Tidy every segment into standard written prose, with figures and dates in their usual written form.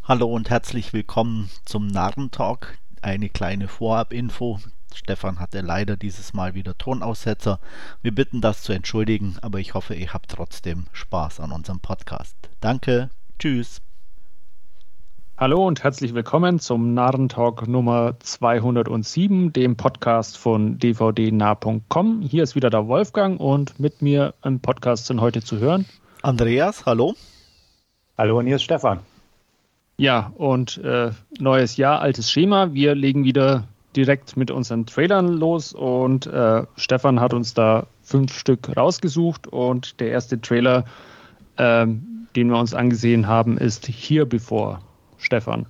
Hallo und herzlich willkommen zum Narrentalk. Eine kleine Vorab-Info. Stefan hatte leider dieses Mal wieder Tonaussetzer. Wir bitten das zu entschuldigen, aber ich hoffe, ihr habt trotzdem Spaß an unserem Podcast. Danke, tschüss. Hallo und herzlich willkommen zum Narrentalk Nummer 207, dem Podcast von dvdnah.com. Hier ist wieder der Wolfgang und mit mir im Podcast sind heute zu hören Andreas, hallo. Hallo und hier ist Stefan. Ja, und neues Jahr, altes Schema. Wir legen wieder direkt mit unseren Trailern los und Stefan hat uns da 5 Stück rausgesucht und der erste Trailer, den wir uns angesehen haben, ist Here Before. Stefan.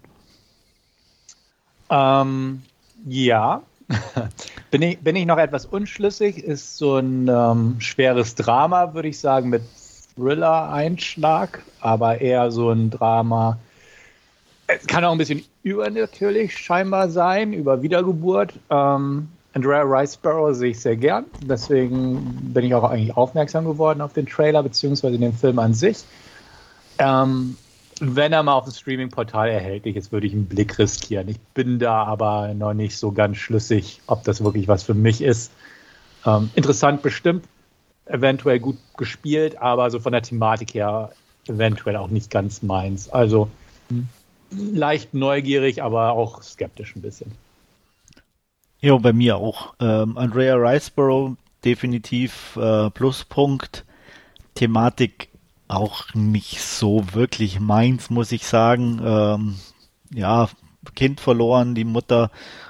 Ja, bin ich noch etwas unschlüssig. Ist so ein schweres Drama, würde ich sagen, mit Thriller-Einschlag, aber eher so ein Drama. Es kann auch ein bisschen übernatürlich scheinbar sein, über Wiedergeburt. Andrea Riseborough sehe ich sehr gern. Deswegen bin ich auch eigentlich aufmerksam geworden auf den Trailer, beziehungsweise den Film an sich. Wenn er mal auf dem Streaming-Portal erhältlich ist, würde ich einen Blick riskieren. Ich bin da aber noch nicht so ganz schlüssig, ob das wirklich was für mich ist. Interessant bestimmt, eventuell gut gespielt, aber so von der Thematik her eventuell auch nicht ganz meins. Also leicht neugierig, aber auch skeptisch ein bisschen. Jo, bei mir auch. Andrea Riseborough, definitiv Pluspunkt. Thematik auch nicht so wirklich meins, muss ich sagen. Ja, Kind verloren, die Mutter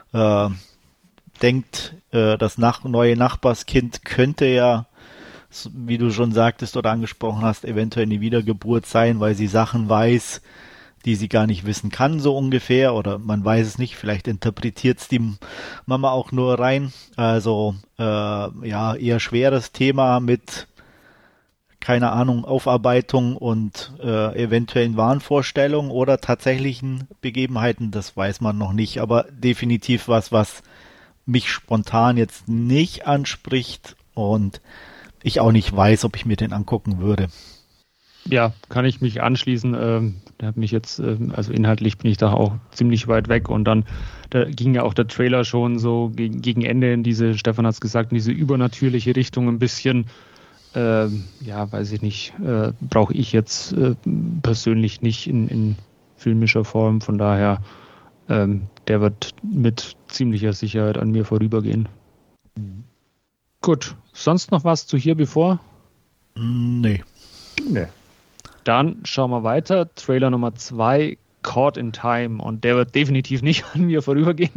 denkt, das neue Nachbarskind könnte ja, wie du schon sagtest oder angesprochen hast, eventuell eine Wiedergeburt sein, weil sie Sachen weiß, die sie gar nicht wissen kann, so ungefähr, oder man weiß es nicht, vielleicht interpretiert es die Mama auch nur rein. Also ja, eher schweres Thema mit keine Ahnung, Aufarbeitung und eventuellen Wahnvorstellungen oder tatsächlichen Begebenheiten, das weiß man noch nicht, aber definitiv was mich spontan jetzt nicht anspricht und ich auch nicht weiß, ob ich mir den angucken würde. Ja, kann ich mich anschließen. Der hat mich jetzt, also inhaltlich bin ich da auch ziemlich weit weg und dann da ging ja auch der Trailer schon so gegen Ende in diese, Stefan hat es gesagt, in diese übernatürliche Richtung ein bisschen. Ja, weiß ich nicht, brauche ich jetzt persönlich nicht in filmischer Form, von daher, der wird mit ziemlicher Sicherheit an mir vorübergehen. Mhm. Gut, sonst noch was zu Here Before? Nee. Dann schauen wir weiter, Trailer Nummer 2, Caught in Time, und der wird definitiv nicht an mir vorübergehen.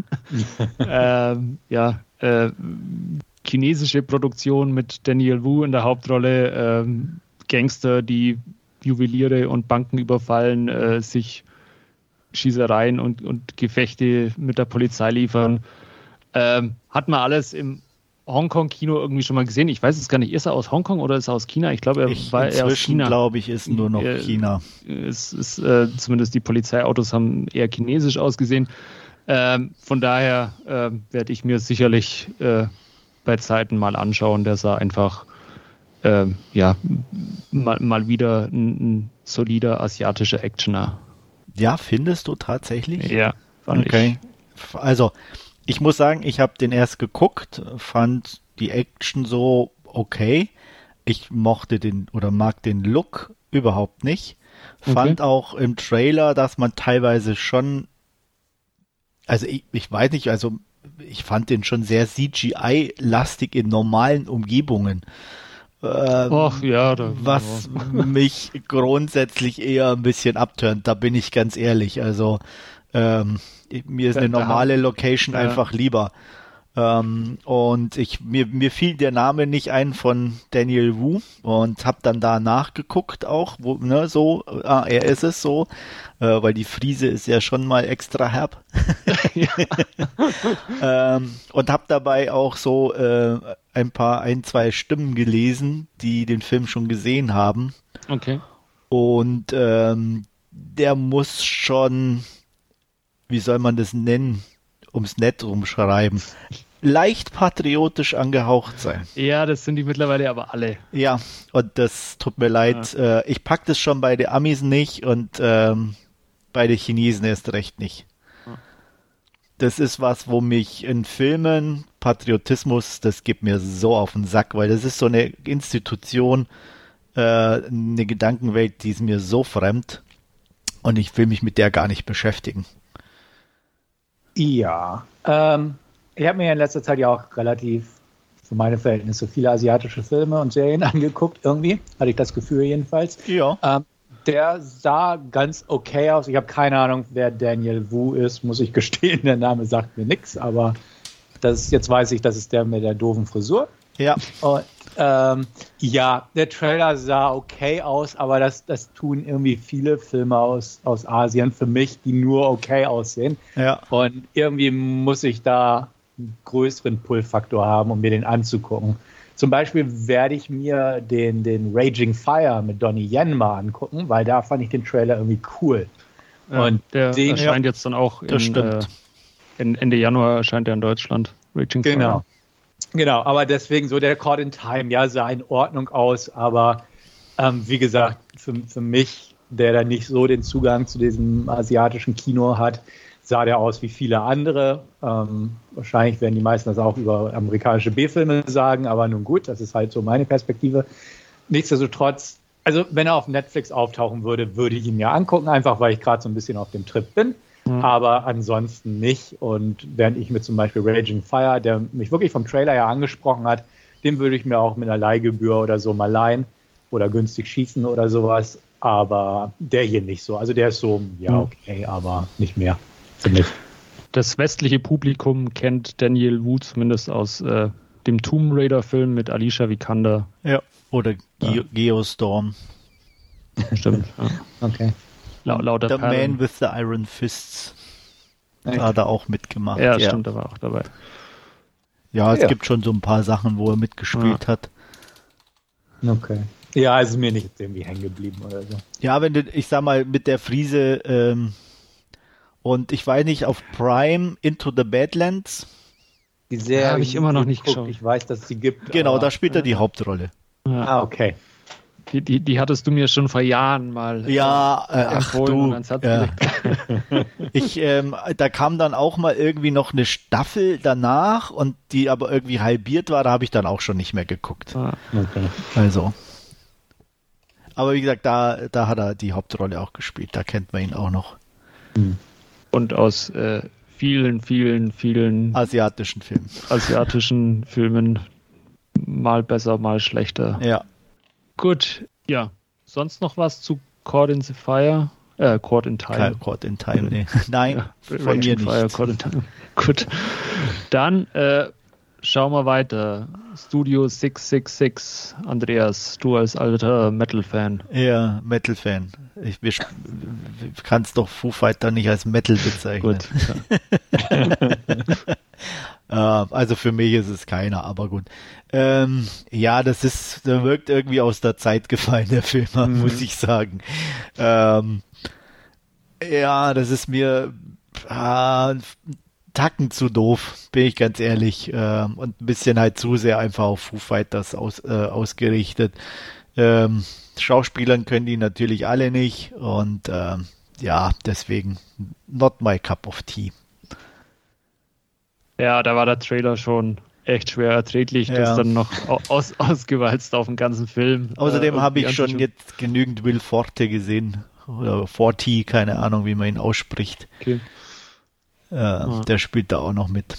Chinesische Produktion mit Daniel Wu in der Hauptrolle, Gangster, die Juweliere und Banken überfallen, sich Schießereien und Gefechte mit der Polizei liefern. Hat man alles im Hongkong-Kino irgendwie schon mal gesehen? Ich weiß es gar nicht, ist er aus Hongkong oder ist er aus China? Ich glaube, er war eher aus China. Glaube ich, ist nur noch China. Es ist, zumindest die Polizeiautos haben eher chinesisch ausgesehen. Von daher werde ich mir sicherlich bei Zeiten mal anschauen. Der sah einfach mal wieder ein solider asiatischer Actioner. Ja, findest du tatsächlich? Ja, fand ich. Also, ich muss sagen, ich habe den erst geguckt, fand die Action so okay. Ich mag den Look überhaupt nicht. Fand auch im Trailer, dass man teilweise schon, also ich weiß nicht, also ich fand den schon sehr CGI-lastig in normalen Umgebungen. Was mich grundsätzlich eher ein bisschen abturnt, da bin ich ganz ehrlich. Also mir ist eine normale Location einfach lieber. Und mir fiel der Name nicht ein von Daniel Wu und habe dann da nachgeguckt auch, er ist es so, weil die Frise ist ja schon mal extra herb. Und habe dabei auch so ein, zwei Stimmen gelesen, die den Film schon gesehen haben. Okay. Und der muss schon, wie soll man das nennen, ums Nett umschreiben, leicht patriotisch angehaucht sein. Ja, das sind die mittlerweile aber alle. Ja, und das tut mir leid. Ich pack das schon bei den Amis nicht und bei den Chinesen erst recht nicht. Das ist was, wo mich in Filmen, Patriotismus, das geht mir so auf den Sack, weil das ist so eine Institution, eine Gedankenwelt, die ist mir so fremd und ich will mich mit der gar nicht beschäftigen. Ja, ich habe mir in letzter Zeit ja auch relativ für meine Verhältnisse viele asiatische Filme und Serien angeguckt, irgendwie, hatte ich das Gefühl jedenfalls. Ja. Der sah ganz okay aus. Ich habe keine Ahnung, wer Daniel Wu ist, muss ich gestehen. Der Name sagt mir nichts, aber jetzt weiß ich, das ist der mit der doofen Frisur. Ja. Und ja, der Trailer sah okay aus, aber das tun irgendwie viele Filme aus Asien für mich, die nur okay aussehen. Ja. Und irgendwie muss ich da einen größeren Pull-Faktor haben, um mir den anzugucken. Zum Beispiel werde ich mir den Raging Fire mit Donnie Yen mal angucken, weil da fand ich den Trailer irgendwie cool. Ja, und der erscheint jetzt dann auch Ende Januar erscheint er in Deutschland. Raging Fire. Genau, aber deswegen so der Caught in Time, ja, sah in Ordnung aus, aber wie gesagt, für mich, der da nicht so den Zugang zu diesem asiatischen Kino hat, sah der aus wie viele andere. Wahrscheinlich werden die meisten das auch über amerikanische B-Filme sagen, aber nun gut, das ist halt so meine Perspektive. Nichtsdestotrotz, also wenn er auf Netflix auftauchen würde, würde ich ihn mir angucken, einfach weil ich gerade so ein bisschen auf dem Trip bin. Aber ansonsten nicht. Und während ich mir zum Beispiel Raging Fire, der mich wirklich vom Trailer ja angesprochen hat, den würde ich mir auch mit einer Leihgebühr oder so mal leihen oder günstig schießen oder sowas. Aber der hier nicht so. Also der ist so, ja, okay, aber nicht mehr, finde ich. Das westliche Publikum kennt Daniel Wu zumindest aus dem Tomb Raider-Film mit Alicia Vikander. Ja, oder Geostorm. Stimmt. Ja. Okay. Lauter The Man with the Iron Fists. Da hat er auch mitgemacht. Ja, stimmt, er war auch dabei. Ja, es gibt schon so ein paar Sachen, wo er mitgespielt hat. Okay. Ja, ist mir nicht irgendwie hängen geblieben oder so. Ja, wenn du, ich sag mal, mit der Friese und ich weiß nicht, auf Prime Into the Badlands. Die Serie habe ich immer noch nicht geschaut. Ich weiß, dass es sie gibt. Genau, da spielt er die Hauptrolle. Ja. Okay. Die hattest du mir schon vor Jahren mal empfohlen. Da kam dann auch mal irgendwie noch eine Staffel danach und die aber irgendwie halbiert war, da habe ich dann auch schon nicht mehr geguckt. Okay. Also. Aber wie gesagt, da hat er die Hauptrolle auch gespielt, da kennt man ihn auch noch. Und aus vielen asiatischen Filmen mal besser, mal schlechter. Ja. Gut, ja. Sonst noch was zu Caught in Time? Caught in Time, nee. Nein, ja, von mir nicht. Fire, Caught in Time. Gut. Dann schauen wir weiter. Studio 666. Andreas, du als alter Metal-Fan. Ja, Metal-Fan. Wir kannst doch Foo Fighter nicht als Metal bezeichnen. Gut. Also für mich ist es keiner, aber gut. Der wirkt irgendwie aus der Zeit gefallen, der Film, muss ich sagen. Das ist mir Tacken zu doof, bin ich ganz ehrlich. Und ein bisschen halt zu sehr einfach auf Foo Fighters ausgerichtet. Schauspielern können die natürlich alle nicht und deswegen not my cup of tea. Ja, da war der Trailer schon echt schwer erträglich, das dann noch ausgewalzt auf den ganzen Film. Außerdem habe ich schon jetzt genügend Will Forte gesehen. Oder Forti, keine Ahnung, wie man ihn ausspricht. Okay. Der spielt da auch noch mit.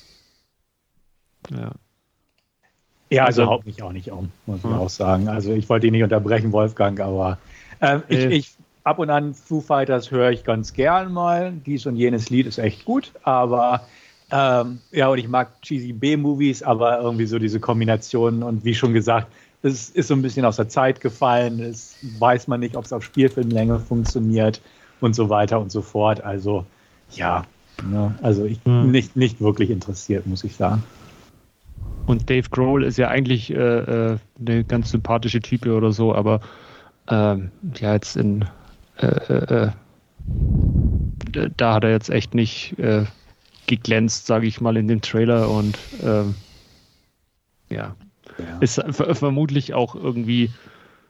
Ja, also haut mich auch nicht um, muss ich auch sagen. Also ich wollte ihn nicht unterbrechen, Wolfgang, aber ich ab und an Foo Fighters höre ich ganz gern mal. Dies und jenes Lied ist echt gut, aber und ich mag cheesy B-Movies, aber irgendwie so diese Kombination und wie schon gesagt, es ist so ein bisschen aus der Zeit gefallen, es weiß man nicht, ob es auf Spielfilmlänge funktioniert und so weiter und so fort. Also also ich nicht wirklich interessiert, muss ich sagen. Und Dave Grohl ist ja eigentlich eine ganz sympathische Type oder so, aber jetzt da hat er jetzt echt nicht geglänzt, sage ich mal, in dem Trailer und ist vermutlich auch irgendwie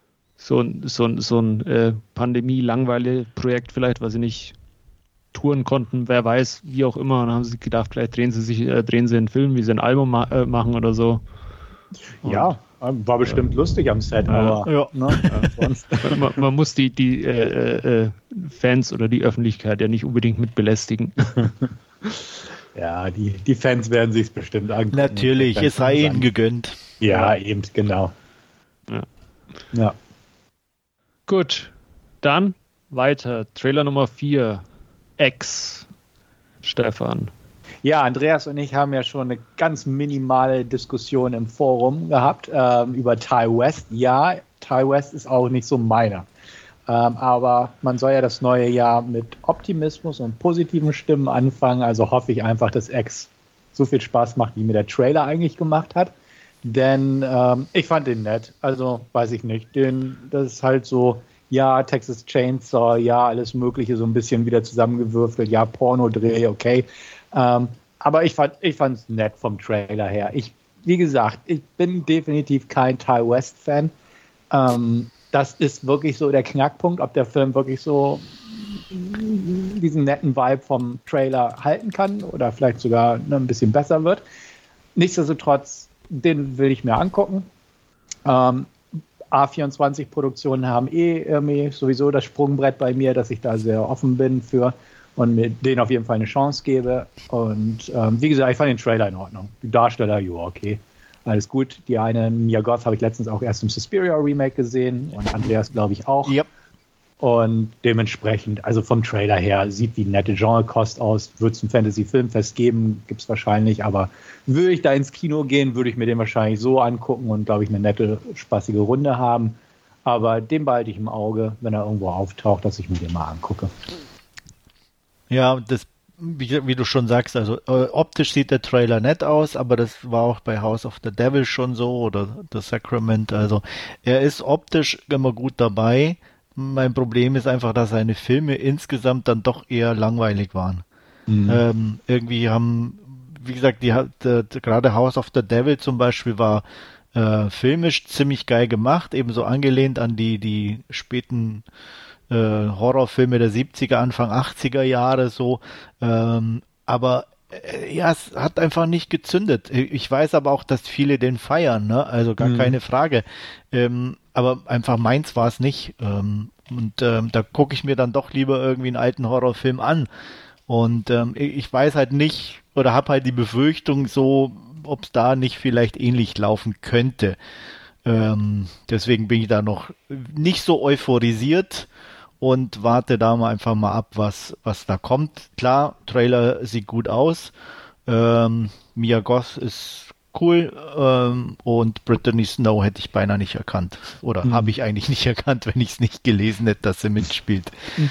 so ein Pandemie-Langweile-Projekt vielleicht, weil sie nicht touren konnten, wer weiß, wie auch immer. Und dann haben sie gedacht, vielleicht drehen sie einen Film, wie sie ein Album machen oder so. Und ja, war bestimmt lustig am Set, aber ja. Sonst. Man muss die Fans oder die Öffentlichkeit ja nicht unbedingt mit belästigen. Ja, die Fans werden sich bestimmt angucken. Natürlich, es sei ihnen gegönnt. Ja, eben, genau. Ja. Gut, dann weiter. Trailer Nummer 4. X. Stefan. Ja, Andreas und ich haben ja schon eine ganz minimale Diskussion im Forum gehabt über Ty West. Ja, Ty West ist auch nicht so meiner. Aber man soll ja das neue Jahr mit Optimismus und positiven Stimmen anfangen. Also hoffe ich einfach, dass X so viel Spaß macht, wie mir der Trailer eigentlich gemacht hat. Denn ich fand den nett. Also weiß ich nicht. Das ist halt so, ja, Texas Chainsaw, ja, alles Mögliche so ein bisschen wieder zusammengewürfelt. Ja, Pornodreh, okay. Aber ich fand es nett vom Trailer her. Wie gesagt, ich bin definitiv kein Ty West-Fan. Das ist wirklich so der Knackpunkt, ob der Film wirklich so diesen netten Vibe vom Trailer halten kann oder vielleicht sogar ein bisschen besser wird. Nichtsdestotrotz, den will ich mir angucken. A24-Produktionen haben sowieso das Sprungbrett bei mir, dass ich da sehr offen bin für und mir denen auf jeden Fall eine Chance gebe. Und wie gesagt, ich fand den Trailer in Ordnung. Die Darsteller, ja, okay. Alles gut. Die eine, Mia Goth, habe ich letztens auch erst im Suspiria Remake gesehen und Andreas, glaube ich, auch. Yep. Und dementsprechend, also vom Trailer her, sieht wie eine nette Genrekost aus. Wird es ein Fantasy-Filmfest geben, gibt es wahrscheinlich, aber würde ich da ins Kino gehen, würde ich mir den wahrscheinlich so angucken und, glaube ich, eine nette, spaßige Runde haben. Aber den behalte ich im Auge, wenn er irgendwo auftaucht, dass ich mir den mal angucke. Ja, wie du schon sagst, also optisch sieht der Trailer nett aus, aber das war auch bei House of the Devil schon so oder The Sacrament. Also er ist optisch immer gut dabei. Mein Problem ist einfach, dass seine Filme insgesamt dann doch eher langweilig waren. Mhm. Irgendwie wie gesagt, gerade House of the Devil zum Beispiel war filmisch ziemlich geil gemacht, ebenso angelehnt an die späten Horrorfilme der 70er, Anfang 80er Jahre so. Aber ja, es hat einfach nicht gezündet. Ich weiß aber auch, dass viele den feiern, ne? Also gar keine Frage. Aber einfach meins war es nicht. Da gucke ich mir dann doch lieber irgendwie einen alten Horrorfilm an. Und ich weiß halt nicht oder habe halt die Befürchtung so, ob es da nicht vielleicht ähnlich laufen könnte. Deswegen bin ich da noch nicht so euphorisiert und warte da mal einfach mal ab, was da kommt. Klar, Trailer sieht gut aus. Mia Goth ist cool und Brittany Snow hätte ich beinahe nicht erkannt. Oder habe ich eigentlich nicht erkannt, wenn ich es nicht gelesen hätte, dass sie mitspielt.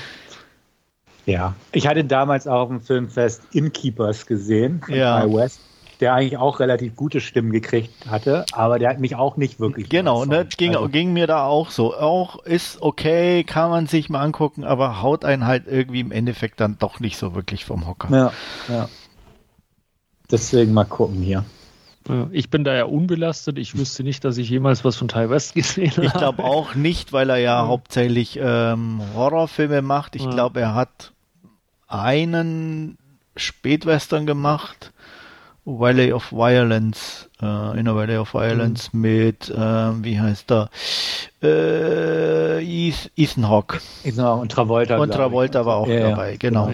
Ja, ich hatte damals auch auf dem Filmfest Innkeepers gesehen von ja. Ty West, der eigentlich auch relativ gute Stimmen gekriegt hatte, aber der hat mich auch nicht wirklich genau, ne, ging mir da auch so. Auch ist okay, kann man sich mal angucken, aber haut einen halt irgendwie im Endeffekt dann doch nicht so wirklich vom Hocker. Ja. Deswegen mal gucken hier. Ich bin da ja unbelastet. Ich wüsste nicht, dass ich jemals was von Ty West gesehen habe. Ich glaube auch nicht, weil er ja hauptsächlich Horrorfilme macht. Ich glaube, er hat einen Spätwestern gemacht, Valley of Violence, in a Valley of Violence mit, wie heißt der? Ethan Hawke. Und Travolta. Und Travolta war auch dabei, genau.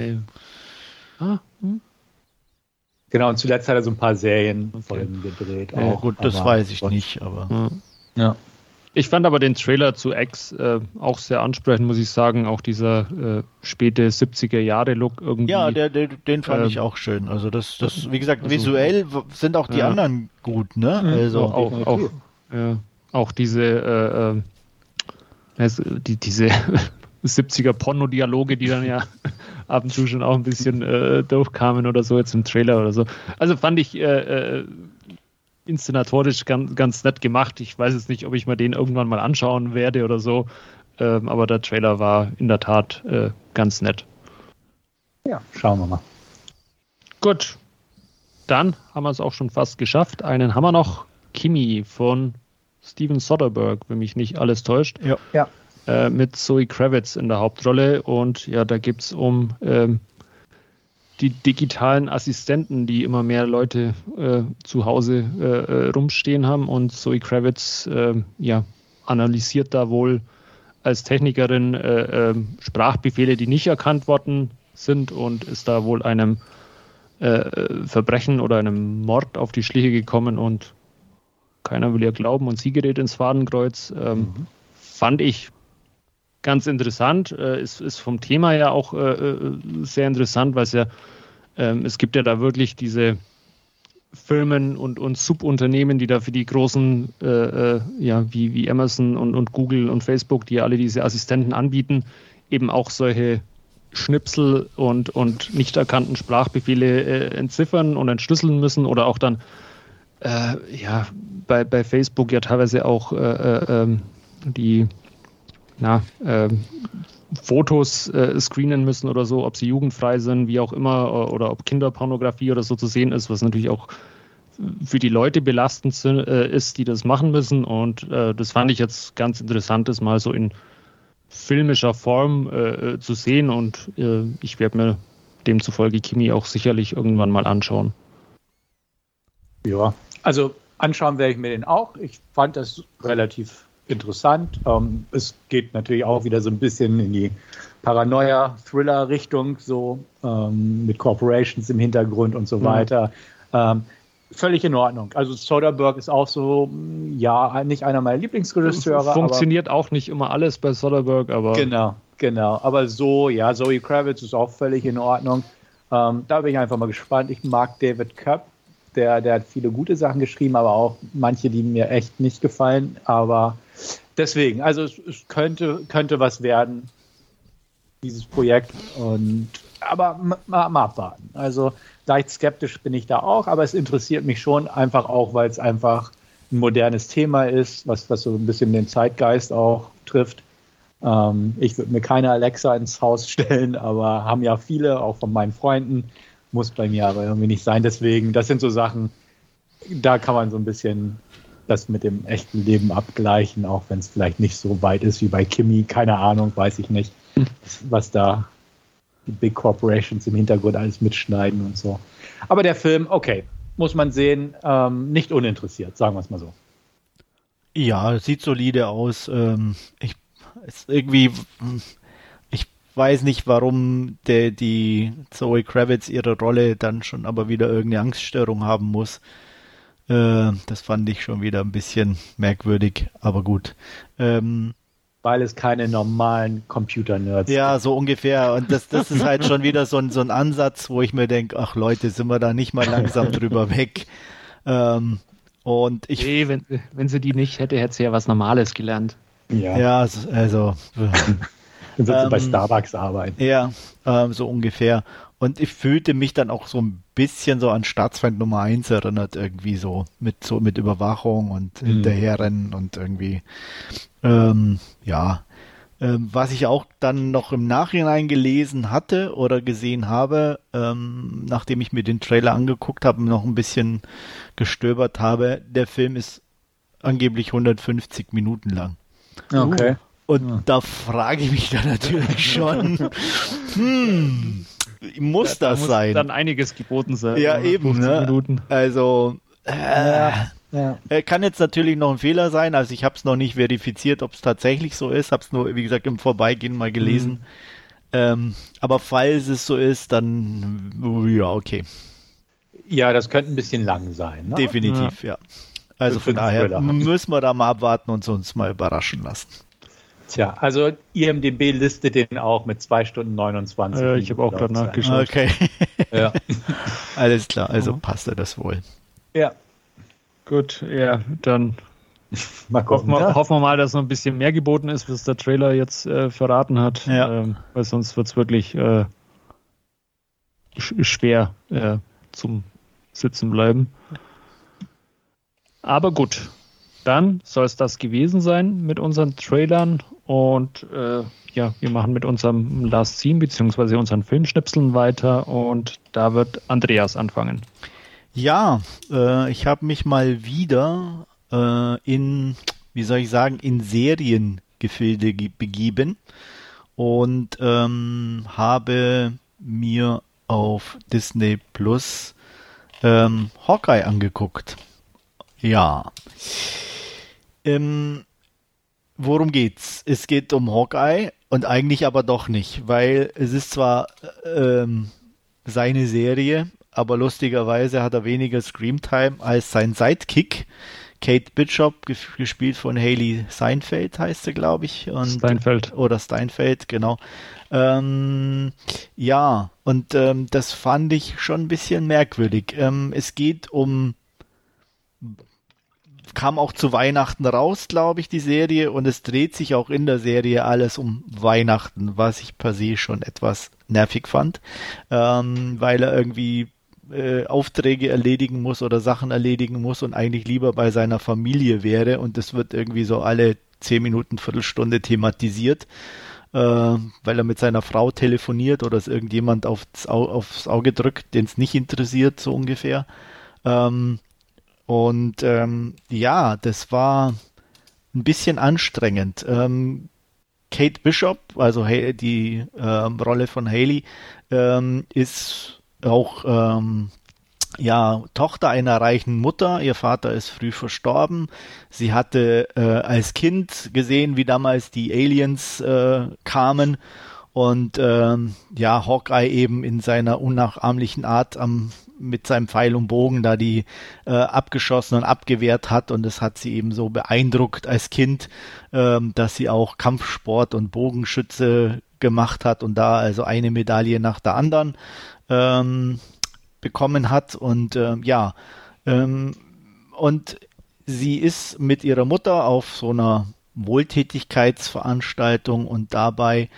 Genau, und zuletzt hat er so ein paar Serienfolgen gedreht. Ja, auch, gut, das weiß ich nicht, aber. Ja. Ich fand aber den Trailer zu X auch sehr ansprechend, muss ich sagen. Auch dieser späte 70er-Jahre-Look irgendwie. Ja, den fand ich auch schön. Also das, wie gesagt, visuell sind auch die anderen gut, ne? Also auch diese diese 70er-Porno-Dialoge, die dann ja ab und zu schon auch ein bisschen durchkamen oder so, jetzt im Trailer oder so. Also fand ich inszenatorisch ganz nett gemacht. Ich weiß jetzt nicht, ob ich mir den irgendwann mal anschauen werde oder so, aber der Trailer war in der Tat ganz nett. Ja, schauen wir mal. Gut, dann haben wir es auch schon fast geschafft. Einen haben wir noch, Kimi von Steven Soderbergh, wenn mich nicht alles täuscht. Ja. Mit Zoe Kravitz in der Hauptrolle. Und ja, da geht es um die digitalen Assistenten, die immer mehr Leute zu Hause rumstehen haben. Und Zoe Kravitz analysiert da wohl als Technikerin Sprachbefehle, die nicht erkannt worden sind, und ist da wohl einem Verbrechen oder einem Mord auf die Schliche gekommen, und keiner will ihr glauben, und sie gerät ins Fadenkreuz. Fand ich ganz interessant. Ist vom Thema ja auch sehr interessant, weil es gibt ja da wirklich diese Firmen und Subunternehmen, die da für die großen, wie Amazon und Google und Facebook, die ja alle diese Assistenten anbieten, eben auch solche Schnipsel und nicht erkannten Sprachbefehle entziffern und entschlüsseln müssen, oder auch dann bei Facebook ja teilweise auch die Fotos screenen müssen oder so, ob sie jugendfrei sind, wie auch immer, oder ob Kinderpornografie oder so zu sehen ist, was natürlich auch für die Leute belastend ist, die das machen müssen. Und das fand ich jetzt ganz interessant, das mal so in filmischer Form zu sehen, und ich werde mir demzufolge Kimi auch sicherlich irgendwann mal anschauen. Ja, also anschauen werde ich mir den auch. Ich fand das relativ interessant. Es geht natürlich auch wieder so ein bisschen in die Paranoia-Thriller-Richtung, so mit Corporations im Hintergrund und so weiter. Völlig in Ordnung. Also Soderbergh ist auch so, ja, nicht einer meiner Lieblingsregisseure. Funktioniert auch nicht immer alles bei Soderbergh, aber... Genau. Aber so, ja, Zoe Kravitz ist auch völlig in Ordnung. Da bin ich einfach mal gespannt. Ich mag David Koepp. Der hat viele gute Sachen geschrieben, aber auch manche, die mir echt nicht gefallen. Aber deswegen, also es könnte was werden, dieses Projekt. Aber mal abwarten. Also leicht skeptisch bin ich da auch, aber es interessiert mich schon einfach auch, weil es einfach ein modernes Thema ist, was so ein bisschen den Zeitgeist auch trifft. Ich würde mir keine Alexa ins Haus stellen, aber haben ja viele, auch von meinen Freunden. Muss bei mir aber irgendwie nicht sein. Deswegen, das sind so Sachen, da kann man so ein bisschen das mit dem echten Leben abgleichen, auch wenn es vielleicht nicht so weit ist wie bei Kimi. Keine Ahnung, weiß ich nicht, was da die Big Corporations im Hintergrund alles mitschneiden und so. Aber der Film, okay, muss man sehen, nicht uninteressiert, sagen wir es mal so. Ja, sieht solide aus. Ich weiß nicht, warum die Zoe Kravitz ihre Rolle dann schon aber wieder irgendeine Angststörung haben muss. Das fand ich schon wieder ein bisschen merkwürdig, aber gut. Weil es keine normalen Computer-Nerds ja, gibt. So ungefähr. Und das ist halt schon wieder so ein Ansatz, wo ich mir denke, ach Leute, sind wir da nicht mal langsam drüber weg. Und wenn sie die nicht hätte sie ja was Normales gelernt. Ja, also... Dann wird sie bei Starbucks arbeiten. Ja, so ungefähr. Und ich fühlte mich dann auch so ein bisschen so an Staatsfeind Nummer 1 erinnert, irgendwie so mit Überwachung und Hinterherrennen und irgendwie, was ich auch dann noch im Nachhinein gelesen hatte oder gesehen habe, nachdem ich mir den Trailer angeguckt habe und noch ein bisschen gestöbert habe, der Film ist angeblich 150 Minuten lang. Okay. Und da frage ich mich dann natürlich schon, muss das muss sein? Dann einiges geboten sein. Ja, eben, ne? Minuten. Also, kann jetzt natürlich noch ein Fehler sein. Also ich habe es noch nicht verifiziert, ob es tatsächlich so ist. Habe es nur, wie gesagt, im Vorbeigehen mal gelesen. Aber falls es so ist, dann, ja, okay. Ja, das könnte ein bisschen lang sein. Ne? Definitiv, ja. Also von daher müssen wir da mal abwarten und uns mal überraschen lassen. Tja, also IMDb listet den auch mit 2 Stunden 29 Minuten. Ich habe auch gerade nachgeschaut. Okay. Ja. Alles klar, also passt das wohl. Ja. Gut, ja, dann mal gucken, hoffen wir mal, dass noch ein bisschen mehr geboten ist, was der Trailer jetzt verraten hat. Ja. Weil sonst wird es wirklich schwer zum Sitzen bleiben. Aber gut, dann soll es das gewesen sein mit unseren Trailern. Und wir machen mit unserem Last Scene bzw. unseren Filmschnipseln weiter. Und da wird Andreas anfangen. Ja, ich habe mich mal wieder in wie soll ich sagen, in Seriengefilde begeben und habe mir auf Disney Plus Hawkeye angeguckt. Ja. Worum geht's? Es geht um Hawkeye und eigentlich aber doch nicht, weil es ist zwar seine Serie, aber lustigerweise hat er weniger Screamtime als sein Sidekick, Kate Bishop, gespielt von Hailee Steinfeld, heißt sie, glaube ich. Und, Steinfeld. Oder Steinfeld, genau. Ja, und das fand ich schon ein bisschen merkwürdig. Es geht kam auch zu Weihnachten raus, glaube ich, die Serie, und es dreht sich auch in der Serie alles um Weihnachten, was ich per se schon etwas nervig fand, weil er irgendwie Aufträge erledigen muss oder Sachen erledigen muss und eigentlich lieber bei seiner Familie wäre, und das wird irgendwie so alle 10 Minuten, Viertelstunde thematisiert, weil er mit seiner Frau telefoniert oder es irgendjemand aufs Auge drückt, den es nicht interessiert, so ungefähr. Ja, das war ein bisschen anstrengend. Kate Bishop, also die Rolle von Hailee, ist auch Tochter einer reichen Mutter. Ihr Vater ist früh verstorben. Sie hatte als Kind gesehen, wie damals die Aliens kamen. Und Hawkeye eben in seiner unnachahmlichen Art mit seinem Pfeil und Bogen da die abgeschossen und abgewehrt hat, und das hat sie eben so beeindruckt als Kind, dass sie auch Kampfsport und Bogenschütze gemacht hat und da also eine Medaille nach der anderen bekommen hat, und und sie ist mit ihrer Mutter auf so einer Wohltätigkeitsveranstaltung, und dabei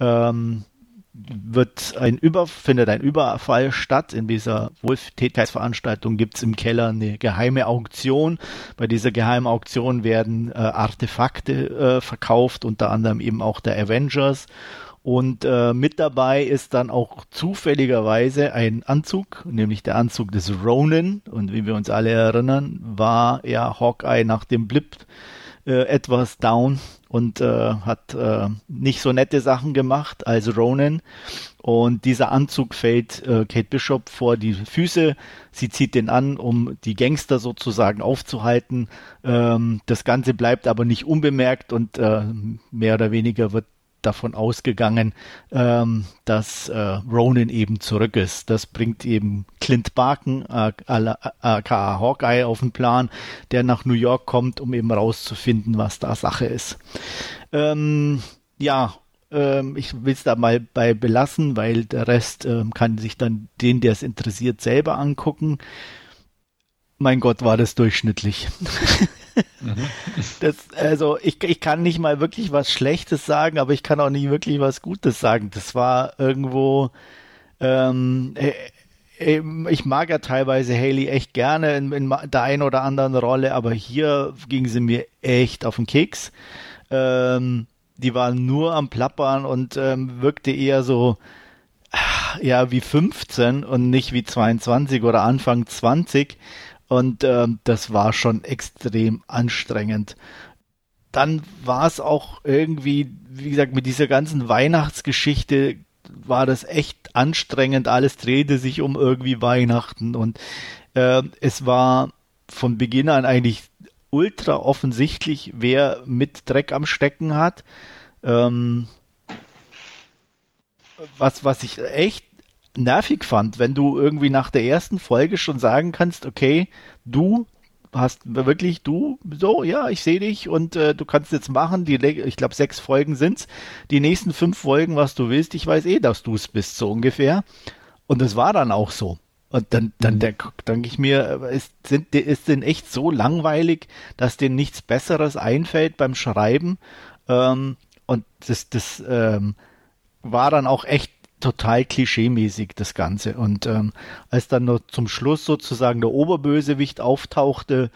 findet ein Überfall statt. In dieser Wohltätigkeitsveranstaltung gibt es im Keller eine geheime Auktion. Bei dieser geheimen Auktion werden Artefakte verkauft, unter anderem eben auch der Avengers. Und mit dabei ist dann auch zufälligerweise ein Anzug, nämlich der Anzug des Ronin. Und wie wir uns alle erinnern, war ja Hawkeye nach dem Blip etwas down und hat nicht so nette Sachen gemacht als Ronin. Und dieser Anzug fällt Kate Bishop vor die Füße. Sie zieht den an, um die Gangster sozusagen aufzuhalten. Das Ganze bleibt aber nicht unbemerkt, und mehr oder weniger wird davon ausgegangen, dass Ronin eben zurück ist. Das bringt eben Clint Barton, aka Hawkeye, auf den Plan, der nach New York kommt, um eben rauszufinden, was da Sache ist. Ich will es da mal bei belassen, weil der Rest kann sich dann den, der es interessiert, selber angucken. Mein Gott, war das durchschnittlich. Ich kann nicht mal wirklich was Schlechtes sagen, aber ich kann auch nicht wirklich was Gutes sagen. Das war irgendwo, ich mag ja teilweise Hailee echt gerne in der einen oder anderen Rolle, aber hier ging sie mir echt auf den Keks. Die war nur am Plappern und wirkte eher so, wie 15 und nicht wie 22 oder Anfang 20. Und das war schon extrem anstrengend. Dann war es auch irgendwie, wie gesagt, mit dieser ganzen Weihnachtsgeschichte war das echt anstrengend. Alles drehte sich um irgendwie Weihnachten, und es war von Beginn an eigentlich ultra offensichtlich, wer mit Dreck am Stecken hat. Was ich echt nervig fand, wenn du irgendwie nach der ersten Folge schon sagen kannst, okay, du hast wirklich, ich sehe dich, und du kannst jetzt machen, ich glaube 6 Folgen sind's, die nächsten 5 Folgen, was du willst, ich weiß dass du es bist, so ungefähr. Und das war dann auch so. Und dann denke ich mir, ist denn echt so langweilig, dass denen nichts Besseres einfällt beim Schreiben? Und das war dann auch echt total klischeemäßig, das Ganze. Und als dann noch zum Schluss sozusagen der Oberbösewicht auftauchte,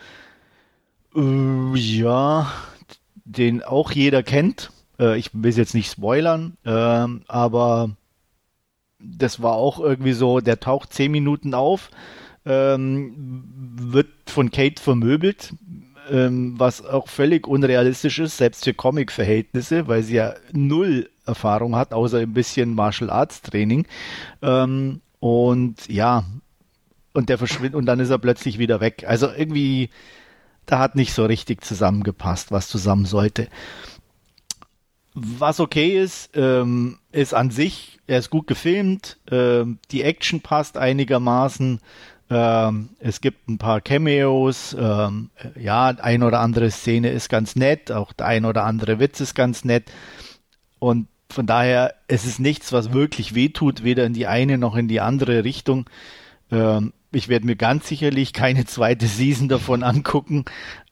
den auch jeder kennt. Ich will es jetzt nicht spoilern, aber das war auch irgendwie so, der taucht 10 Minuten auf, wird von Kate vermöbelt, was auch völlig unrealistisch ist, selbst für Comic-Verhältnisse, weil sie ja null Erfahrung hat, außer ein bisschen Martial Arts Training. Und ja, und der verschwindet und dann ist er plötzlich wieder weg. Also irgendwie, da hat nicht so richtig zusammengepasst, was zusammen sollte. Was okay ist, ist an sich, er ist gut gefilmt, die Action passt einigermaßen, es gibt ein paar Cameos, ja, ein oder andere Szene ist ganz nett, auch der ein oder andere Witz ist ganz nett und von daher, es ist nichts, was wirklich wehtut, weder in die eine noch in die andere Richtung. Ich werde mir ganz sicherlich keine zweite Season davon angucken.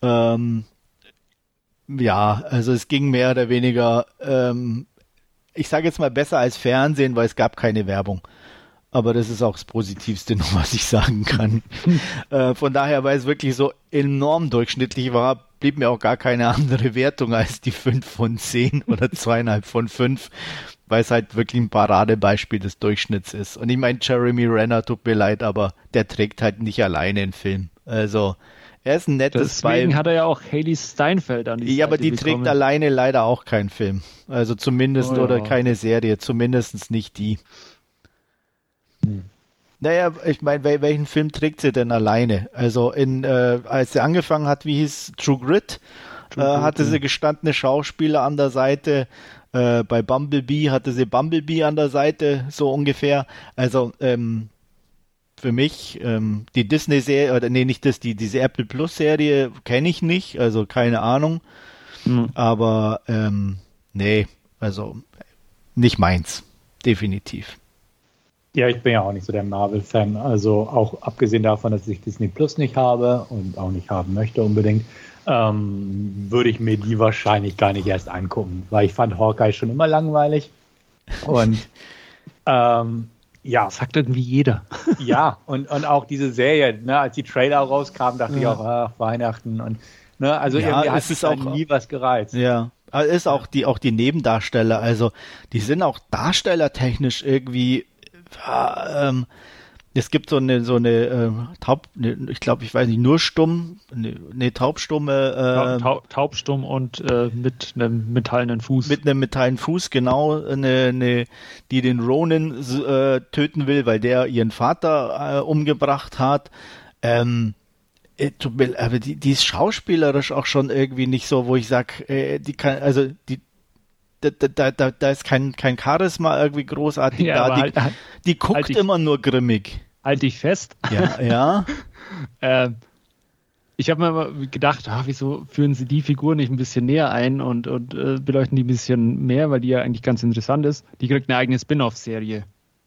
Ja, also es ging mehr oder weniger, ich sage jetzt mal besser als Fernsehen, weil es gab keine Werbung. Aber das ist auch das Positivste noch, was ich sagen kann. Von daher, weil es wirklich so enorm durchschnittlich war, blieb mir auch gar keine andere Wertung als die 5 von 10 oder 2,5 von 5, weil es halt wirklich ein Paradebeispiel des Durchschnitts ist. Und ich meine, Jeremy Renner, tut mir leid, aber der trägt halt nicht alleine einen Film. Also, er ist ein nettes Deswegen hat er ja auch Hailee Steinfeld an die Seite. Ja, aber die bekommen. Trägt alleine leider auch keinen Film. Also zumindest, oder keine Serie, zumindest nicht die. Naja, ich meine, welchen Film trägt sie denn alleine? Also als sie angefangen hat, wie hieß True Grit, hatte sie gestandene Schauspieler an der Seite. Bei Bumblebee hatte sie Bumblebee an der Seite, so ungefähr. Also für mich die Disney-Serie, oder nee, nicht das, diese Apple Plus-Serie kenne ich nicht, also keine Ahnung. Aber nee, also nicht meins, definitiv. Ja, ich bin ja auch nicht so der Marvel-Fan. Also auch abgesehen davon, dass ich Disney Plus nicht habe und auch nicht haben möchte unbedingt, würde ich mir die wahrscheinlich gar nicht erst angucken, weil ich fand Hawkeye schon immer langweilig. Und ja. Sagt irgendwie jeder. Ja, und auch diese Serie, ne, als die Trailer rauskamen, dachte ich auch, Weihnachten und ne, also ja, irgendwie hat es auch nie was gereizt. Ja. Ist auch die Nebendarsteller, also die sind auch darstellertechnisch irgendwie es gibt so eine ich glaube, ich weiß nicht, nur stumm, taubstumme. Taubstumm und mit einem metallenen Fuß. Mit einem metallenen Fuß, genau, die den Ronin töten will, weil der ihren Vater umgebracht hat. Aber die ist schauspielerisch auch schon irgendwie nicht so, wo ich sage, die kann, also die da ist kein Charisma irgendwie großartig ja, da. Die guckt immer nur grimmig. Halt dich fest. Ja. Ich habe mir immer gedacht, wieso führen sie die Figur nicht ein bisschen näher ein und beleuchten die ein bisschen mehr, weil die ja eigentlich ganz interessant ist. Die kriegt eine eigene Spin-off-Serie.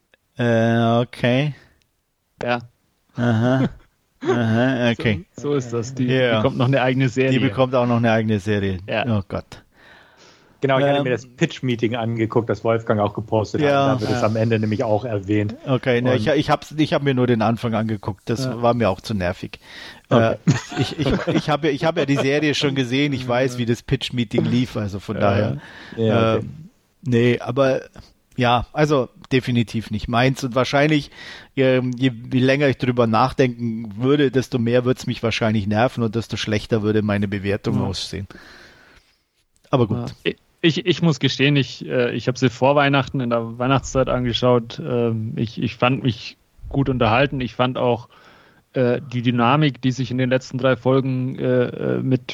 Okay. Ja. Aha, okay. So ist das. Die bekommt noch eine eigene Serie. Die bekommt auch noch eine eigene Serie. Ja. Oh Gott. Genau, ich hatte mir das Pitch-Meeting angeguckt, das Wolfgang auch gepostet hat. Da wird es am Ende nämlich auch erwähnt. Okay, ne, ich hab mir nur den Anfang angeguckt. Das war mir auch zu nervig. Okay. Ich hab ja die Serie schon gesehen. Ich weiß, wie das Pitch-Meeting lief. Also von daher. Ja, okay. Nee, aber ja, also definitiv nicht meins. Und wahrscheinlich, je länger ich drüber nachdenken würde, desto mehr würde es mich wahrscheinlich nerven und desto schlechter würde meine Bewertung aussehen. Aber gut. Ich muss gestehen, ich habe sie vor Weihnachten in der Weihnachtszeit angeschaut. Ich fand mich gut unterhalten. Ich fand auch die Dynamik, die sich in den letzten 3 Folgen mit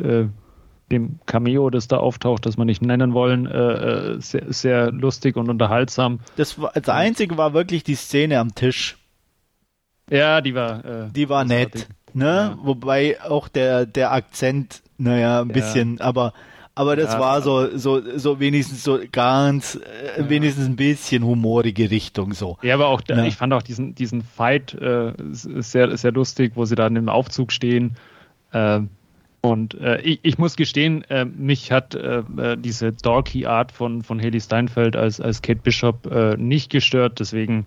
dem Cameo, das da auftaucht, das wir nicht nennen wollen, sehr, sehr lustig und unterhaltsam. Das Einzige war wirklich die Szene am Tisch. Ja, die war nett. Ne? Ja. Wobei auch der Akzent, ein bisschen, aber das war so wenigstens so ganz, wenigstens ein bisschen humorige Richtung so. Ja, aber auch, ich fand auch diesen Fight sehr, sehr lustig, wo sie da in dem Aufzug stehen. Und ich muss gestehen, mich hat diese dorky Art von Hailee Steinfeld als Kate Bishop nicht gestört, deswegen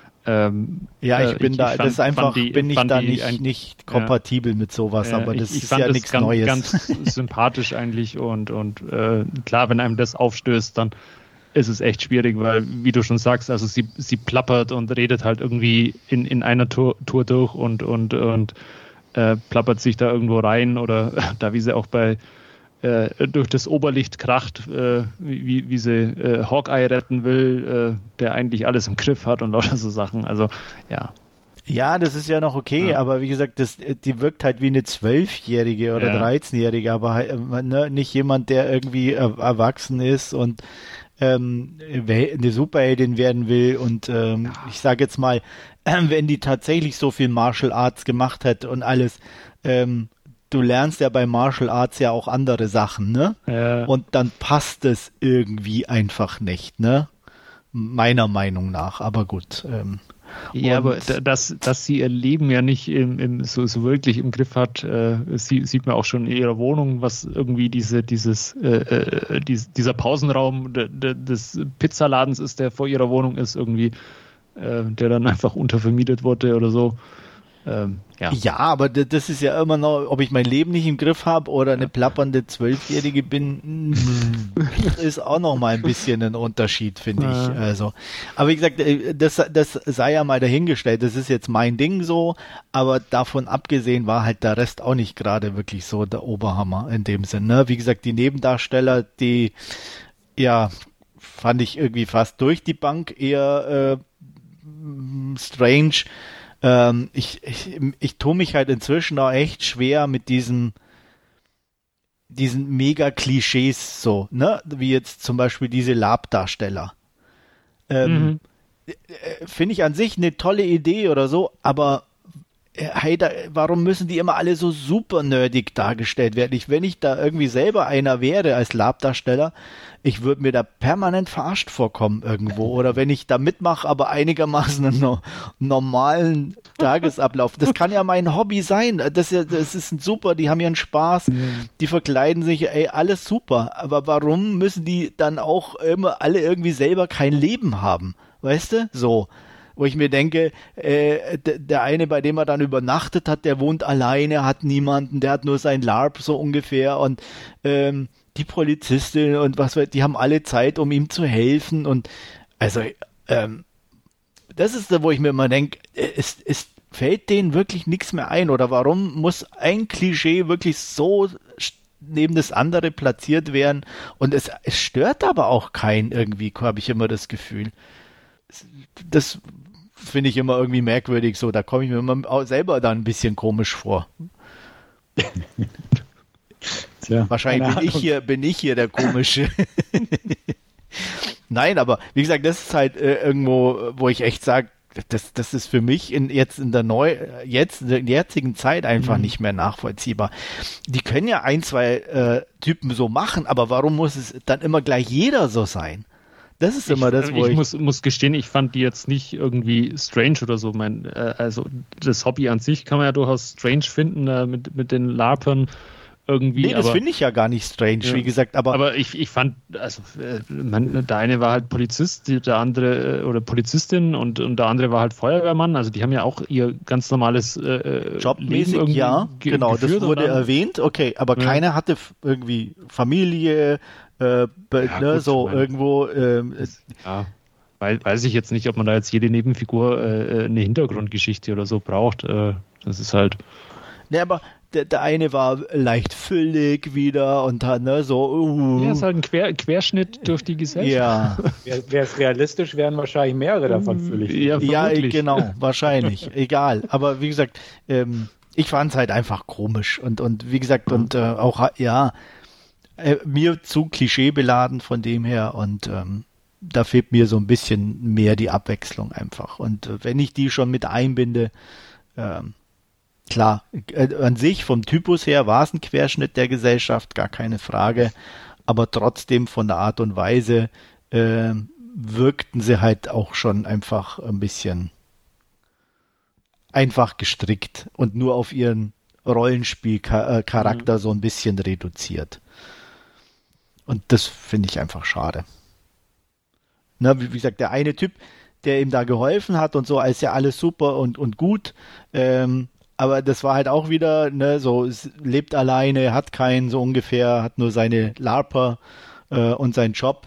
ich bin da, das ist einfach, bin ich da nicht kompatibel mit sowas, aber das ist ja nichts Neues. Ganz sympathisch eigentlich und klar, wenn einem das aufstößt, dann ist es echt schwierig, weil, wie du schon sagst, also sie plappert und redet halt irgendwie in einer Tour durch und plappert sich da irgendwo rein oder da wie sie auch durch das Oberlicht kracht, wie sie Hawkeye retten will, der eigentlich alles im Griff hat und lauter so Sachen. Also, ja. Ja, das ist ja noch okay, aber wie gesagt, die wirkt halt wie eine 12-Jährige oder 13-Jährige, aber halt, ne, nicht jemand, der irgendwie erwachsen ist und eine Superheldin werden will und ich sage jetzt mal, wenn die tatsächlich so viel Martial Arts gemacht hätte und alles, du lernst ja bei Martial Arts ja auch andere Sachen, ne? Ja. Und dann passt es irgendwie einfach nicht, ne? Meiner Meinung nach, aber gut. Ja, aber dass sie ihr Leben ja nicht so wirklich im Griff hat, sieht man auch schon in ihrer Wohnung, was irgendwie dieser Pausenraum des Pizzaladens ist, der vor ihrer Wohnung ist, irgendwie, der dann einfach untervermietet wurde oder so. Ja, aber das ist ja immer noch, ob ich mein Leben nicht im Griff habe oder eine plappernde 12-Jährige bin, ist auch noch mal ein bisschen ein Unterschied, finde ich. Also, aber wie gesagt, das sei ja mal dahingestellt. Das ist jetzt mein Ding so, aber davon abgesehen war halt der Rest auch nicht gerade wirklich so der Oberhammer in dem Sinn. Ne? Wie gesagt, die Nebendarsteller, die fand ich irgendwie fast durch die Bank eher strange. Ich tue mich halt inzwischen auch echt schwer mit diesen Mega-Klischees so, ne? Wie jetzt zum Beispiel diese Lab-Darsteller. Finde ich an sich eine tolle Idee oder so, aber hey, warum müssen die immer alle so super nerdig dargestellt werden? Wenn ich da irgendwie selber einer wäre als Lab-Darsteller, ich würde mir da permanent verarscht vorkommen irgendwo. Oder wenn ich da mitmache, aber einigermaßen einen normalen Tagesablauf. Das kann ja mein Hobby sein. Das ist super, die haben ihren Spaß, die verkleiden sich, ey, alles super. Aber warum müssen die dann auch immer alle irgendwie selber kein Leben haben? Weißt du? So. Wo ich mir denke, der eine, bei dem er dann übernachtet hat, der wohnt alleine, hat niemanden, der hat nur sein LARP so ungefähr und die Polizistin und die haben alle Zeit, um ihm zu helfen und also das ist da, wo ich mir immer denke, es fällt denen wirklich nichts mehr ein oder warum muss ein Klischee wirklich so neben das andere platziert werden und es stört aber auch keinen irgendwie, habe ich immer das Gefühl. Das finde ich immer irgendwie merkwürdig so. Da komme ich mir immer auch selber dann ein bisschen komisch vor. Tja, wahrscheinlich bin ich hier der Komische. Nein, aber wie gesagt, das ist halt irgendwo, wo ich echt sage, das ist für mich in der jetzigen Zeit einfach nicht mehr nachvollziehbar. Die können ja ein, zwei Typen so machen, aber warum muss es dann immer gleich jeder so sein? Das ist immer das, wo ich muss gestehen, ich fand die jetzt nicht irgendwie strange oder so. Also das Hobby an sich kann man ja durchaus strange finden, mit den LARPern irgendwie. Nee, das finde ich ja gar nicht strange, wie gesagt. Aber ich fand, also der eine war halt Polizist, der andere oder Polizistin und der andere war halt Feuerwehrmann. Also die haben ja auch ihr ganz normales jobmäßig, Leben ja, genau, das wurde erwähnt, okay, aber keiner hatte irgendwie Familie, gut, so irgendwo. Weiß ich jetzt nicht, ob man da jetzt jede Nebenfigur eine Hintergrundgeschichte oder so braucht. Das ist halt. Ne, aber der eine war leicht füllig wieder und hat, ne, so. Ja, ist halt ein Querschnitt durch die Gesellschaft. Ja. Wäre es realistisch, wären wahrscheinlich mehrere davon füllig. Ja, genau, wahrscheinlich. Egal. Aber wie gesagt, ich fand es halt einfach komisch und wie gesagt, und auch, mir zu klischeebeladen von dem her und da fehlt mir so ein bisschen mehr die Abwechslung einfach. Und wenn ich die schon mit einbinde, klar, an sich vom Typus her war es ein Querschnitt der Gesellschaft, gar keine Frage, aber trotzdem von der Art und Weise wirkten sie halt auch schon einfach ein bisschen einfach gestrickt und nur auf ihren Rollenspielcharakter so ein bisschen reduziert. Und das finde ich einfach schade. Na, wie gesagt, der eine Typ, der ihm da geholfen hat und so, ist ja alles super und gut. Aber das war halt auch wieder, ne, so, lebt alleine, hat keinen, so ungefähr, hat nur seine LARPer und seinen Job.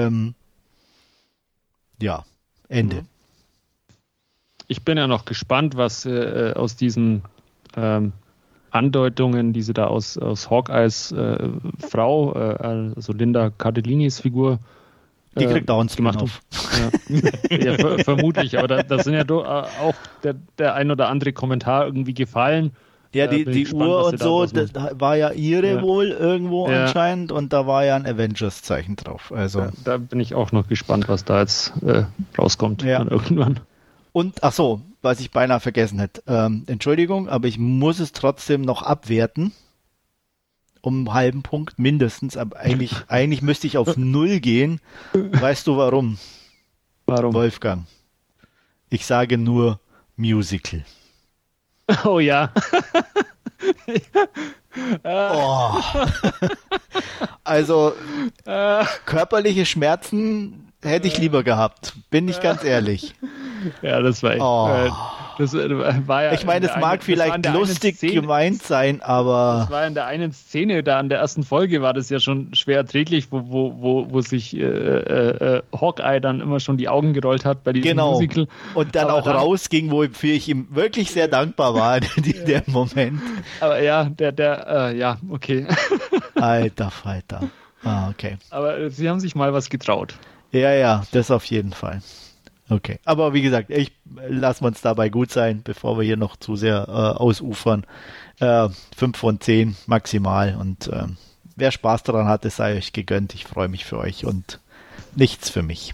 Ja, Ende. Ich bin ja noch gespannt, was aus diesen Andeutungen, die sie da aus Hawkeyes Frau, also Linda Cardellinis Figur, die kriegt auch einen gemacht Spin-off. Ja, vermutlich, aber da sind ja auch der ein oder andere Kommentar irgendwie gefallen. Ja, die gespannt, Uhr und so, das war ja ihre wohl irgendwo anscheinend und da war ja ein Avengers-Zeichen drauf. Also. Ja, da bin ich auch noch gespannt, was da jetzt rauskommt dann irgendwann. Und, ach so, was ich beinahe vergessen hätte. Entschuldigung, aber ich muss es trotzdem noch abwerten. Um einen halben Punkt mindestens. Aber eigentlich müsste ich auf 0 gehen. Weißt du warum? Warum? Wolfgang. Ich sage nur Musical. Oh ja. Oh. Also körperliche Schmerzen hätte ich lieber gehabt. Bin ich ganz ehrlich. Ja, das war echt. Das war ja. Ich meine, es mag vielleicht lustig gemeint sein, aber. Das war in der einen Szene, da in der ersten Folge war das ja schon schwer erträglich, wo sich Hawkeye dann immer schon die Augen gerollt hat bei diesem Musical. Und dann aber auch rausging, wofür ich ihm wirklich sehr dankbar war in dem Moment. Aber ja, ja, okay. Alter Falter. Okay. Aber sie haben sich mal was getraut. Ja, das auf jeden Fall. Okay, aber wie gesagt, lassen wir uns dabei gut sein, bevor wir hier noch zu sehr ausufern. 5 von 10 maximal und wer Spaß daran hat, es sei euch gegönnt. Ich freue mich für euch und nichts für mich.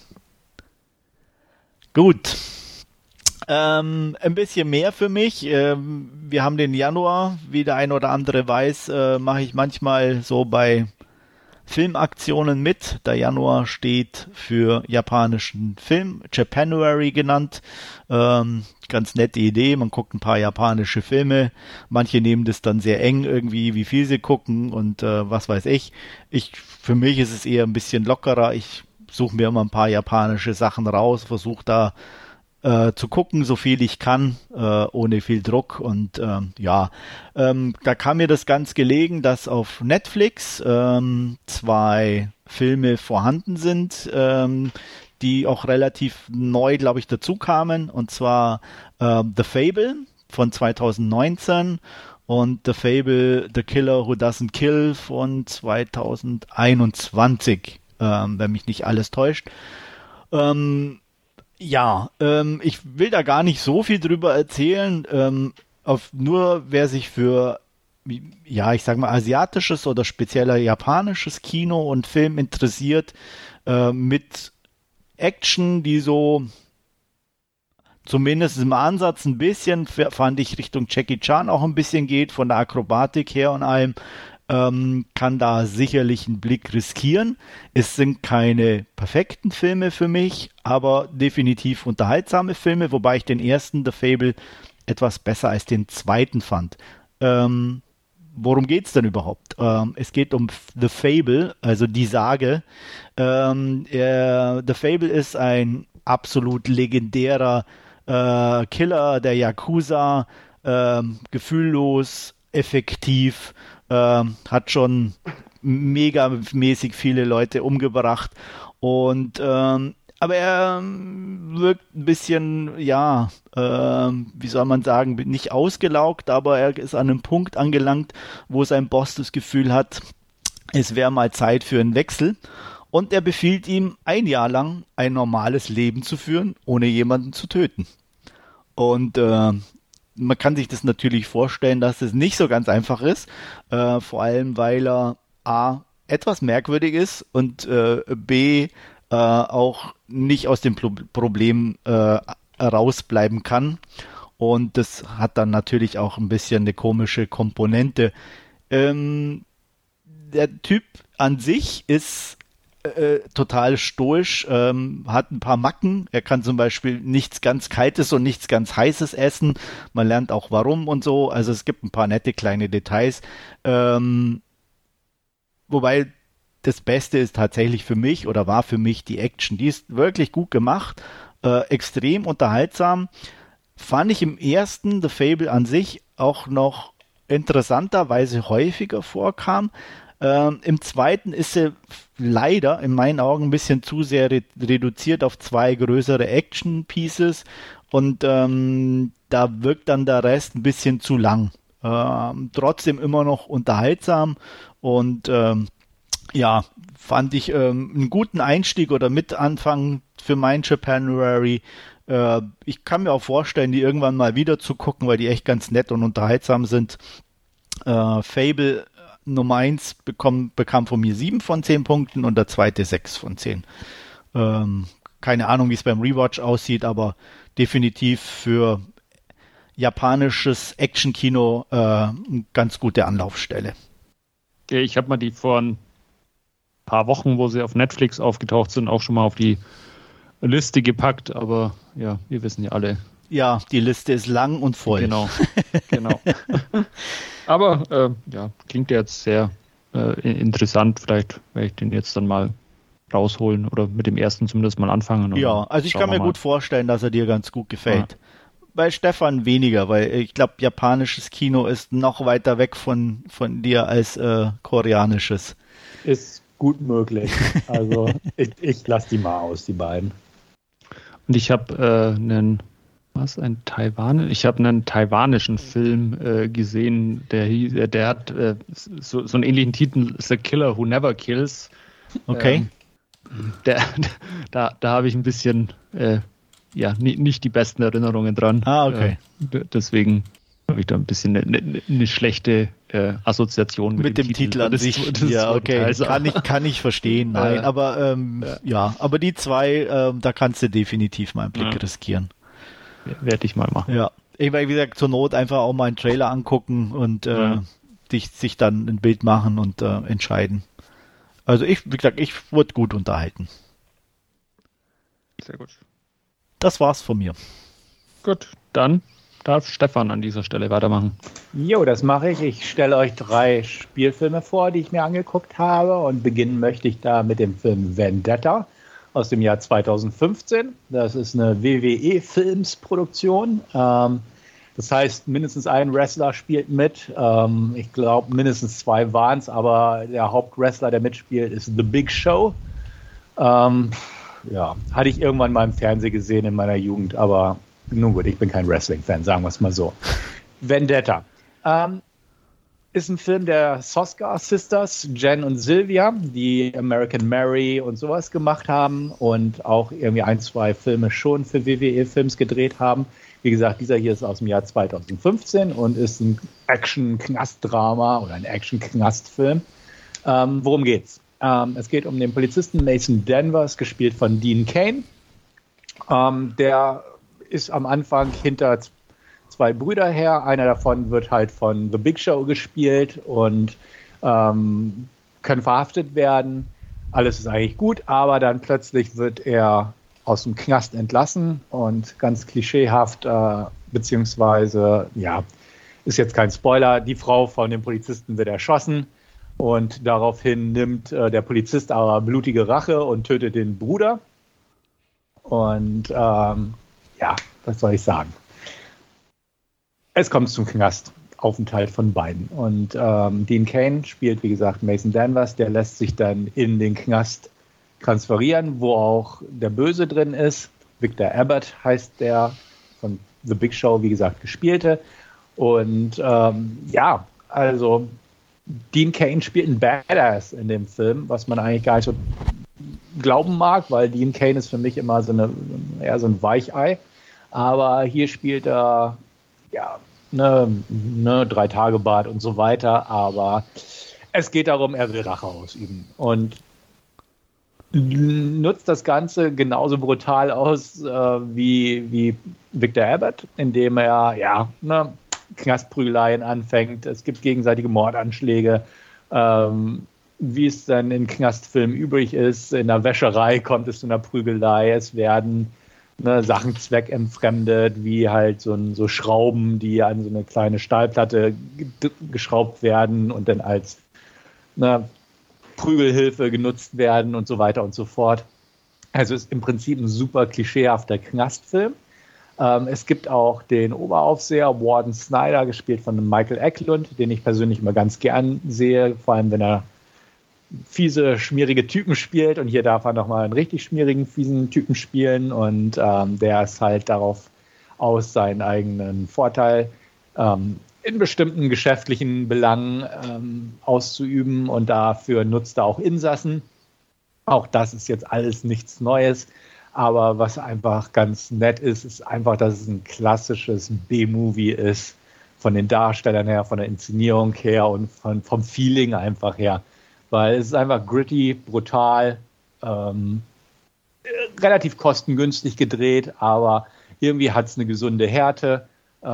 Gut, ein bisschen mehr für mich. Wir haben den Januar, wie der ein oder andere weiß, mache ich manchmal so bei Filmaktionen mit. Der Januar steht für japanischen Film, Japanuary genannt. Ganz nette Idee, man guckt ein paar japanische Filme. Manche nehmen das dann sehr eng irgendwie, wie viel sie gucken und was weiß ich. Für mich ist es eher ein bisschen lockerer. Ich suche mir immer ein paar japanische Sachen raus, versuche da zu gucken, so viel ich kann, ohne viel Druck und da kam mir das ganz gelegen, dass auf Netflix 2 Filme vorhanden sind, die auch relativ neu, glaube ich, dazu kamen, und zwar The Fable von 2019 und The Fable, The Killer Who Doesn't Kill von 2021, wenn mich nicht alles täuscht. Ich will da gar nicht so viel drüber erzählen, nur wer sich für, ich sag mal, asiatisches oder spezieller japanisches Kino und Film interessiert, mit Action, die so zumindest im Ansatz ein bisschen, fand ich, Richtung Jackie Chan auch ein bisschen geht, von der Akrobatik her und allem, kann da sicherlich einen Blick riskieren. Es sind keine perfekten Filme für mich, aber definitiv unterhaltsame Filme, wobei ich den ersten, The Fable, etwas besser als den zweiten fand. Worum geht's denn überhaupt? Es geht um The Fable, also die Sage. The Fable ist ein absolut legendärer Killer der Yakuza, gefühllos, effektiv, hat schon megamäßig viele Leute umgebracht und aber er wirkt ein bisschen, wie soll man sagen, nicht ausgelaugt, aber er ist an einem Punkt angelangt, wo sein Boss das Gefühl hat, es wäre mal Zeit für einen Wechsel und er befiehlt ihm, 1 Jahr lang ein normales Leben zu führen, ohne jemanden zu töten. Und man kann sich das natürlich vorstellen, dass es nicht so ganz einfach ist, vor allem weil er A, etwas merkwürdig ist und B, auch nicht aus dem Problem rausbleiben kann. Und das hat dann natürlich auch ein bisschen eine komische Komponente. Der Typ an sich ist total stoisch, hat ein paar Macken. Er kann zum Beispiel nichts ganz Kaltes und nichts ganz Heißes essen. Man lernt auch warum und so. Also es gibt ein paar nette kleine Details. Wobei das Beste ist tatsächlich für mich oder war für mich die Action. Die ist wirklich gut gemacht, extrem unterhaltsam. Fand ich im ersten The Fable an sich auch noch interessanterweise häufiger vorkam. Im zweiten ist sie leider in meinen Augen ein bisschen zu sehr reduziert auf 2 größere Action-Pieces und da wirkt dann der Rest ein bisschen zu lang. trotzdem immer noch unterhaltsam und fand ich einen guten Einstieg oder Mitanfang für mein Japanuary. Ich kann mir auch vorstellen, die irgendwann mal wieder zu gucken, weil die echt ganz nett und unterhaltsam sind. Fable Nummer 1 bekam von mir 7 von 10 Punkten und der zweite 6 von 10. Keine Ahnung, wie es beim Rewatch aussieht, aber definitiv für japanisches Actionkino eine ganz gute Anlaufstelle. Ich habe mal die vor ein paar Wochen, wo sie auf Netflix aufgetaucht sind, auch schon mal auf die Liste gepackt, aber ja, wir wissen ja alle. Ja, die Liste ist lang und voll. Genau. Aber klingt jetzt sehr interessant. Vielleicht werde ich den jetzt dann mal rausholen oder mit dem ersten zumindest mal anfangen. Ja, also ich kann mir gut vorstellen, dass er dir ganz gut gefällt. Ja. Bei Stefan weniger, weil ich glaube, japanisches Kino ist noch weiter weg von dir als koreanisches. Ist gut möglich. Also ich lasse die mal aus, die beiden. Und ich habe einen taiwanischen Film gesehen, der hat so einen ähnlichen Titel, The Killer Who Never Kills. Okay. Da habe ich ein bisschen nicht die besten Erinnerungen dran. Okay. Deswegen habe ich da ein bisschen eine schlechte Assoziation mit dem Titel an sich. Ja, okay. Kann ich verstehen. Nein, aber aber die zwei, da kannst du definitiv mal einen Blick riskieren. Werde ich mal machen. Ja. Wie gesagt, zur Not einfach auch mal einen Trailer angucken und sich dann ein Bild machen und entscheiden. Also wie gesagt, ich wurde gut unterhalten. Sehr gut. Das war's von mir. Gut, dann darf Stefan an dieser Stelle weitermachen. Jo, das mache ich. Ich stelle euch 3 Spielfilme vor, die ich mir angeguckt habe. Und beginnen möchte ich da mit dem Film Vendetta aus dem Jahr 2015. Das ist eine WWE-Filmsproduktion. Das heißt, mindestens ein Wrestler spielt mit. Ich glaube, mindestens 2 waren es, aber der Hauptwrestler, der mitspielt, ist The Big Show. Hatte ich irgendwann mal im Fernsehen gesehen in meiner Jugend, aber nun gut, ich bin kein Wrestling-Fan, sagen wir es mal so. Vendetta. Ist ein Film der Soska Sisters, Jen und Sylvia, die American Mary und sowas gemacht haben und auch irgendwie 1, 2 Filme schon für WWE-Films gedreht haben. Wie gesagt, dieser hier ist aus dem Jahr 2015 und ist ein Action-Knast-Drama oder ein Action-Knast-Film. Worum geht's? Es geht um den Polizisten Mason Danvers, gespielt von Dean Cain. Der ist am Anfang hinter 2 Brüder her. Einer davon wird halt von The Big Show gespielt und können verhaftet werden. Alles ist eigentlich gut, aber dann plötzlich wird er aus dem Knast entlassen und ganz klischeehaft, beziehungsweise, ist jetzt kein Spoiler, die Frau von dem Polizisten wird erschossen und daraufhin nimmt der Polizist aber blutige Rache und tötet den Bruder. Und was soll ich sagen? Es kommt zum Knastaufenthalt von beiden. Und Dean Cain spielt, wie gesagt, Mason Danvers, der lässt sich dann in den Knast transferieren, wo auch der Böse drin ist. Victor Abbott heißt der, von The Big Show, wie gesagt, gespielte. Und also Dean Cain spielt einen Badass in dem Film, was man eigentlich gar nicht so glauben mag, weil Dean Cain ist für mich immer so ein Weichei. Aber hier spielt er 3-Tage-Bart und so weiter. Aber es geht darum, er will Rache ausüben. Und nutzt das Ganze genauso brutal aus wie Victor Abbott, indem er Knastprügeleien anfängt. Es gibt gegenseitige Mordanschläge. Wie es dann in Knastfilmen übrig ist, in der Wäscherei kommt es zu einer Prügelei. Es werden Sachen zweckentfremdet, wie halt so Schrauben, die an so eine kleine Stahlplatte geschraubt werden und dann als Prügelhilfe genutzt werden und so weiter und so fort. Also ist im Prinzip ein super klischeehafter Knastfilm. Es gibt auch den Oberaufseher Warden Snyder, gespielt von Michael Eklund, den ich persönlich immer ganz gern sehe, vor allem wenn er fiese, schmierige Typen spielt, und hier darf er nochmal einen richtig schmierigen, fiesen Typen spielen, und der ist halt darauf aus, seinen eigenen Vorteil in bestimmten geschäftlichen Belangen auszuüben und dafür nutzt er auch Insassen. Auch das ist jetzt alles nichts Neues, aber was einfach ganz nett ist, ist einfach, dass es ein klassisches B-Movie ist, von den Darstellern her, von der Inszenierung her und vom Feeling einfach her, weil es ist einfach gritty, brutal, relativ kostengünstig gedreht, aber irgendwie hat es eine gesunde Härte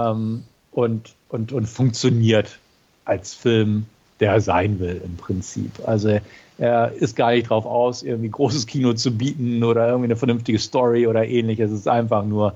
und funktioniert als Film, der er sein will im Prinzip. Also er ist gar nicht drauf aus, irgendwie großes Kino zu bieten oder irgendwie eine vernünftige Story oder ähnliches. Es ist einfach nur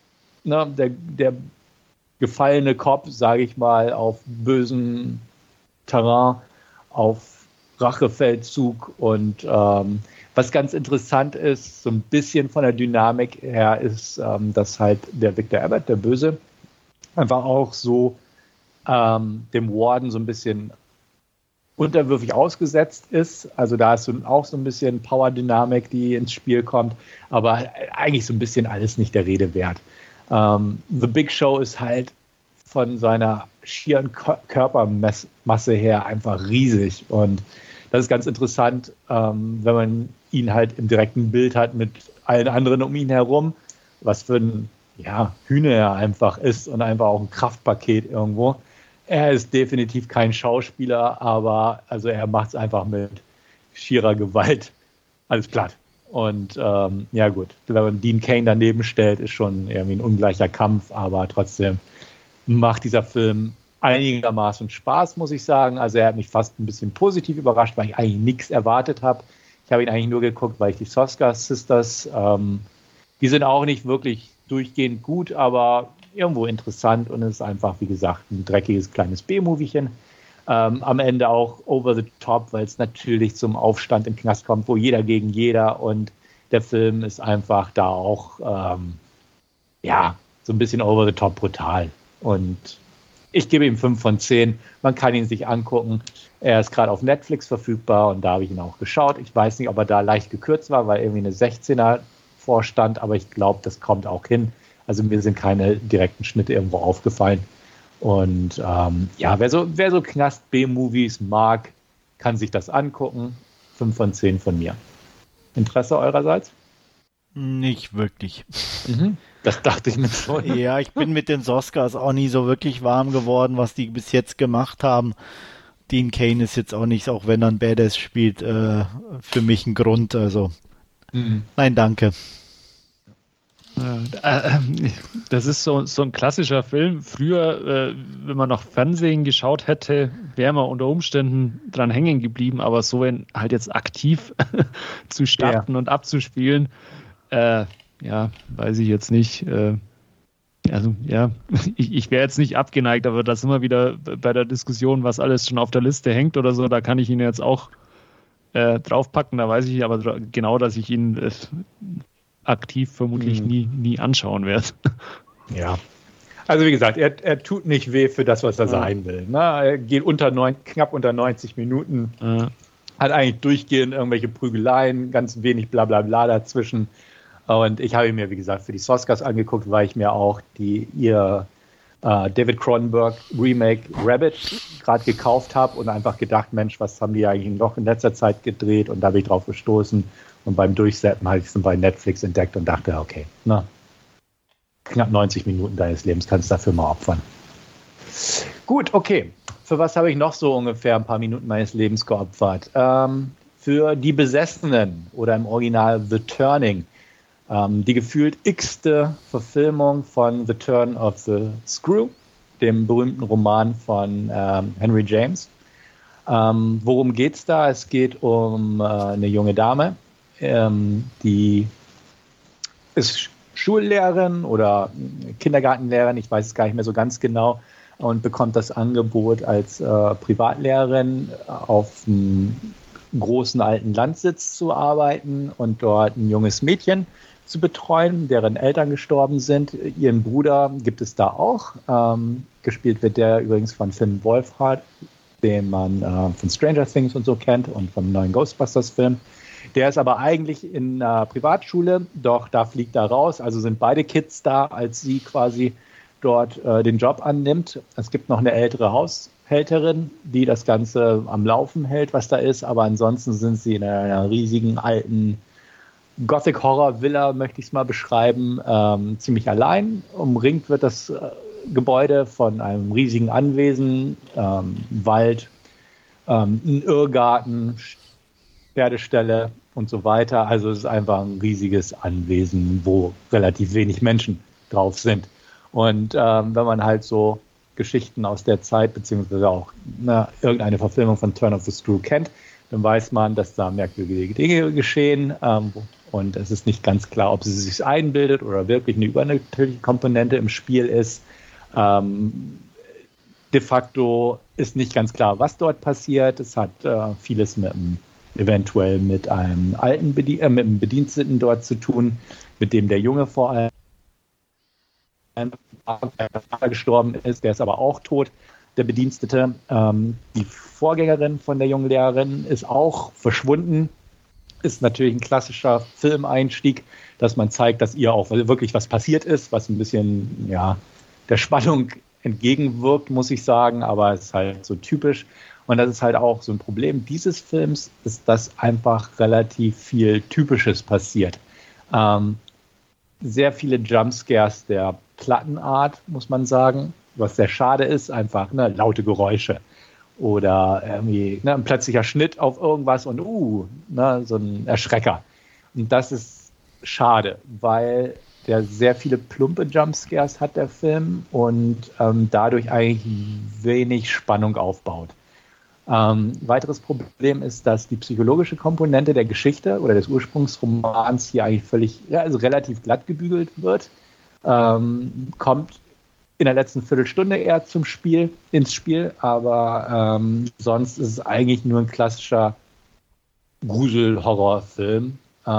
der gefallene Cop, sage ich mal, auf bösem Terrain, auf Rachefeldzug und was ganz interessant ist, so ein bisschen von der Dynamik her, ist, dass halt der Victor Abbott, der Böse, einfach auch so dem Warden so ein bisschen unterwürfig ausgesetzt ist. Also da ist auch so ein bisschen Power-Dynamik, die ins Spiel kommt, aber eigentlich so ein bisschen alles nicht der Rede wert. The Big Show ist halt von seiner schieren Körpermasse her einfach riesig und das ist ganz interessant, wenn man ihn halt im direkten Bild hat mit allen anderen um ihn herum, was für ein Hühner er einfach ist und einfach auch ein Kraftpaket irgendwo. Er ist definitiv kein Schauspieler, aber also er macht es einfach mit schierer Gewalt alles platt. Und gut, wenn man Dean Cain daneben stellt, ist schon irgendwie ein ungleicher Kampf, aber trotzdem macht dieser Film einigermaßen Spaß, muss ich sagen. Also er hat mich fast ein bisschen positiv überrascht, weil ich eigentlich nichts erwartet habe. Ich habe ihn eigentlich nur geguckt, weil ich die Soska Sisters, die sind auch nicht wirklich durchgehend gut, aber irgendwo interessant und es ist einfach, wie gesagt, ein dreckiges kleines B-Moviechen. Am Ende auch over the top, weil es natürlich zum Aufstand im Knast kommt, wo jeder gegen jeder und der Film ist einfach da auch so ein bisschen over the top brutal. Und ich gebe ihm 5 von 10. Man kann ihn sich angucken. Er ist gerade auf Netflix verfügbar und da habe ich ihn auch geschaut. Ich weiß nicht, ob er da leicht gekürzt war, weil irgendwie eine 16er vorstand, aber ich glaube, das kommt auch hin. Also mir sind keine direkten Schnitte irgendwo aufgefallen. Und wer so Knast-B-Movies mag, kann sich das angucken. 5 von 10 von mir. Interesse eurerseits? Nicht wirklich. Das dachte ich mir schon. Ja, ich bin mit den Soskas auch nie so wirklich warm geworden, was die bis jetzt gemacht haben. Dean Cain ist jetzt auch nicht, auch wenn er ein Badass spielt, für mich ein Grund. Also nein, danke. Das ist so ein klassischer Film. Früher, wenn man noch Fernsehen geschaut hätte, wäre man unter Umständen dran hängen geblieben, aber so halt jetzt aktiv zu starten und abzuspielen, weiß ich jetzt nicht. Ich wäre jetzt nicht abgeneigt, aber da sind wir wieder bei der Diskussion, was alles schon auf der Liste hängt oder so. Da kann ich ihn jetzt auch draufpacken. Da weiß ich aber genau, dass ich ihn aktiv vermutlich nie anschauen werde. Ja. Also wie gesagt, er tut nicht weh für das, was er sein will. Ne? Er geht knapp unter 90 Minuten, hat eigentlich durchgehend irgendwelche Prügeleien, ganz wenig Blablabla dazwischen. Und ich habe mir, wie gesagt, für die Soskas angeguckt, weil ich mir auch ihr David Cronenberg Remake Rabbit gerade gekauft habe und einfach gedacht, Mensch, was haben die eigentlich noch in letzter Zeit gedreht? Und da bin ich drauf gestoßen. Und beim Durchsetzen habe ich es dann bei Netflix entdeckt und dachte, okay, knapp 90 Minuten deines Lebens kannst du dafür mal opfern. Gut, okay. Für was habe ich noch so ungefähr ein paar Minuten meines Lebens geopfert? Für Die Besessenen oder im Original The Turning. Die gefühlt x-te Verfilmung von The Turn of the Screw, dem berühmten Roman von Henry James. Worum geht's da? Es geht um eine junge Dame, die ist Schullehrerin oder Kindergartenlehrerin, ich weiß es gar nicht mehr so ganz genau, und bekommt das Angebot als Privatlehrerin auf einem großen alten Landsitz zu arbeiten und dort ein junges Mädchen zu betreuen, deren Eltern gestorben sind. Ihren Bruder gibt es da auch. Gespielt wird der übrigens von Finn Wolfhard, den man von Stranger Things und so kennt und vom neuen Ghostbusters-Film. Der ist aber eigentlich in einer Privatschule, doch da fliegt er raus. Also sind beide Kids da, als sie quasi dort den Job annimmt. Es gibt noch eine ältere Haushälterin, die das Ganze am Laufen hält, was da ist, aber ansonsten sind sie in einer riesigen alten Gothic-Horror-Villa, möchte ich es mal beschreiben, ziemlich allein. Umringt wird das Gebäude von einem riesigen Anwesen, Wald, ein Irrgarten, Pferdestelle und so weiter. Also es ist einfach ein riesiges Anwesen, wo relativ wenig Menschen drauf sind. Und wenn man halt so Geschichten aus der Zeit, beziehungsweise auch irgendeine Verfilmung von Turn of the Screw kennt, dann weiß man, dass da merkwürdige Dinge geschehen. Und es ist nicht ganz klar, ob sie sich einbildet oder wirklich eine übernatürliche Komponente im Spiel ist. De facto ist nicht ganz klar, was dort passiert. Es hat vieles eventuell mit einem alten mit einem Bediensteten dort zu tun, mit dem der Junge vor allem gestorben ist. Der ist aber auch tot, der Bedienstete. Die Vorgängerin von der jungen Lehrerin ist auch verschwunden. Ist natürlich ein klassischer Filmeinstieg, dass man zeigt, dass ihr auch wirklich was passiert ist, was ein bisschen der Spannung entgegenwirkt, muss ich sagen, aber es ist halt so typisch. Und das ist halt auch so ein Problem dieses Films, ist, dass einfach relativ viel Typisches passiert. Sehr viele Jumpscares der Plattenart, muss man sagen, was sehr schade ist, einfach laute Geräusche oder irgendwie ein plötzlicher Schnitt auf irgendwas und so ein Erschrecker. Und das ist schade, weil der sehr viele plumpe Jumpscares hat, der Film, und dadurch eigentlich wenig Spannung aufbaut. Weiteres Problem ist, dass die psychologische Komponente der Geschichte oder des Ursprungsromans hier eigentlich relativ glatt gebügelt wird. Kommt in der letzten Viertelstunde eher ins Spiel, aber sonst ist es eigentlich nur ein klassischer Grusel-Horror-Film.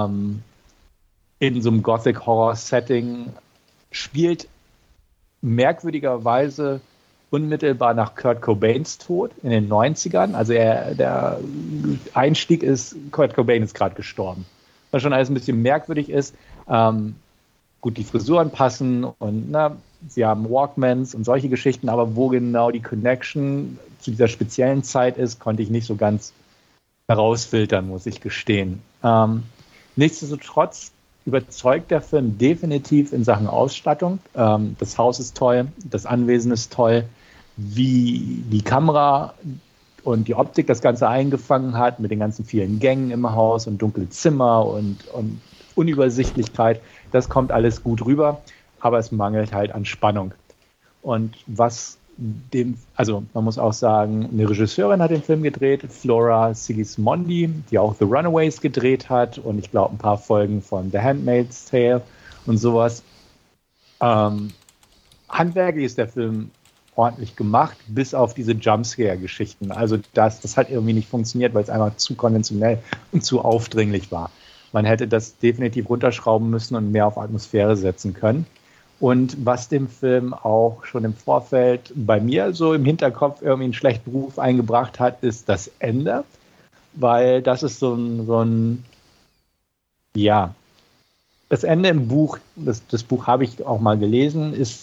In so einem Gothic-Horror-Setting, spielt merkwürdigerweise unmittelbar nach Kurt Cobains Tod in den 90ern. Also der Einstieg ist, Kurt Cobain ist gerade gestorben. Was schon alles ein bisschen merkwürdig ist. Gut, die Frisuren passen und sie haben Walkmans und solche Geschichten, aber wo genau die Connection zu dieser speziellen Zeit ist, konnte ich nicht so ganz herausfiltern, muss ich gestehen. Nichtsdestotrotz überzeugt der Film definitiv in Sachen Ausstattung. Das Haus ist toll, das Anwesen ist toll, wie die Kamera und die Optik das Ganze eingefangen hat, mit den ganzen vielen Gängen im Haus und dunkle Zimmer und Unübersichtlichkeit. Das kommt alles gut rüber, aber es mangelt halt an Spannung. Und man muss auch sagen, eine Regisseurin hat den Film gedreht, Flora Sigismondi, die auch The Runaways gedreht hat und ich glaube ein paar Folgen von The Handmaid's Tale und sowas. Handwerklich ist der Film ordentlich gemacht, bis auf diese Jumpscare-Geschichten. Also das hat irgendwie nicht funktioniert, weil es einfach zu konventionell und zu aufdringlich war. Man hätte das definitiv runterschrauben müssen und mehr auf Atmosphäre setzen können. Und was dem Film auch schon im Vorfeld bei mir so im Hinterkopf irgendwie einen schlechten Ruf eingebracht hat, ist das Ende. Weil das ist so ein das Ende im Buch, das Buch habe ich auch mal gelesen, ist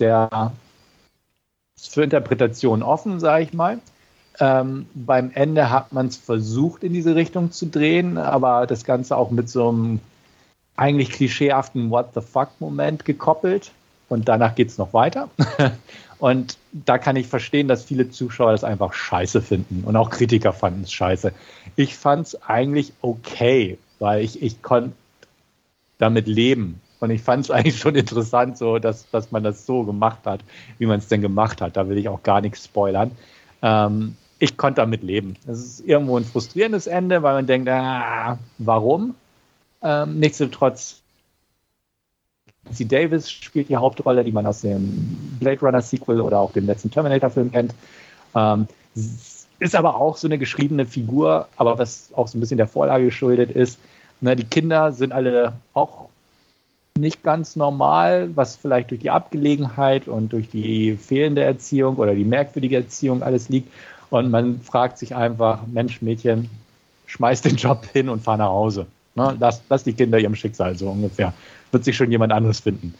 für Interpretation offen, sage ich mal. Beim Ende hat man es versucht, in diese Richtung zu drehen, aber das Ganze auch mit so einem eigentlich klischeehaften What-the-fuck-Moment gekoppelt. Und danach geht es noch weiter. Und da kann ich verstehen, dass viele Zuschauer das einfach scheiße finden. Und auch Kritiker fanden es scheiße. Ich fand es eigentlich okay, weil ich konnte damit leben. Und ich fand es eigentlich schon interessant, so, dass man das so gemacht hat, wie man es denn gemacht hat. Da will ich auch gar nichts spoilern. Ich konnte damit leben. Es ist irgendwo ein frustrierendes Ende, weil man denkt, warum? Nichtsdestotrotz, Nancy Davis spielt die Hauptrolle, die man aus dem Blade Runner Sequel oder auch dem letzten Terminator-Film kennt. Ist aber auch so eine geschriebene Figur, aber was auch so ein bisschen der Vorlage geschuldet ist. Die Kinder sind alle auch nicht ganz normal, was vielleicht durch die Abgelegenheit und durch die fehlende Erziehung oder die merkwürdige Erziehung alles liegt. Und man fragt sich einfach, Mensch, Mädchen, schmeiß den Job hin und fahr nach Hause. Lass die Kinder ihrem Schicksal, so ungefähr. Wird sich schon jemand anderes finden.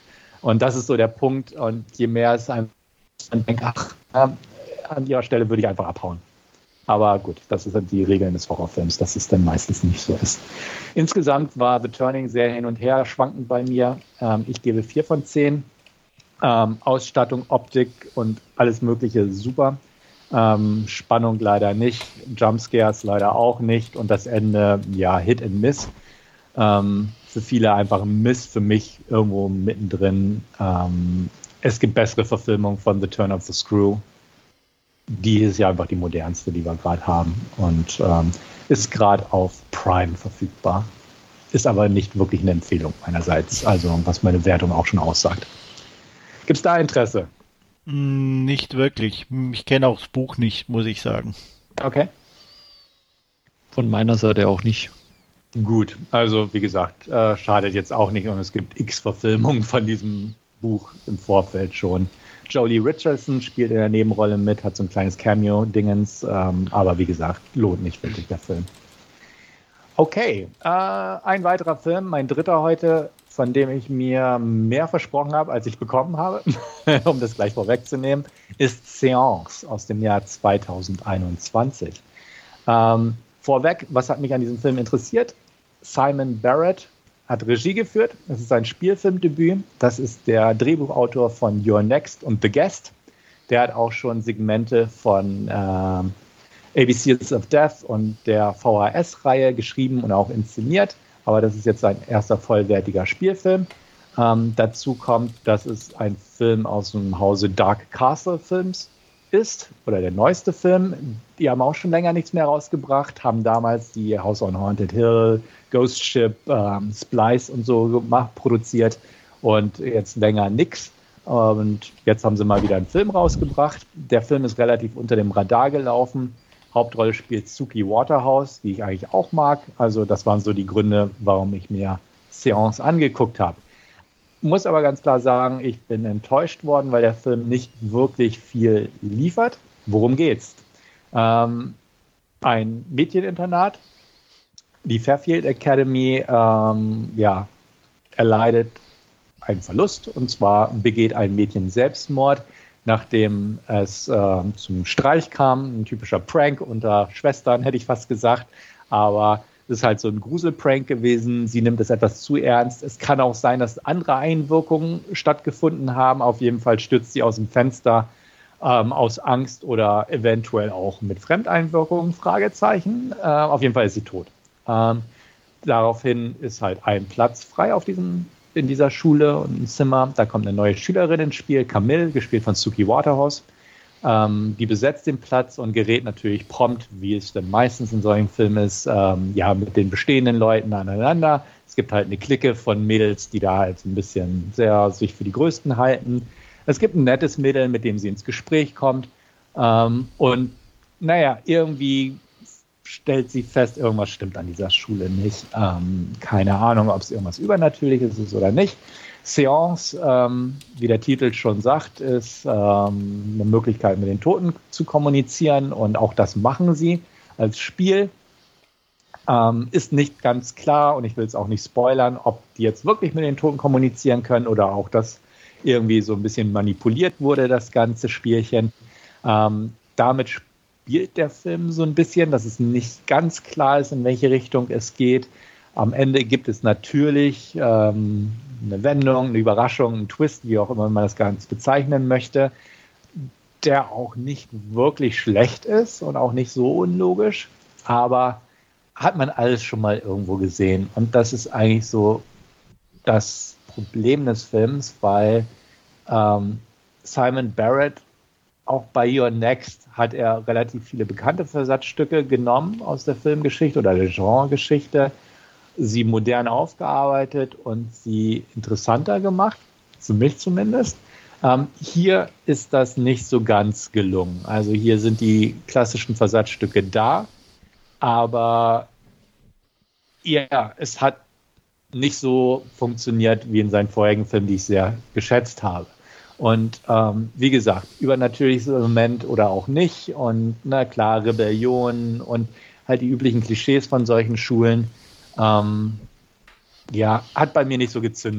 Und das ist so der Punkt. Und je mehr es einem denkt, an ihrer Stelle würde ich einfach abhauen. Aber gut, das sind die Regeln des Horrorfilms, dass es dann meistens nicht so ist. Insgesamt war The Turning sehr hin und her schwankend bei mir. Ich gebe 4 von 10. Ausstattung, Optik und alles Mögliche super. Spannung leider nicht. Jumpscares leider auch nicht. Und das Ende, ja, Hit and Miss. Für viele einfach ein Miss, für mich irgendwo mittendrin. Es gibt bessere Verfilmungen von The Turn of the Screw. Die ist ja einfach die modernste, die wir gerade haben und ist gerade auf Prime verfügbar. Ist aber nicht wirklich eine Empfehlung meinerseits, also was meine Wertung auch schon aussagt. Gibt es da Interesse? Nicht wirklich. Ich kenne auch das Buch nicht, muss ich sagen. Okay. Von meiner Seite auch nicht. Gut, also wie gesagt, schadet jetzt auch nicht und es gibt x Verfilmungen von diesem Buch im Vorfeld schon. Jolie Richardson spielt in der Nebenrolle mit, hat so ein kleines Cameo-Dingens, aber wie gesagt, lohnt nicht wirklich der Film. Okay, ein weiterer Film, mein dritter heute, von dem ich mir mehr versprochen habe, als ich bekommen habe, um das gleich vorwegzunehmen, ist Seance aus dem Jahr 2021. Vorweg, was hat mich an diesem Film interessiert? Simon Barrett hat Regie geführt. Das ist sein Spielfilmdebüt. Das ist der Drehbuchautor von You're Next und The Guest. Der hat auch schon Segmente von ABCs of Death und der VHS-Reihe geschrieben und auch inszeniert. Aber das ist jetzt sein erster vollwertiger Spielfilm. Dazu kommt, dass es ein Film aus dem Hause Dark Castle Films ist, oder der neueste Film. Die haben auch schon länger nichts mehr rausgebracht, haben damals die House on Haunted Hill, Ghost Ship, Splice und so produziert und jetzt länger nix. Und jetzt haben sie mal wieder einen Film rausgebracht. Der Film ist relativ unter dem Radar gelaufen. Hauptrolle spielt Suki Waterhouse, die ich eigentlich auch mag. Also das waren so die Gründe, warum ich mir Seance angeguckt habe. Muss aber ganz klar sagen, ich bin enttäuscht worden, weil der Film nicht wirklich viel liefert. Worum geht's? Ein Mädcheninternat, die Fairfield Academy, erleidet einen Verlust. Und zwar begeht ein Mädchen Selbstmord, nachdem es zum Streich kam. Ein typischer Prank unter Schwestern, hätte ich fast gesagt. Aber es ist halt so ein Gruselprank gewesen. Sie nimmt es etwas zu ernst. Es kann auch sein, dass andere Einwirkungen stattgefunden haben. Auf jeden Fall stürzt sie aus dem Fenster aus Angst oder eventuell auch mit Fremdeinwirkungen, Fragezeichen. Auf jeden Fall ist sie tot. Daraufhin ist halt ein Platz frei in dieser Schule und ein Zimmer. Da kommt eine neue Schülerin ins Spiel, Camille, gespielt von Suki Waterhouse. Die besetzt den Platz und gerät natürlich prompt, wie es dann meistens in solchen Filmen ist, mit den bestehenden Leuten aneinander. Es gibt halt eine Clique von Mädels, die da halt ein bisschen sehr sich für die Größten halten. Es gibt ein nettes Mädel, mit dem sie ins Gespräch kommt. Irgendwie stellt sie fest, irgendwas stimmt an dieser Schule nicht. Keine Ahnung, ob es irgendwas Übernatürliches ist oder nicht. Seance, wie der Titel schon sagt, ist eine Möglichkeit, mit den Toten zu kommunizieren und auch das machen sie als Spiel. Ist nicht ganz klar und ich will es auch nicht spoilern, ob die jetzt wirklich mit den Toten kommunizieren können oder auch das irgendwie so ein bisschen manipuliert wurde, das ganze Spielchen. Damit spielt der Film so ein bisschen, dass es nicht ganz klar ist, in welche Richtung es geht. Am Ende gibt es natürlich eine Wendung, eine Überraschung, einen Twist, wie auch immer man das Ganze bezeichnen möchte, der auch nicht wirklich schlecht ist und auch nicht so unlogisch, aber hat man alles schon mal irgendwo gesehen. Und das ist eigentlich so das Problem des Films, weil Simon Barrett auch bei You're Next hat er relativ viele bekannte Versatzstücke genommen aus der Filmgeschichte oder der Genregeschichte, sie modern aufgearbeitet und sie interessanter gemacht, für mich zumindest. Hier ist das nicht so ganz gelungen. Also hier sind die klassischen Versatzstücke da, aber ja, es hat nicht so funktioniert wie in seinen vorherigen Filmen, die ich sehr geschätzt habe. Und wie gesagt, übernatürliches Element oder auch nicht. Und na klar, Rebellion und halt die üblichen Klischees von solchen Schulen. Hat bei mir nicht so gezündet.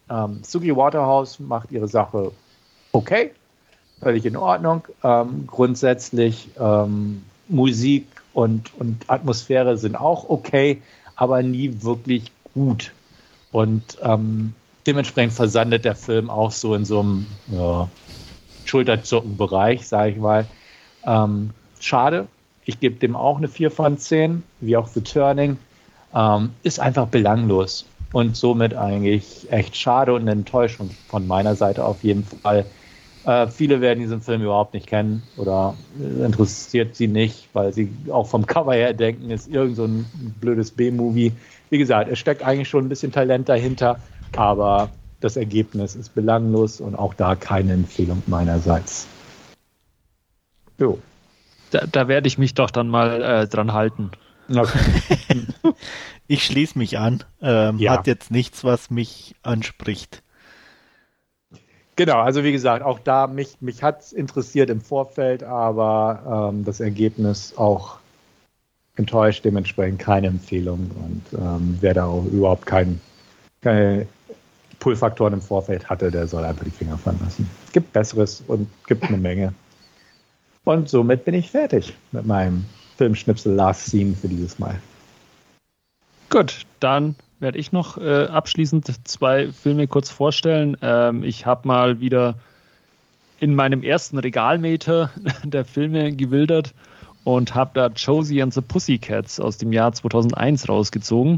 Suki Waterhouse macht ihre Sache okay, völlig in Ordnung. Grundsätzlich Musik und Atmosphäre sind auch okay, aber nie wirklich gut. Und dementsprechend versandet der Film auch so in so einem Schulterzucken-Bereich, sage ich mal. Schade. Ich gebe dem auch eine 4 von 10, wie auch The Turning. Ist einfach belanglos und somit eigentlich echt schade und eine Enttäuschung von meiner Seite auf jeden Fall. Viele werden diesen Film überhaupt nicht kennen oder interessiert sie nicht, weil sie auch vom Cover her denken, ist irgend so ein blödes B-Movie. Wie gesagt, es steckt eigentlich schon ein bisschen Talent dahinter, aber das Ergebnis ist belanglos und auch da keine Empfehlung meinerseits. Jo. Da werde ich mich doch dann mal dran halten. Okay. Ich schließe mich an. Hat jetzt nichts, was mich anspricht. Genau, also wie gesagt, auch da, mich hat es interessiert im Vorfeld, aber das Ergebnis auch enttäuscht, dementsprechend keine Empfehlung und wer da auch überhaupt keine Pull-Faktoren im Vorfeld hatte, der soll einfach die Finger von lassen. Gibt Besseres und gibt eine Menge. Und somit bin ich fertig mit meinem Filmschnipsel Last Scene für dieses Mal. Gut, dann werde ich noch abschließend 2 Filme kurz vorstellen. Ich habe mal wieder in meinem ersten Regalmeter der Filme gewildert und habe da Josie and the Pussycats aus dem Jahr 2001 rausgezogen.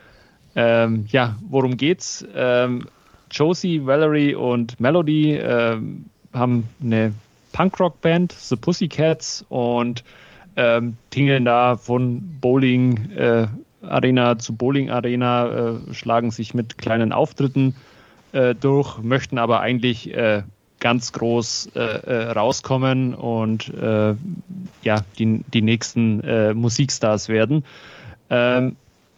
Worum geht's? Josie, Valerie und Melody haben eine Punkrock-Band, The Pussycats, und tingeln da von Bowling-Arena zu Bowling-Arena, schlagen sich mit kleinen Auftritten durch, möchten aber eigentlich ganz groß rauskommen und die nächsten Musikstars werden. Da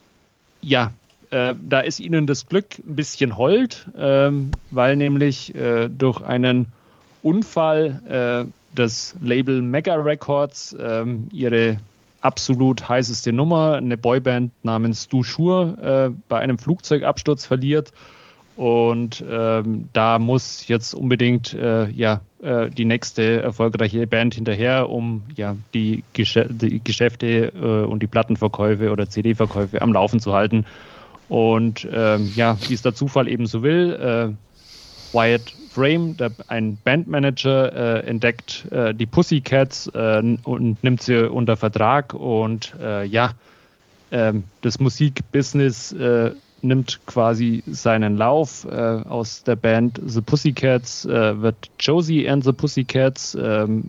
ist ihnen das Glück ein bisschen hold, weil nämlich durch einen Unfall das Label Mega Records ihre absolut heißeste Nummer, eine Boyband namens Du Sure, bei einem Flugzeugabsturz verliert. Und da muss jetzt unbedingt die nächste erfolgreiche Band hinterher, um die Geschäfte und die Plattenverkäufe oder CD-Verkäufe am Laufen zu halten. Und wie es der Zufall eben so will, Wyatt Frame, ein Bandmanager, entdeckt die Pussycats und nimmt sie unter Vertrag und das Musikbusiness nimmt quasi seinen Lauf. Aus der Band The Pussycats wird Josie and the Pussycats.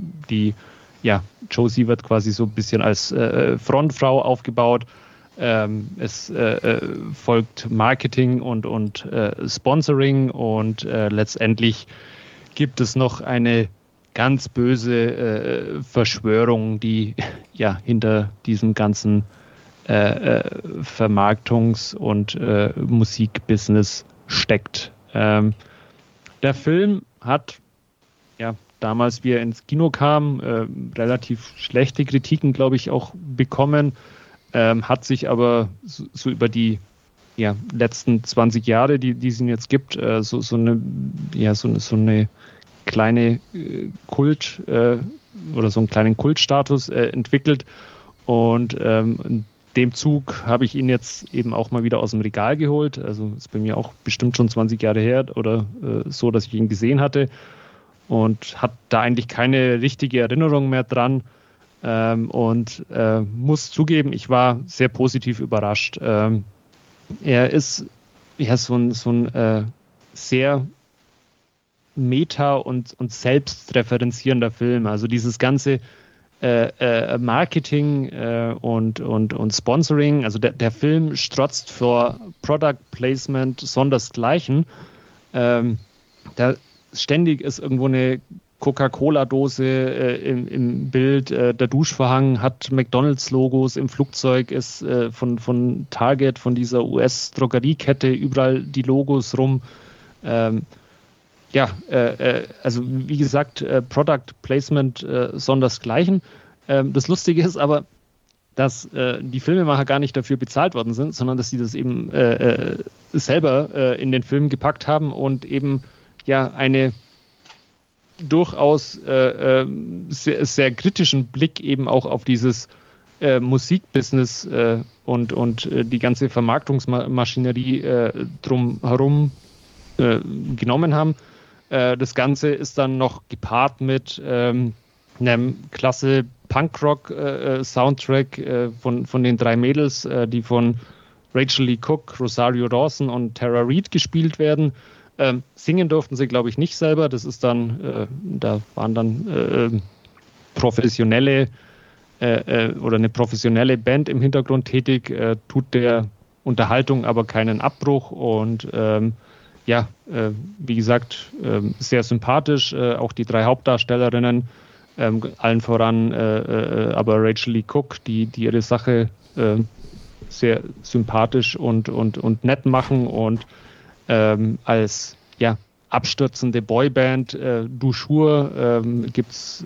Josie wird quasi so ein bisschen als Frontfrau aufgebaut. Es folgt Marketing und Sponsoring und letztendlich gibt es noch eine ganz böse Verschwörung, die hinter diesem ganzen Vermarktungs- und Musikbusiness steckt. Der Film hat damals, wie er ins Kino kam, relativ schlechte Kritiken, glaube ich, auch bekommen. Hat sich aber so über die letzten 20 Jahre, die es ihn jetzt gibt, so eine kleine Kult oder so einen kleinen Kultstatus entwickelt. Und in dem Zug habe ich ihn jetzt eben auch mal wieder aus dem Regal geholt. Also ist bei mir auch bestimmt schon 20 Jahre her oder so, dass ich ihn gesehen hatte und habe da eigentlich keine richtige Erinnerung mehr dran. Und muss zugeben, ich war sehr positiv überrascht. Er ist so ein sehr meta- und selbstreferenzierender Film. Also dieses ganze Marketing und Sponsoring, also der Film strotzt vor Product Placement sondersgleichen. Da ständig ist irgendwo eine Coca-Cola-Dose im Bild, der Duschvorhang hat McDonalds-Logos, im Flugzeug ist von Target, von dieser US-Drogeriekette, überall die Logos rum. Also wie gesagt, Product Placement sondersgleichen. Das Lustige ist aber, dass die Filmemacher gar nicht dafür bezahlt worden sind, sondern dass sie das eben selber in den Film gepackt haben und eben ja eine durchaus sehr, sehr kritischen Blick eben auch auf dieses Musikbusiness und die ganze Vermarktungsmaschinerie drumherum genommen haben. Das Ganze ist dann noch gepaart mit einem klasse Punkrock-Soundtrack von den 3 Mädels, die von Rachel Lee Cook, Rosario Dawson und Tara Reid gespielt werden. Singen durften sie, glaube ich, nicht selber. Das ist dann, da waren dann professionelle oder eine professionelle Band im Hintergrund tätig, tut der Unterhaltung aber keinen Abbruch und wie gesagt, sehr sympathisch. Auch die 3 Hauptdarstellerinnen, allen voran aber Rachel Lee Cook, die ihre Sache sehr sympathisch und nett machen und als abstürzende Boyband Dujour gibt es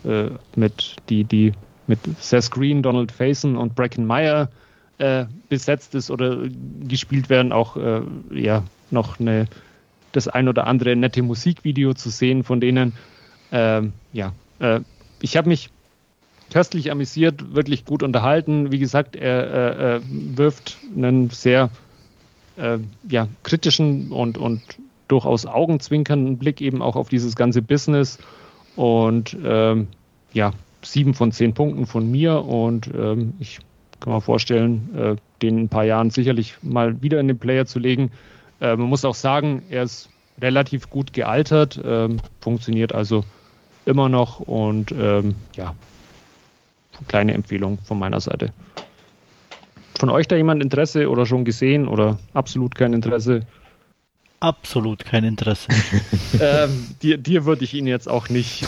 mit Seth Green, Donald Faison und Breckin Meyer besetzt ist oder gespielt werden, auch noch das ein oder andere nette Musikvideo zu sehen von denen. Ich habe mich köstlich amüsiert, wirklich gut unterhalten. Wie gesagt, er wirft einen sehr kritischen und durchaus augenzwinkernden Blick eben auch auf dieses ganze Business und 7 von 10 Punkten von mir und ich kann mir vorstellen, den in ein paar Jahren sicherlich mal wieder in den Player zu legen. Man muss auch sagen, er ist relativ gut gealtert, funktioniert also immer noch und kleine Empfehlung von meiner Seite. Von euch da jemand Interesse oder schon gesehen oder absolut kein Interesse? Absolut kein Interesse. Dir würde ich ihn jetzt auch nicht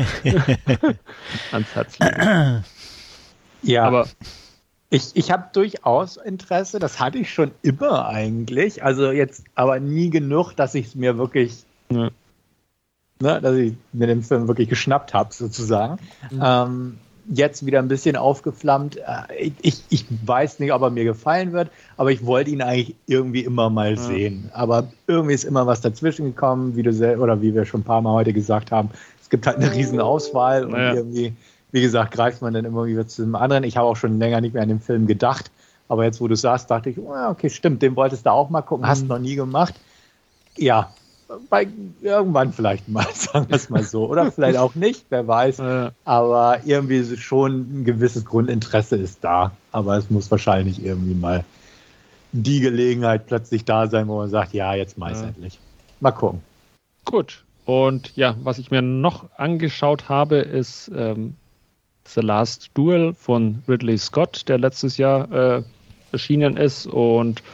ans Herz legen. Ja, aber ich habe durchaus Interesse, das hatte ich schon immer eigentlich, also jetzt aber nie genug, dass ich es mir wirklich, dass ich mir den Film wirklich geschnappt habe sozusagen. Jetzt wieder ein bisschen aufgeflammt. Ich weiß nicht, ob er mir gefallen wird, aber ich wollte ihn eigentlich irgendwie immer mal sehen. Aber irgendwie ist immer was dazwischen gekommen, wie wir schon ein paar Mal heute gesagt haben. Es gibt halt eine riesen Auswahl und irgendwie, wie gesagt, greift man dann immer wieder zu dem anderen. Ich habe auch schon länger nicht mehr an den Film gedacht, aber jetzt, wo du sagst, dachte ich, okay, stimmt, den wolltest du auch mal gucken, hast noch nie gemacht. Ja, irgendwann vielleicht mal, sagen wir es mal so. Oder vielleicht auch nicht, wer weiß. Aber irgendwie ist es schon ein gewisses Grundinteresse ist da. Aber es muss wahrscheinlich irgendwie mal die Gelegenheit plötzlich da sein, wo man sagt, ja, jetzt mal es endlich. Mal gucken. Gut. Und ja, was ich mir noch angeschaut habe, ist The Last Duel von Ridley Scott, der letztes Jahr erschienen ist. Und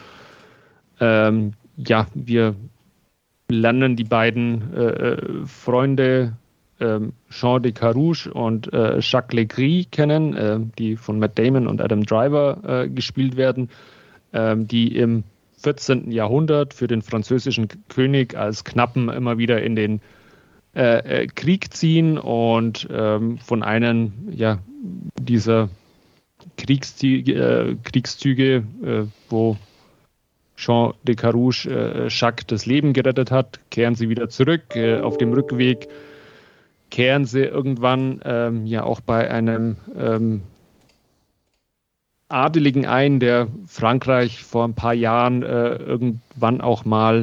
wir lernen die beiden Freunde Jean de Carouge und Jacques Legris kennen, die von Matt Damon und Adam Driver gespielt werden, die im 14. Jahrhundert für den französischen König als Knappen immer wieder in den Krieg ziehen und von einem dieser Kriegszüge, wo Jean de Carouge Jacques das Leben gerettet hat, kehren sie wieder zurück. Auf dem Rückweg kehren sie irgendwann auch bei einem Adeligen ein, der Frankreich vor ein paar Jahren irgendwann auch mal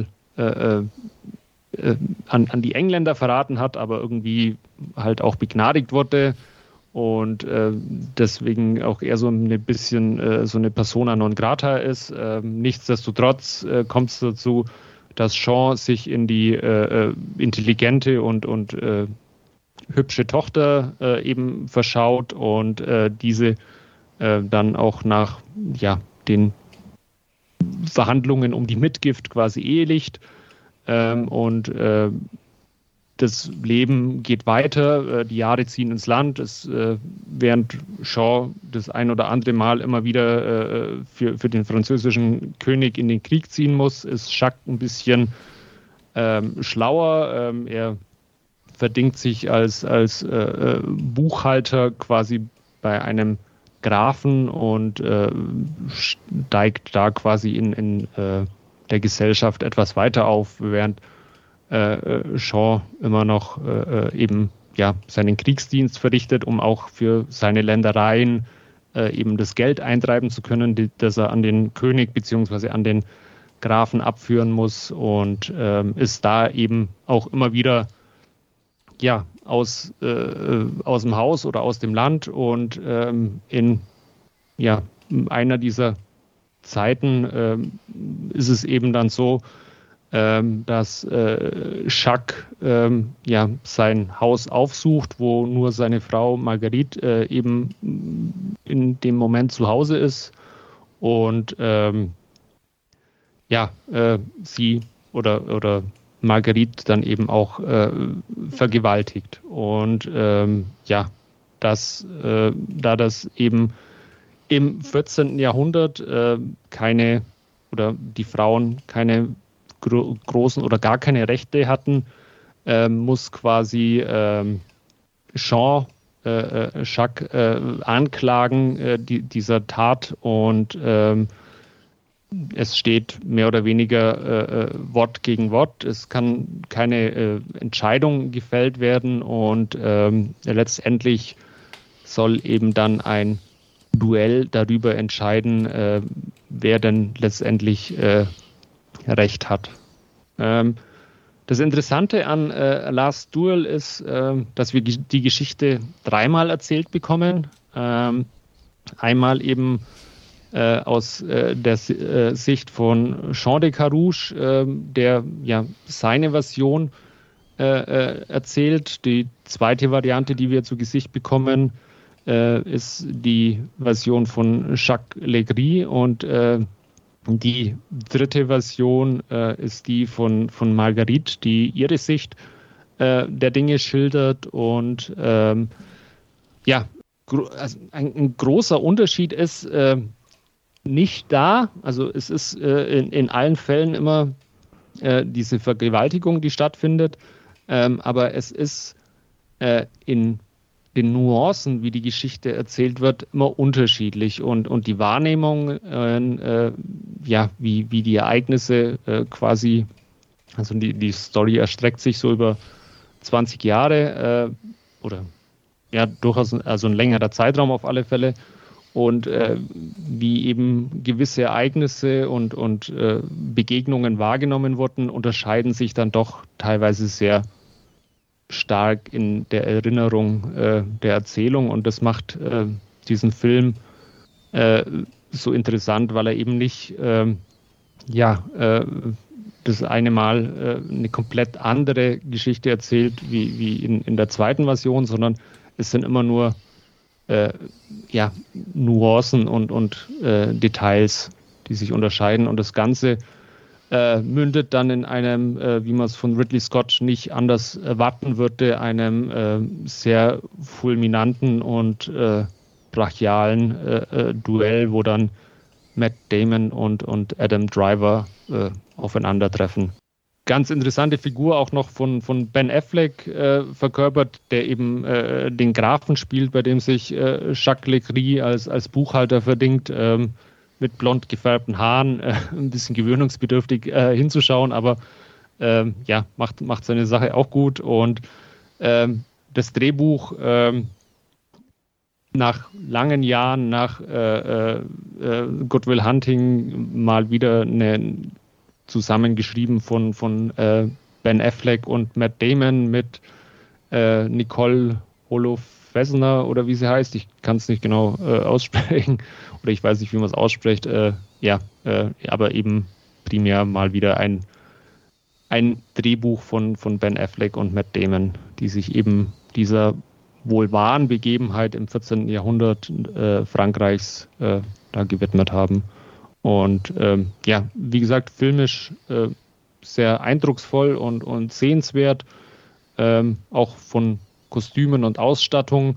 an die Engländer verraten hat, aber irgendwie halt auch begnadigt wurde und deswegen auch eher so ein bisschen so eine Persona non grata ist. Nichtsdestotrotz kommt es dazu, dass Jean sich in die intelligente und hübsche Tochter eben verschaut und diese dann auch nach den Verhandlungen um die Mitgift quasi ehelicht. Und das Leben geht weiter, die Jahre ziehen ins Land, während Jean das ein oder andere Mal immer wieder für den französischen König in den Krieg ziehen muss, ist Jacques ein bisschen schlauer. Er verdingt sich als Buchhalter quasi bei einem Grafen und steigt da quasi in der Gesellschaft etwas weiter auf, während Sean immer noch eben seinen Kriegsdienst verrichtet, um auch für seine Ländereien eben das Geld eintreiben zu können, das er an den König bzw. an den Grafen abführen muss, und ist da eben auch immer wieder aus dem Haus oder aus dem Land, und in einer dieser Zeiten ist es eben dann so, dass Jacques sein Haus aufsucht, wo nur seine Frau Marguerite eben in dem Moment zu Hause ist, und sie oder Marguerite dann eben auch vergewaltigt. Und da das eben im 14. Jahrhundert die Frauen keine großen oder gar keine Rechte hatten, muss quasi Jacques anklagen dieser Tat, und es steht mehr oder weniger Wort gegen Wort. Es kann keine Entscheidung gefällt werden, und letztendlich soll eben dann ein Duell darüber entscheiden, wer denn letztendlich Recht hat. Das Interessante an Last Duel ist, dass wir die Geschichte dreimal erzählt bekommen. Einmal eben aus der Sicht von Jean de Carouge, der seine Version erzählt. Die zweite Variante, die wir zu Gesicht bekommen, ist die Version von Jacques Legris, und die dritte Version ist die von Marguerite, die ihre Sicht der Dinge schildert. Und ein großer Unterschied ist nicht da. Also es ist in allen Fällen immer diese Vergewaltigung, die stattfindet, aber es ist in den Nuancen, wie die Geschichte erzählt wird, immer unterschiedlich, und die Wahrnehmung, wie die Ereignisse quasi, also die Story erstreckt sich so über 20 Jahre oder durchaus also ein längerer Zeitraum auf alle Fälle, und wie eben gewisse Ereignisse und Begegnungen wahrgenommen wurden, unterscheiden sich dann doch teilweise sehr stark in der Erinnerung der Erzählung, und das macht diesen Film so interessant, weil er eben nicht das eine Mal eine komplett andere Geschichte erzählt wie in der zweiten Version, sondern es sind immer nur Nuancen und Details, die sich unterscheiden, und das Ganze mündet dann in einem, wie man es von Ridley Scott nicht anders erwarten würde, einem sehr fulminanten und brachialen Duell, wo dann Matt Damon und Adam Driver aufeinandertreffen. Ganz interessante Figur auch noch von Ben Affleck verkörpert, der eben den Grafen spielt, bei dem sich Jacques Legris als Buchhalter verdingt, mit blond gefärbten Haaren, ein bisschen gewöhnungsbedürftig hinzuschauen, aber macht seine Sache auch gut. Und das Drehbuch nach langen Jahren, nach Good Will Hunting, mal wieder zusammengeschrieben von Ben Affleck und Matt Damon mit Nicole Holofcener oder wie sie heißt. Ich kann es nicht genau aussprechen, oder ich weiß nicht, wie man es ausspricht. Aber eben primär mal wieder ein Drehbuch von Ben Affleck und Matt Damon, die sich eben dieser wohl wahren Begebenheit im 14. Jahrhundert Frankreichs da gewidmet haben. Und wie gesagt, filmisch sehr eindrucksvoll und sehenswert, auch von Kostümen und Ausstattung.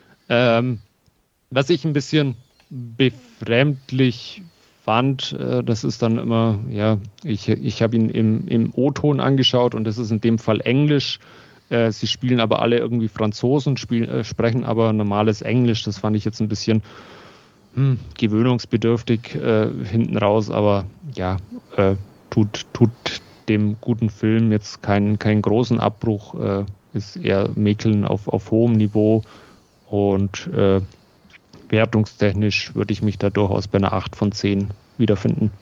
Was ich ein bisschen befremdlich fand, das ist dann immer, ich habe ihn im O-Ton angeschaut, und das ist in dem Fall Englisch. Sie spielen aber alle irgendwie Franzosen, sprechen aber normales Englisch. Das fand ich jetzt ein bisschen gewöhnungsbedürftig hinten raus, aber ja, tut dem guten Film jetzt keinen großen Abbruch, ist eher Mäkeln auf hohem Niveau und wertungstechnisch würde ich mich da durchaus bei einer 8 von 10 wiederfinden.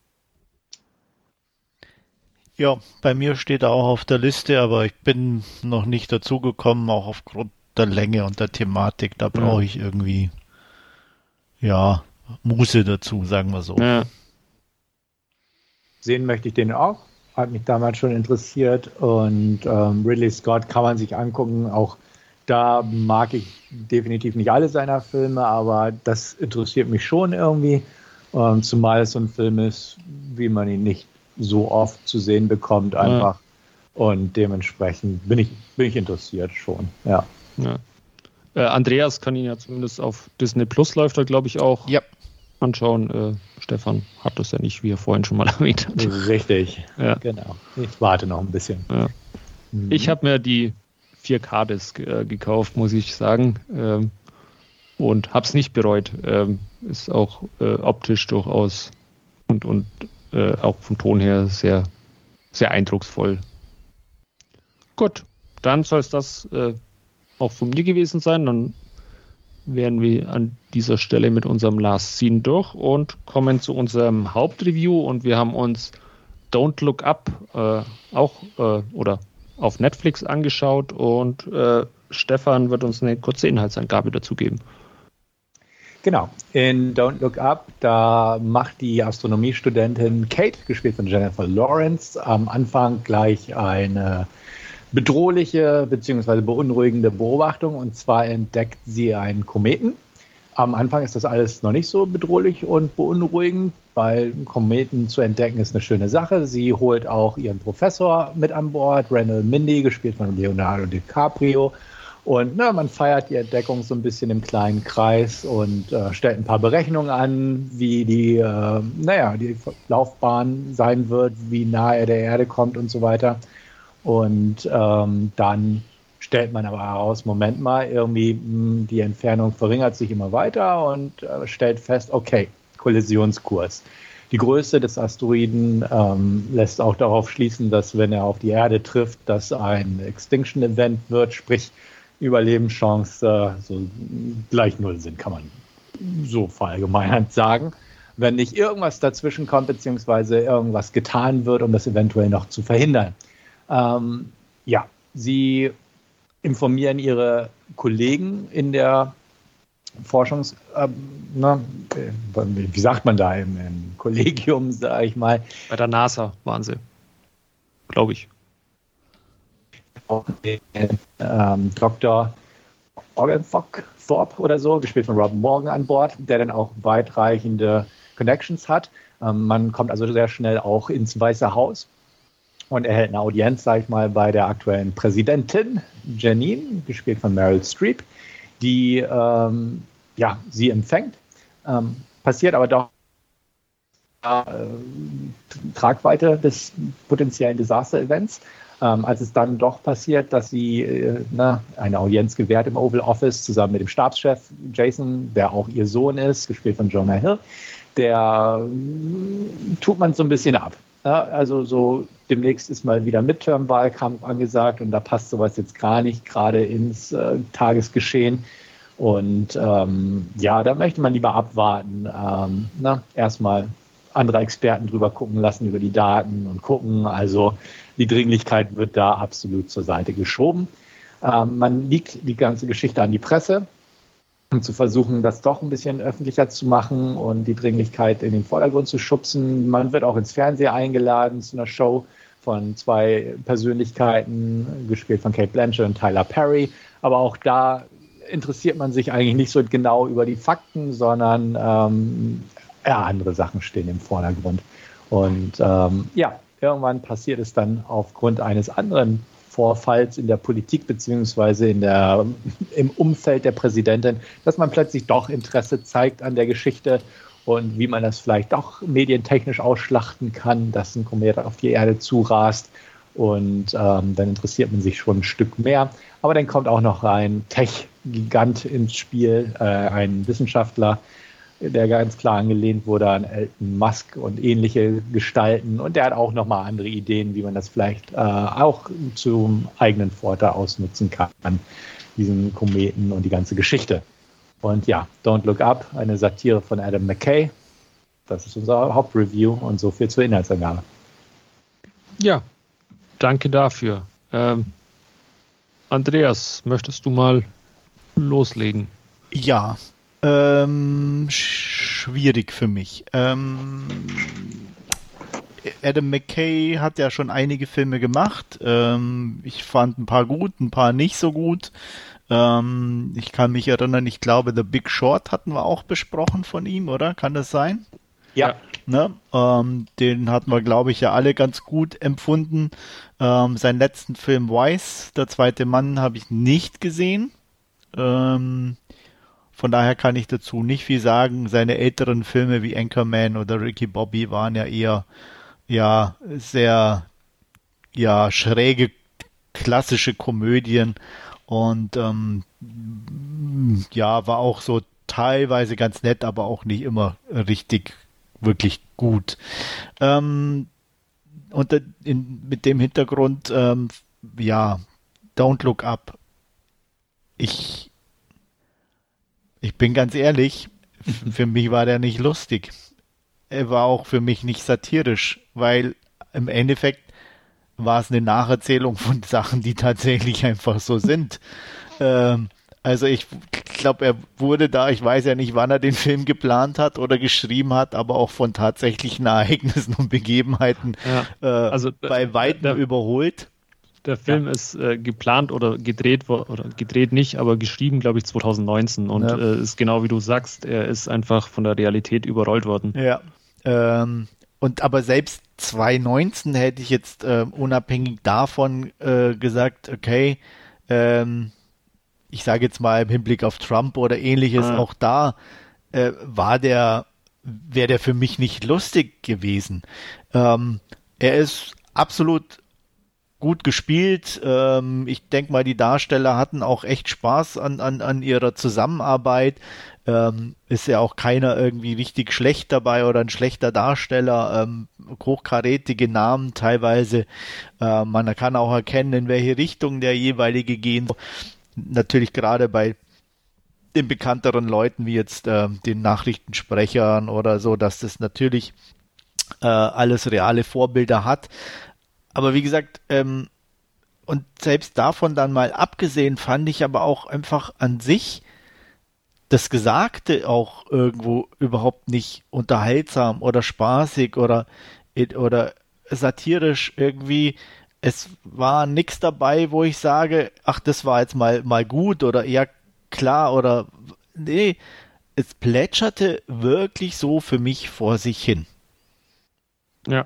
Ja, bei mir steht er auch auf der Liste, aber ich bin noch nicht dazu gekommen, auch aufgrund der Länge und der Thematik. Da brauche ich irgendwie, ja, Muße dazu, sagen wir so. Ja. Sehen möchte ich den auch. Hat mich damals schon interessiert. Und Ridley Scott kann man sich angucken. Auch da mag ich definitiv nicht alle seiner Filme, aber das interessiert mich schon irgendwie. Zumal es so ein Film ist, wie man ihn nicht so oft zu sehen bekommt einfach. Und dementsprechend bin ich interessiert schon, ja. Andreas kann ihn ja zumindest auf Disney Plus läuft er, glaube ich, auch anschauen. Stefan hat das ja nicht, wie er vorhin schon mal erwähnt hat. Richtig, genau. Ich warte noch ein bisschen. Ja. Ich habe mir die 4K-Disc gekauft, muss ich sagen. Und habe es nicht bereut. Ist auch optisch durchaus und auch vom Ton her sehr, sehr eindrucksvoll. Gut, dann soll es das auch von mir gewesen sein. Dann wären wir an dieser Stelle mit unserem Last Scene durch und kommen zu unserem Hauptreview. Und wir haben uns Don't Look Up oder auf Netflix angeschaut und Stefan wird uns eine kurze Inhaltsangabe dazu geben. Genau, in Don't Look Up, da macht die Astronomiestudentin Kate, gespielt von Jennifer Lawrence, am Anfang gleich eine bedrohliche bzw. beunruhigende Beobachtung, und zwar entdeckt sie einen Kometen. Am Anfang ist das alles noch nicht so bedrohlich und beunruhigend, weil Kometen zu entdecken ist eine schöne Sache. Sie holt auch ihren Professor mit an Bord, Randall Mindy, gespielt von Leonardo DiCaprio. Und man feiert die Entdeckung so ein bisschen im kleinen Kreis und stellt ein paar Berechnungen an, wie die Laufbahn sein wird, wie nah er der Erde kommt und so weiter. Und dann stellt man aber heraus, Moment mal, irgendwie die Entfernung verringert sich immer weiter und stellt fest, okay, Kollisionskurs. Die Größe des Asteroiden lässt auch darauf schließen, dass, wenn er auf die Erde trifft, das ein Extinction-Event wird, sprich Überlebenschance so gleich null sind, kann man so verallgemeinert sagen. Wenn nicht irgendwas dazwischen kommt, beziehungsweise irgendwas getan wird, um das eventuell noch zu verhindern. Sie informieren ihre Kollegen in der wie sagt man da, im Kollegium, sage ich mal. Bei der NASA waren sie, glaube ich. Dr. Oglethorpe oder so, gespielt von Robin Morgan an Bord, der dann auch weitreichende Connections hat. Man kommt also sehr schnell auch ins Weiße Haus und erhält eine Audienz, sage ich mal, bei der aktuellen Präsidentin Janine, gespielt von Meryl Streep, die sie empfängt. Passiert aber doch Tragweite des potenziellen Disaster-Events. Als es dann doch passiert, dass sie eine Audienz gewährt im Oval Office zusammen mit dem Stabschef Jason, der auch ihr Sohn ist, gespielt von Jonah Hill, der tut man so ein bisschen ab. Ja, also so demnächst ist mal wieder Midterm-Wahlkampf angesagt und da passt sowas jetzt gar nicht, gerade ins Tagesgeschehen. Und da möchte man lieber abwarten, erstmal andere Experten drüber gucken lassen, über die Daten und gucken. Also die Dringlichkeit wird da absolut zur Seite geschoben. Man liegt die ganze Geschichte an die Presse, um zu versuchen, das doch ein bisschen öffentlicher zu machen und die Dringlichkeit in den Vordergrund zu schubsen. Man wird auch ins Fernsehen eingeladen zu einer Show von 2 Persönlichkeiten, gespielt von Cate Blanchett und Tyler Perry. Aber auch da interessiert man sich eigentlich nicht so genau über die Fakten, sondern andere Sachen stehen im Vordergrund. Und irgendwann passiert es dann aufgrund eines anderen Vorfalls in der Politik beziehungsweise im Umfeld der Präsidentin, dass man plötzlich doch Interesse zeigt an der Geschichte und wie man das vielleicht doch medientechnisch ausschlachten kann, dass ein Komet auf die Erde zurast. Und dann interessiert man sich schon ein Stück mehr. Aber dann kommt auch noch ein Tech-Gigant ins Spiel, ein Wissenschaftler, der ganz klar angelehnt wurde an Elon Musk und ähnliche Gestalten. Und der hat auch nochmal andere Ideen, wie man das vielleicht auch zum eigenen Vorteil ausnutzen kann, diesen Kometen und die ganze Geschichte. Und ja, Don't Look Up, eine Satire von Adam McKay. Das ist unser Hauptreview und so viel zur Inhaltsangabe. Ja, danke dafür. Andreas, möchtest du mal loslegen? Ja, schwierig für mich. Adam McKay hat ja schon einige Filme gemacht. Ich fand ein paar gut, ein paar nicht so gut. Ich kann mich erinnern, ich glaube, The Big Short hatten wir auch besprochen von ihm, oder? Kann das sein? Ja. Ne? Den hatten wir, glaube ich, ja alle ganz gut empfunden. Seinen letzten Film Vice, Der zweite Mann, habe ich nicht gesehen. Von daher kann ich dazu nicht viel sagen. Seine älteren Filme wie Anchorman oder Ricky Bobby waren ja eher sehr schräge klassische Komödien und war auch so teilweise ganz nett, aber auch nicht immer richtig wirklich gut. Mit dem Hintergrund, Don't Look Up. Ich bin ganz ehrlich, für mich war der nicht lustig. Er war auch für mich nicht satirisch, weil im Endeffekt war es eine Nacherzählung von Sachen, die tatsächlich einfach so sind. Also ich glaube, er wurde da, ich weiß ja nicht, wann er den Film geplant hat oder geschrieben hat, aber auch von tatsächlichen Ereignissen und Begebenheiten bei weitem überholt. Der Film ist geplant oder gedreht nicht, aber geschrieben, glaube ich, 2019 und ist genau wie du sagst, er ist einfach von der Realität überrollt worden. Ja, aber selbst 2019 hätte ich jetzt unabhängig davon gesagt, okay, ich sage jetzt mal im Hinblick auf Trump oder ähnliches, auch da wäre der für mich nicht lustig gewesen. Er ist absolut gut gespielt. Ich denke mal, die Darsteller hatten auch echt Spaß an ihrer Zusammenarbeit. Ist ja auch keiner irgendwie richtig schlecht dabei oder ein schlechter Darsteller. Hochkarätige Namen teilweise. Man kann auch erkennen, in welche Richtung der jeweilige gehen. Natürlich gerade bei den bekannteren Leuten wie jetzt den Nachrichtensprechern oder so, dass das natürlich alles reale Vorbilder hat. Aber wie gesagt, und selbst davon dann mal abgesehen, fand ich aber auch einfach an sich das Gesagte auch irgendwo überhaupt nicht unterhaltsam oder spaßig oder satirisch irgendwie. Es war nichts dabei, wo ich sage, ach, das war jetzt mal gut oder eher klar oder nee, es plätscherte wirklich so für mich vor sich hin. Ja,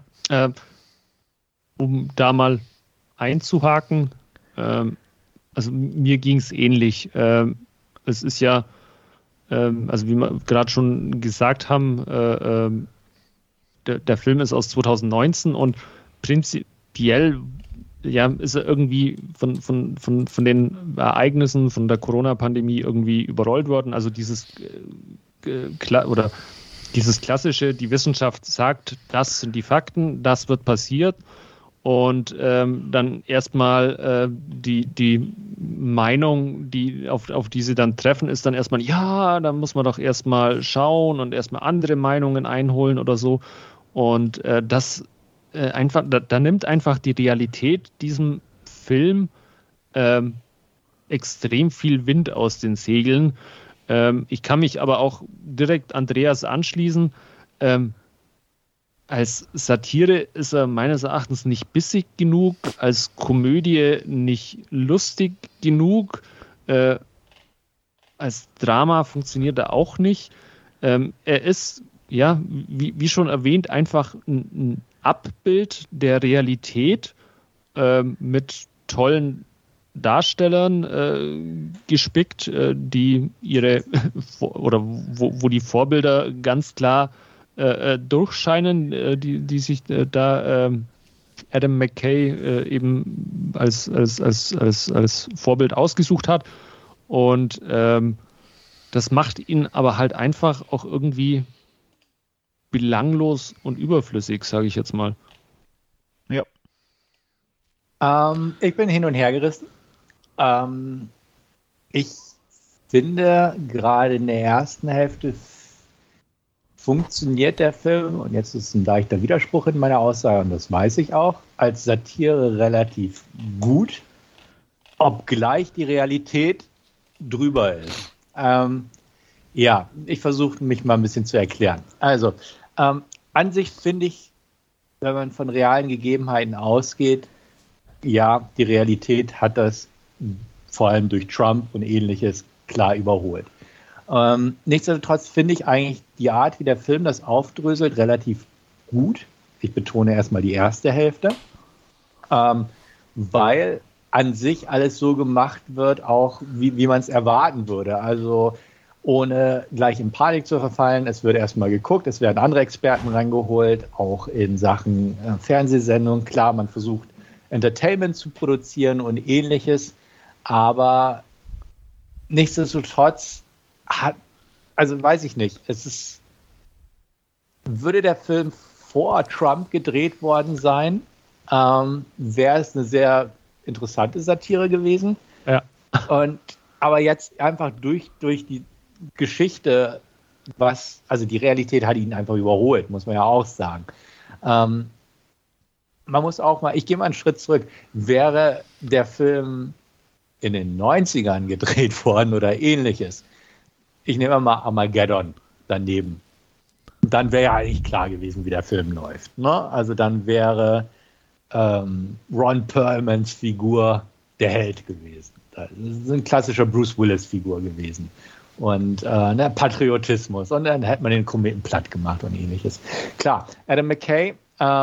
um da mal einzuhaken, also mir ging es ähnlich. Es ist ja, also wie wir gerade schon gesagt haben, der Film ist aus 2019 und prinzipiell ist er irgendwie von den Ereignissen, von der Corona-Pandemie irgendwie überrollt worden. Also dieses klassische, die Wissenschaft sagt, das sind die Fakten, das wird passiert. Und dann erstmal die Meinung, auf die sie dann treffen, ist dann erstmal, ja, da muss man doch erstmal schauen und erstmal andere Meinungen einholen oder so. Und da nimmt einfach die Realität diesem Film extrem viel Wind aus den Segeln. Ich kann mich aber auch direkt Andreas anschließen. Als Satire ist er meines Erachtens nicht bissig genug, als Komödie nicht lustig genug, als Drama funktioniert er auch nicht. Er ist, ja, wie schon erwähnt, einfach ein Abbild der Realität mit tollen Darstellern gespickt, die wo die Vorbilder ganz klar durchscheinen, die sich da Adam McKay eben als Vorbild ausgesucht hat. Und Das macht ihn aber halt einfach auch irgendwie belanglos und überflüssig, sage ich jetzt mal. Ja. Ich bin hin und her gerissen. Ich finde, gerade in der ersten Hälfte funktioniert der Film, und jetzt ist ein leichter Widerspruch in meiner Aussage, und das weiß ich auch, als Satire relativ gut, obgleich die Realität drüber ist. Ja, ich versuche mich mal ein bisschen zu erklären. Also, an sich finde ich, wenn man von realen Gegebenheiten ausgeht, ja, die Realität hat das vor allem durch Trump und Ähnliches klar überholt. Nichtsdestotrotz finde ich eigentlich die Art, wie der Film das aufdröselt, relativ gut. Ich betone erstmal die erste Hälfte, weil an sich alles so gemacht wird, auch wie man es erwarten würde. Also ohne gleich in Panik zu verfallen. Es wird erstmal geguckt, es werden andere Experten rangeholt, auch in Sachen Fernsehsendungen. Klar, man versucht Entertainment zu produzieren und Ähnliches, aber nichtsdestotrotz also weiß ich nicht, würde der Film vor Trump gedreht worden sein, wäre es eine sehr interessante Satire gewesen. Ja. Aber jetzt einfach durch die Geschichte, also die Realität hat ihn einfach überholt, muss man ja auch sagen. Man muss auch mal, ich gehe mal einen Schritt zurück, wäre der Film in den 90ern gedreht worden oder Ähnliches, ich nehme mal Armageddon daneben, dann wäre ja eigentlich klar gewesen, wie der Film läuft. Ne? Also dann wäre Ron Perlmans Figur der Held gewesen. Das ist ein klassischer Bruce Willis-Figur gewesen. Und Patriotismus. Und dann hätte man den Kometen platt gemacht und Ähnliches. Klar, Adam McKay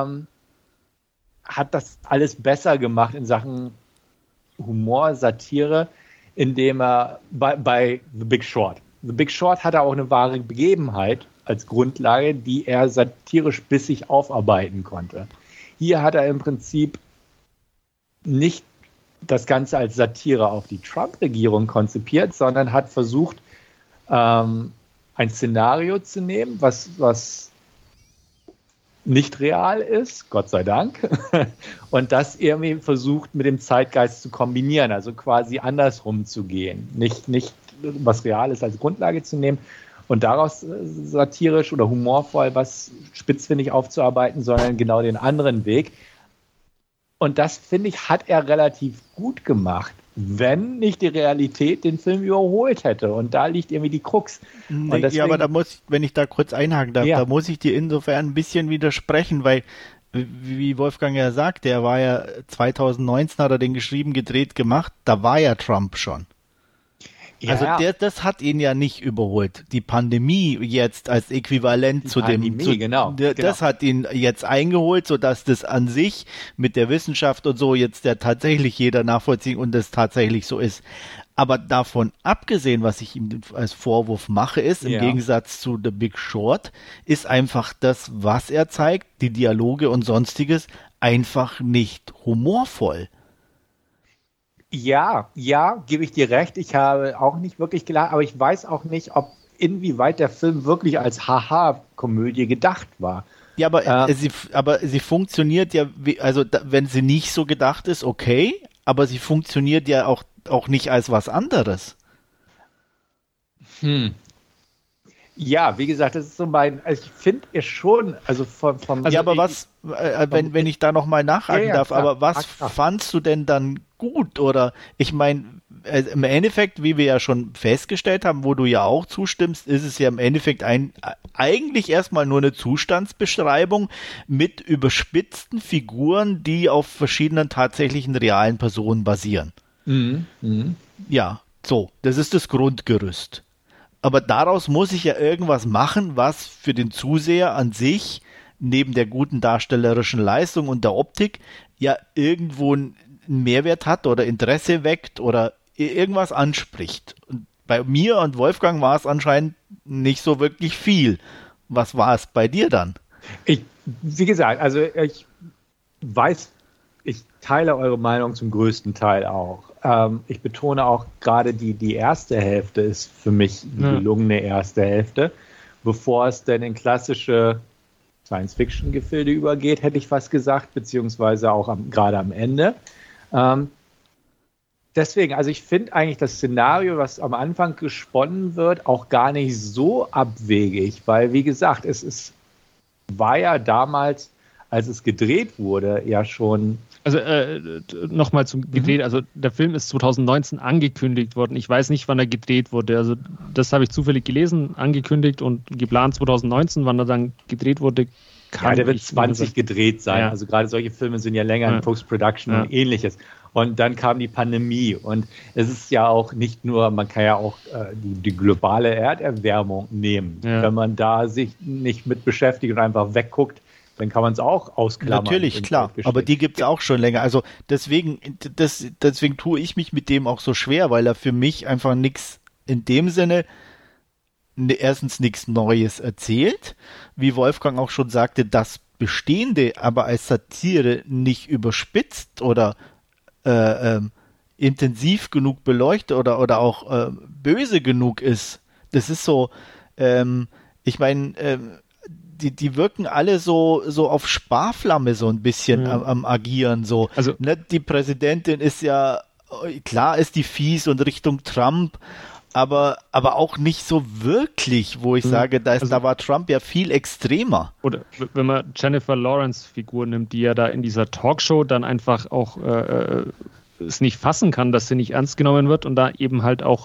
hat das alles besser gemacht in Sachen Humor, Satire, indem er bei The Big Short. The Big Short hatte auch eine wahre Begebenheit als Grundlage, die er satirisch bissig aufarbeiten konnte. Hier hat er im Prinzip nicht das Ganze als Satire auf die Trump-Regierung konzipiert, sondern hat versucht, ein Szenario zu nehmen, was nicht real ist, Gott sei Dank, und das irgendwie versucht, mit dem Zeitgeist zu kombinieren, also quasi andersrum zu gehen. Nicht was Reales als Grundlage zu nehmen und daraus satirisch oder humorvoll was spitzfindig aufzuarbeiten, sondern genau den anderen Weg. Und das, finde ich, hat er relativ gut gemacht, wenn nicht die Realität den Film überholt hätte. Und da liegt irgendwie die Krux. Und deswegen, ja, aber wenn ich da kurz einhaken darf, ja. Da muss ich dir insofern ein bisschen widersprechen, weil, wie Wolfgang ja sagt, der war ja 2019, hat er den geschrieben, gedreht, gemacht, da war ja Trump schon. Ja, also das hat ihn ja nicht überholt. Die Pandemie jetzt als Äquivalent zu dem, das hat ihn jetzt eingeholt, sodass das an sich mit der Wissenschaft und so jetzt ja tatsächlich jeder nachvollziehen und das tatsächlich so ist. Aber davon abgesehen, was ich ihm als Vorwurf mache, ist, im Gegensatz zu The Big Short, ist einfach das, was er zeigt, die Dialoge und Sonstiges, einfach nicht humorvoll. Ja, gebe ich dir recht. Ich habe auch nicht wirklich gelacht, aber ich weiß auch nicht, inwieweit der Film wirklich als Haha-Komödie gedacht war. Ja, aber sie funktioniert ja, wenn sie nicht so gedacht ist, okay, aber sie funktioniert ja auch nicht als was anderes. Ja, wie gesagt, das ist so ich finde es schon, also wenn ich da nochmal nachhaken darf, klar, aber was fandst du denn dann gut? Oder ich meine, im Endeffekt, wie wir ja schon festgestellt haben, wo du ja auch zustimmst, ist es ja im Endeffekt eigentlich erstmal nur eine Zustandsbeschreibung mit überspitzten Figuren, die auf verschiedenen tatsächlichen realen Personen basieren. Ja, so, das ist das Grundgerüst. Aber daraus muss ich ja irgendwas machen, was für den Zuseher an sich, neben der guten darstellerischen Leistung und der Optik, ja irgendwo einen Mehrwert hat oder Interesse weckt oder irgendwas anspricht. Und bei mir und Wolfgang war es anscheinend nicht so wirklich viel. Was war es bei dir dann? Wie gesagt, also ich weiß ich teile eure Meinung zum größten Teil auch. Ich betone auch gerade die erste Hälfte ist für mich die gelungene erste Hälfte, bevor es denn in klassische Science-Fiction-Gefilde übergeht, hätte ich fast gesagt, beziehungsweise auch gerade am Ende. Deswegen, also ich finde eigentlich das Szenario, was am Anfang gesponnen wird, auch gar nicht so abwegig, weil, wie gesagt, war ja damals, als es gedreht wurde, ja schon. Also nochmal zum gedreht, also der Film ist 2019 angekündigt worden. Ich weiß nicht, wann er gedreht wurde. Also das habe ich zufällig gelesen, angekündigt und geplant 2019, wann er dann gedreht wurde. Der wird 20 gedreht sein. Ja. Also gerade solche Filme sind ja länger in Post-Production und ähnliches. Und dann kam die Pandemie. Und es ist ja auch nicht nur, man kann ja auch die globale Erderwärmung nehmen. Ja. Wenn man da sich nicht mit beschäftigt und einfach wegguckt, dann kann man es auch ausklammern. Natürlich, klar, aber die gibt es auch schon länger. Also deswegen tue ich mich mit dem auch so schwer, weil er für mich einfach nichts in dem Sinne, erstens nichts Neues erzählt, wie Wolfgang auch schon sagte, das Bestehende aber als Satire nicht überspitzt oder intensiv genug beleuchtet oder auch böse genug ist. Das ist so, ich meine, die wirken alle so auf Sparflamme so ein bisschen am Agieren. So. Also, ne, die Präsidentin ist ja, klar ist die fies und Richtung Trump, aber auch nicht so wirklich, wo ich sage, da war Trump ja viel extremer. Oder wenn man Jennifer Lawrence Figur nimmt, die ja da in dieser Talkshow dann einfach auch es nicht fassen kann, dass sie nicht ernst genommen wird und da eben halt auch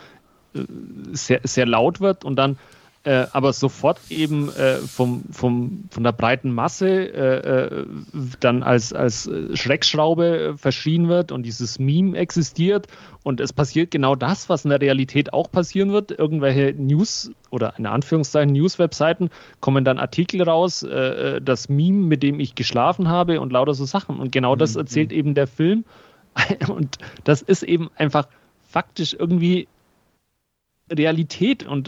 sehr, sehr laut wird und dann aber sofort eben von der breiten Masse dann als Schreckschraube verschrien wird und dieses Meme existiert und es passiert genau das, was in der Realität auch passieren wird. Irgendwelche News oder in Anführungszeichen News-Webseiten kommen dann Artikel raus, das Meme, mit dem ich geschlafen habe und lauter so Sachen. Und genau das erzählt eben der Film und das ist eben einfach faktisch irgendwie Realität und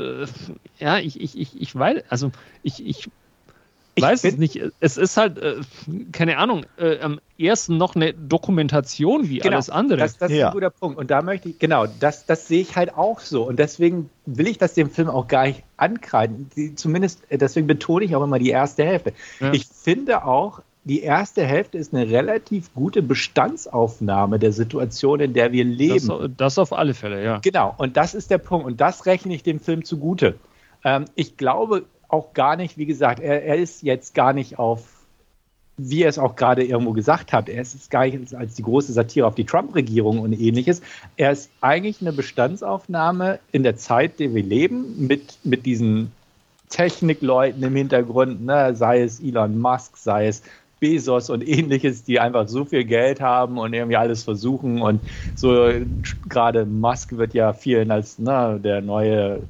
ich weiß, also ich weiß es nicht. Es ist halt, keine Ahnung, am ersten noch eine Dokumentation wie alles andere. Das ist ein guter Punkt. Und da möchte ich, das sehe ich halt auch so. Und deswegen will ich das dem Film auch gar nicht ankreiden. Zumindest, deswegen betone ich auch immer die erste Hälfte. Ja. Ich finde auch, die erste Hälfte ist eine relativ gute Bestandsaufnahme der Situation, in der wir leben. Das auf alle Fälle, ja. Genau, und das ist der Punkt. Und das rechne ich dem Film zugute. Ich glaube auch gar nicht, wie gesagt, er ist jetzt gar nicht auf, wie er es auch gerade irgendwo gesagt hat, er ist gar nicht als die große Satire auf die Trump-Regierung und ähnliches. Er ist eigentlich eine Bestandsaufnahme in der Zeit, in der wir leben, mit diesen Technikleuten im Hintergrund, ne? Sei es Elon Musk, sei es Bezos und ähnliches, die einfach so viel Geld haben und irgendwie alles versuchen und so, gerade Musk wird ja vielen als der neue,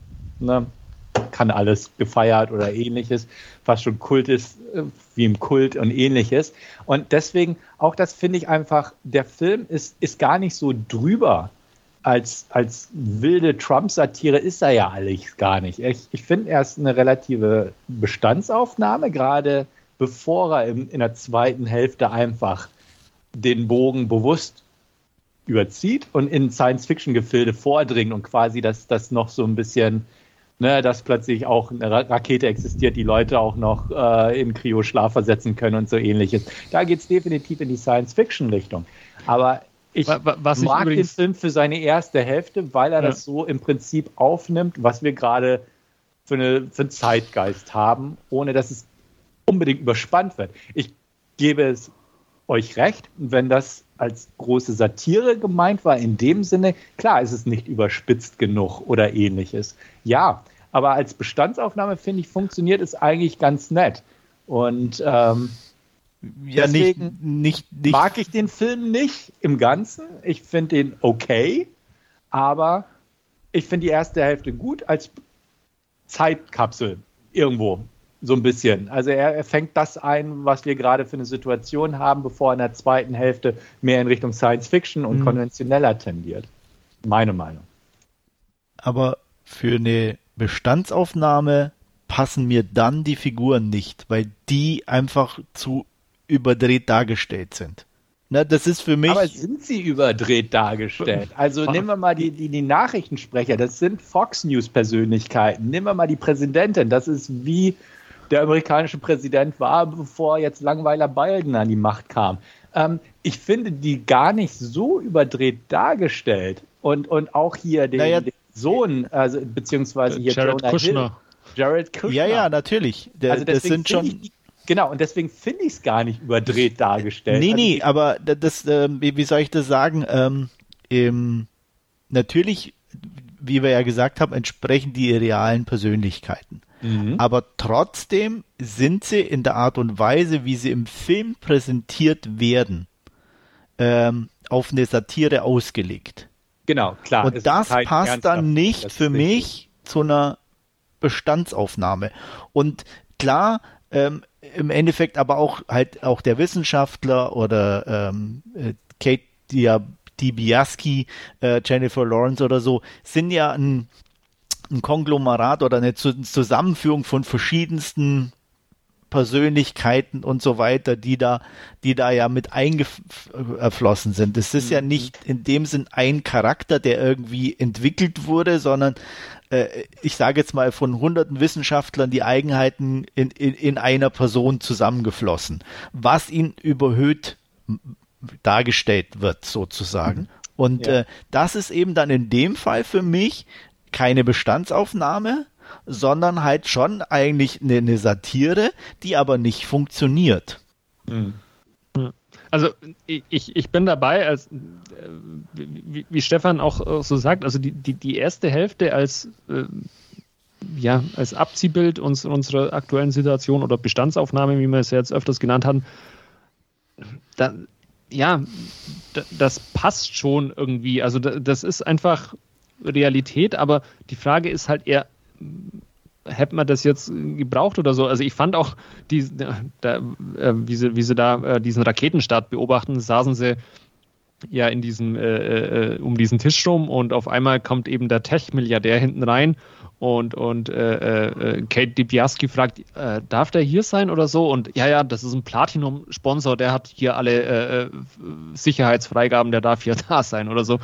kann alles gefeiert oder ähnliches, fast schon Kult ist, wie im Kult und ähnliches. Und deswegen, auch das finde ich einfach, der Film ist gar nicht so drüber. Als wilde Trump-Satire ist er ja alles gar nicht. Ich finde, er ist eine relative Bestandsaufnahme, gerade bevor er in der zweiten Hälfte einfach den Bogen bewusst überzieht und in Science-Fiction-Gefilde vordringt und quasi das noch so ein bisschen, dass plötzlich auch eine Rakete existiert, die Leute auch noch in Kryoschlaf versetzen können und so ähnliches. Da geht es definitiv in die Science-Fiction-Richtung. Aber ich mag den Film für seine erste Hälfte, weil er das so im Prinzip aufnimmt, was wir gerade für einen Zeitgeist haben, ohne dass es unbedingt überspannt wird. Ich gebe es euch recht, wenn das als große Satire gemeint war, in dem Sinne, klar ist es nicht überspitzt genug oder ähnliches. Ja, aber als Bestandsaufnahme, finde ich, funktioniert es eigentlich ganz nett. Und deswegen nicht mag ich den Film nicht im Ganzen. Ich finde ihn okay, aber ich finde die erste Hälfte gut als Zeitkapsel irgendwo. So ein bisschen. Also er fängt das ein, was wir gerade für eine Situation haben, bevor er in der zweiten Hälfte mehr in Richtung Science-Fiction und konventioneller tendiert. Meine Meinung. Aber für eine Bestandsaufnahme passen mir dann die Figuren nicht, weil die einfach zu überdreht dargestellt sind. Ne, das ist für mich. Aber sind sie überdreht dargestellt? Also nehmen wir mal die Nachrichtensprecher, das sind Fox News-Persönlichkeiten. Nehmen wir mal die Präsidentin, das ist wie der amerikanische Präsident war, bevor jetzt Langweiler Biden an die Macht kam. Ich finde die gar nicht so überdreht dargestellt. Und auch hier den Sohn, also beziehungsweise hier Jared Kushner. Jared Kushner. Ja, natürlich. Das sind schon. Genau, und deswegen finde ich es gar nicht überdreht dargestellt. Nee, aber das, wie soll ich das sagen? Natürlich, wie wir ja gesagt haben, entsprechen die realen Persönlichkeiten. Aber trotzdem sind sie in der Art und Weise, wie sie im Film präsentiert werden, auf eine Satire ausgelegt. Genau, klar. Und das passt dann nicht für mich zu einer Bestandsaufnahme. Und klar, im Endeffekt aber auch der Wissenschaftler oder Kate Dibiasky, Jennifer Lawrence oder so, sind ja ein Konglomerat oder eine Zusammenführung von verschiedensten Persönlichkeiten und so weiter, die da ja mit eingeflossen sind. Es ist ja nicht in dem Sinn ein Charakter, der irgendwie entwickelt wurde, sondern ich sage jetzt mal von hunderten Wissenschaftlern die Eigenheiten in einer Person zusammengeflossen, was ihn überhöht dargestellt wird sozusagen. Und das ist eben dann in dem Fall für mich keine Bestandsaufnahme, sondern halt schon eigentlich eine Satire, die aber nicht funktioniert. Also ich bin dabei, als wie Stefan auch so sagt, also die erste Hälfte als Abziehbild unserer aktuellen Situation oder Bestandsaufnahme, wie wir es jetzt öfters genannt haben, das passt schon irgendwie. Also das ist einfach Realität, aber die Frage ist halt eher, hätte man das jetzt gebraucht oder so? Also ich fand auch, wie sie da diesen Raketenstart beobachten, saßen sie ja in diesem um diesen Tisch rum und auf einmal kommt eben der Tech-Milliardär hinten rein und Kate Dibiasky fragt, darf der hier sein oder so? Und ja, das ist ein Platinum-Sponsor, der hat hier alle Sicherheitsfreigaben, der darf hier da sein oder so.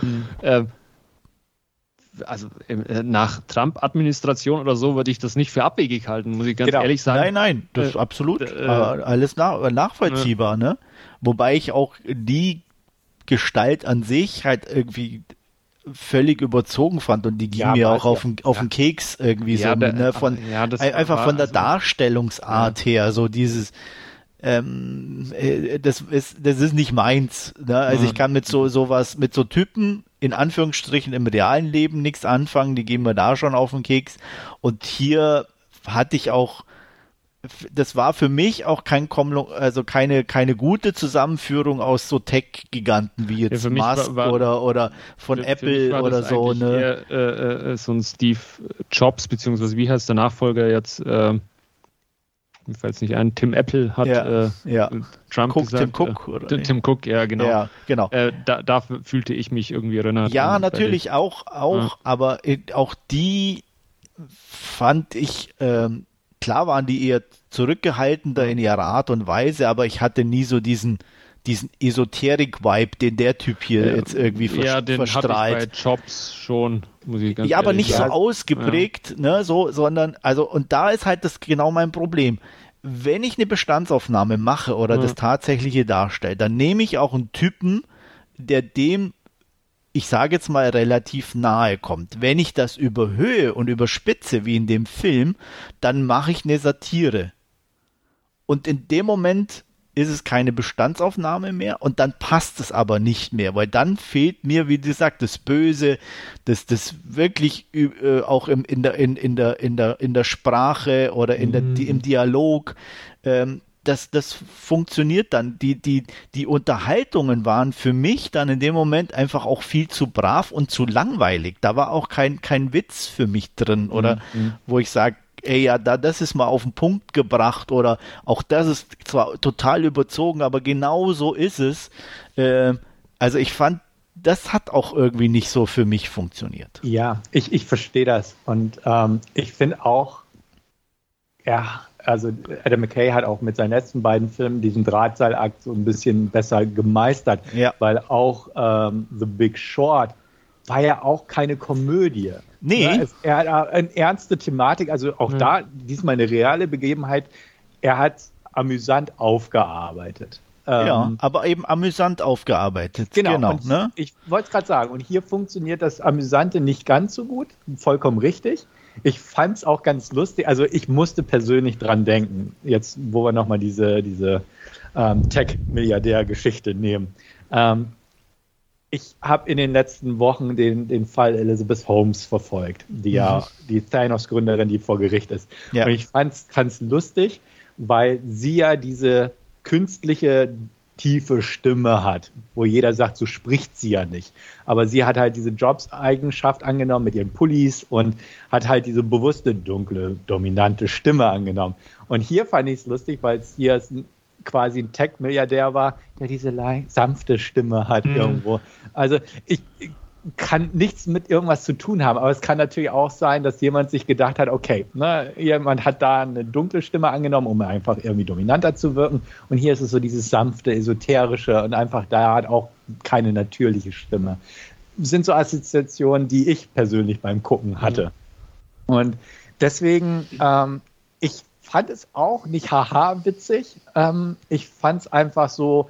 Also nach Trump-Administration oder so würde ich das nicht für abwegig halten, muss ich ganz ehrlich sagen. Nein, das ist absolut alles nachvollziehbar, ne? Wobei ich auch die Gestalt an sich halt irgendwie völlig überzogen fand und die ging mir auch auf den Keks irgendwie so, ne? Einfach von der Darstellungsart her, so dieses das ist nicht meins, ne? Also ich kann mit so Typen in Anführungsstrichen im realen Leben nichts anfangen, die gehen mir da schon auf den Keks. Und hier hatte ich auch, das war für mich auch keine gute Zusammenführung aus so Tech-Giganten wie jetzt Musk oder von Apple oder so. Ne? Eher, so ein Steve Jobs, beziehungsweise wie heißt der Nachfolger jetzt? Mir fällt es nicht ein, Tim Apple hat Trump gesagt. Tim Cook, ja, genau. Ja, genau. Da fühlte ich mich irgendwie erinnert. Ja, natürlich auch, aber auch die fand ich, klar waren die eher zurückgehaltener in ihrer Art und Weise, aber ich hatte nie so diesen Esoterik-Vibe, den der Typ hier jetzt irgendwie den verstrahlt. Hatte ich bei Jobs schon, muss ich ganz aber nicht sagen. so ausgeprägt, ne, so, sondern, und da ist halt das genau mein Problem. Wenn ich eine Bestandsaufnahme mache oder das Tatsächliche darstelle, dann nehme ich auch einen Typen, der dem, ich sage jetzt mal, relativ nahe kommt. Wenn ich das überhöhe und überspitze, wie in dem Film, dann mache ich eine Satire. Und in dem Moment ist es keine Bestandsaufnahme mehr und dann passt es aber nicht mehr, weil dann fehlt mir, wie gesagt, das Böse, das wirklich auch in der Sprache oder im Dialog, das funktioniert dann. Die Unterhaltungen waren für mich dann in dem Moment einfach auch viel zu brav und zu langweilig. Da war auch kein Witz für mich drin oder wo ich sage, ey, ja, das ist mal auf den Punkt gebracht oder auch das ist zwar total überzogen, aber genau so ist es. Also ich fand, das hat auch irgendwie nicht so für mich funktioniert. Ja, ich verstehe das und ich finde auch, also Adam McKay hat auch mit seinen letzten beiden Filmen diesen Drahtseilakt so ein bisschen besser gemeistert, weil auch The Big Short war ja auch keine Komödie. Nee. Ja, er hat eine ernste Thematik, also auch da diesmal eine reale Begebenheit. Er hat amüsant aufgearbeitet. Aber eben amüsant aufgearbeitet. Genau. Ne? Ich wollte es gerade sagen, und hier funktioniert das Amüsante nicht ganz so gut, vollkommen richtig. Ich fand es auch ganz lustig, also ich musste persönlich dran denken, jetzt wo wir nochmal diese Tech-Milliardär-Geschichte nehmen. Ich habe in den letzten Wochen den Fall Elizabeth Holmes verfolgt, die ja die Thanos-Gründerin, die vor Gericht ist. Ja. Und ich fand's lustig, weil sie ja diese künstliche tiefe Stimme hat, wo jeder sagt, so spricht sie ja nicht. Aber sie hat halt diese Jobs-Eigenschaft angenommen mit ihren Pullis und hat halt diese bewusste, dunkle, dominante Stimme angenommen. Und hier fand ich es lustig, weil es hier quasi ein Tech-Milliardär war, der diese sanfte Stimme hat irgendwo. Also ich kann nichts mit irgendwas zu tun haben, aber es kann natürlich auch sein, dass jemand sich gedacht hat, okay, ne, jemand hat da eine dunkle Stimme angenommen, um einfach irgendwie dominanter zu wirken, und hier ist es so dieses sanfte, esoterische und einfach da hat auch keine natürliche Stimme. Das sind so Assoziationen, die ich persönlich beim Gucken hatte. Und deswegen, ich fand es auch nicht haha witzig, ich fand es einfach so,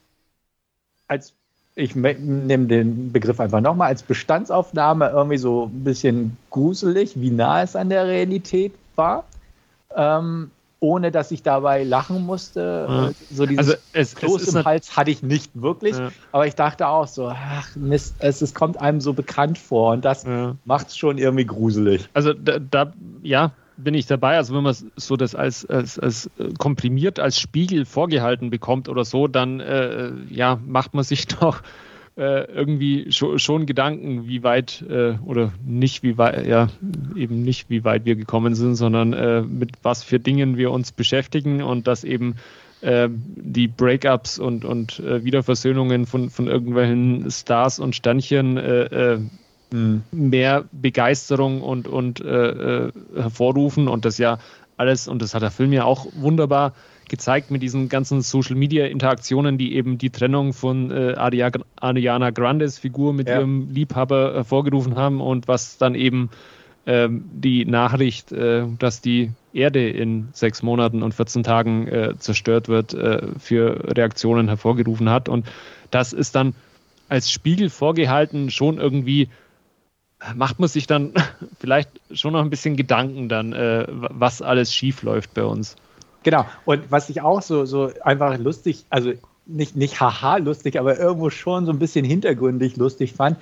ich nehme den Begriff einfach nochmal, als Bestandsaufnahme irgendwie so ein bisschen gruselig, wie nah es an der Realität war, ohne dass ich dabei lachen musste. So dieses Kloß im Hals hatte ich nicht wirklich, aber ich dachte auch so, ach Mist, es kommt einem so bekannt vor und das macht es schon irgendwie gruselig. Also da bin ich dabei. Also wenn man so das als komprimiert als Spiegel vorgehalten bekommt oder so, dann macht man sich doch irgendwie schon Gedanken, wie weit oder nicht wie weit, eben nicht wie weit wir gekommen sind, sondern mit was für Dingen wir uns beschäftigen und dass eben die Breakups und Wiederversöhnungen von irgendwelchen Stars und Sternchen mehr Begeisterung und hervorrufen und das ja alles, und das hat der Film ja auch wunderbar gezeigt mit diesen ganzen Social-Media-Interaktionen, die eben die Trennung von Ariana Grandes Figur mit ihrem Liebhaber hervorgerufen haben und was dann eben die Nachricht, dass die Erde in 6 Monaten und 14 Tagen zerstört wird, für Reaktionen hervorgerufen hat. Und das ist dann als Spiegel vorgehalten schon irgendwie, macht man sich dann vielleicht schon noch ein bisschen Gedanken dann, was alles schief läuft bei uns. Genau, und was ich auch so einfach lustig, also nicht haha lustig, aber irgendwo schon so ein bisschen hintergründig lustig fand,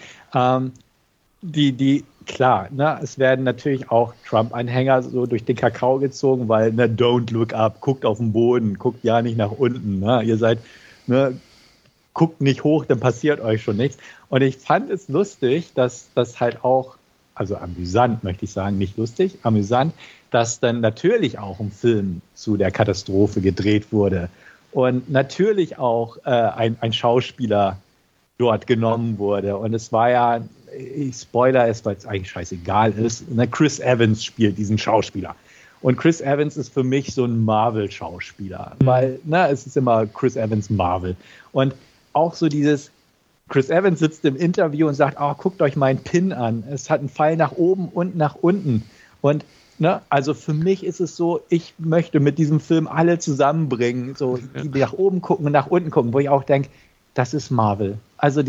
klar, ne, es werden natürlich auch Trump-Anhänger so durch den Kakao gezogen, weil, ne, don't look up, guckt auf den Boden, guckt ja nicht nach unten, ne, ihr seid, ne, guckt nicht hoch, dann passiert euch schon nichts. Und ich fand es lustig, dass das halt auch, also amüsant möchte ich sagen, nicht lustig, amüsant, dass dann natürlich auch ein Film zu der Katastrophe gedreht wurde und natürlich auch ein Schauspieler dort genommen wurde. Und es war ja, ich spoiler es, weil es eigentlich scheißegal ist, ne, Chris Evans spielt diesen Schauspieler. Und Chris Evans ist für mich so ein Marvel-Schauspieler, weil es ist immer Chris Evans Marvel. Und auch so dieses, Chris Evans sitzt im Interview und sagt, guckt euch meinen Pin an. Es hat einen Pfeil nach oben und nach unten. Und also für mich ist es so, ich möchte mit diesem Film alle zusammenbringen, so die nach oben gucken und nach unten gucken, wo ich auch denke, das ist Marvel. Also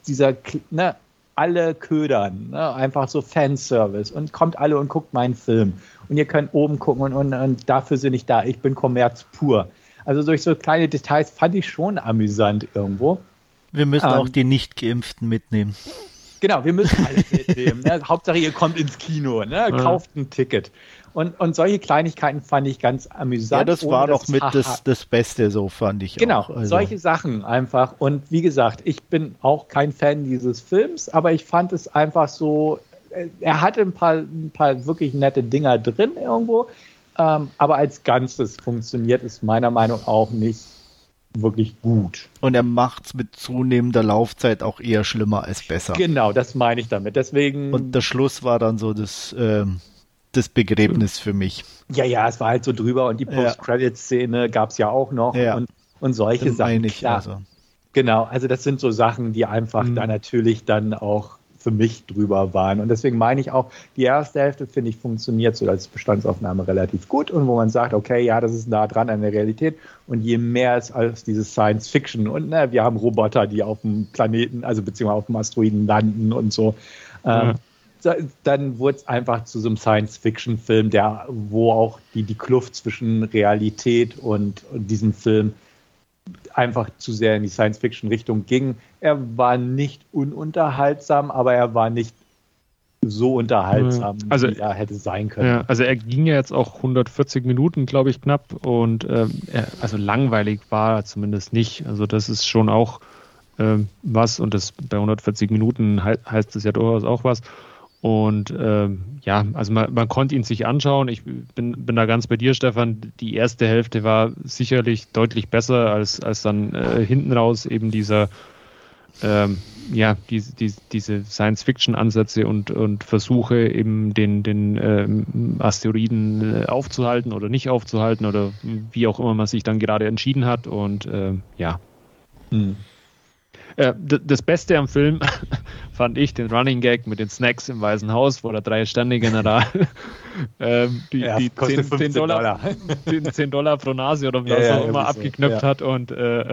alle ködern, einfach so Fanservice und kommt alle und guckt meinen Film. Und ihr könnt oben gucken und dafür bin ich da. Ich bin Kommerz pur. Also durch so kleine Details fand ich schon amüsant irgendwo. Wir müssen auch die Nicht-Geimpften mitnehmen. Genau, wir müssen alles mitnehmen. Ne? Hauptsache, ihr kommt ins Kino, ne? Kauft ein Ticket. Und solche Kleinigkeiten fand ich ganz amüsant. Ja, das war doch mit das Beste, so fand ich genau, auch. Genau, solche Sachen einfach. Und wie gesagt, ich bin auch kein Fan dieses Films, aber ich fand es einfach so, er hatte ein paar wirklich nette Dinger drin irgendwo, aber als Ganzes funktioniert es meiner Meinung nach auch nicht wirklich gut. Und er macht es mit zunehmender Laufzeit auch eher schlimmer als besser. Genau, das meine ich damit. Deswegen. Und der Schluss war dann so das das Begräbnis für mich. Ja, es war halt so drüber und die Post-Credit-Szene gab es ja auch noch und solche das Sachen. Klar. Also. Genau, also das sind so Sachen, die einfach da natürlich dann auch für mich drüber waren. Und deswegen meine ich auch, die erste Hälfte, finde ich, funktioniert so als Bestandsaufnahme relativ gut und wo man sagt, okay, ja, das ist nah dran an der Realität. Und je mehr es als dieses Science-Fiction und wir haben Roboter, die auf dem Planeten, also beziehungsweise auf dem Asteroiden landen und so, dann wurde es einfach zu so einem Science-Fiction-Film, wo auch die Kluft zwischen Realität und diesem Film einfach zu sehr in die Science-Fiction-Richtung ging. Er war nicht ununterhaltsam, aber er war nicht so unterhaltsam, wie er hätte sein können. Ja, also er ging ja jetzt auch 140 Minuten, glaube ich, knapp und also langweilig war er zumindest nicht. Also das ist schon auch was und das bei 140 Minuten heißt es ja durchaus auch was. Und also man konnte ihn sich anschauen. Ich bin da ganz bei dir, Stefan. Die erste Hälfte war sicherlich deutlich besser als dann hinten raus eben diese Science-Fiction-Ansätze und Versuche eben den Asteroiden aufzuhalten oder nicht aufzuhalten oder wie auch immer man sich dann gerade entschieden hat. Und das Beste am Film fand ich den Running Gag mit den Snacks im Weißen Haus, wo der 3-Sterne-General die $10 pro Nase oder was auch immer abgeknöpft hat und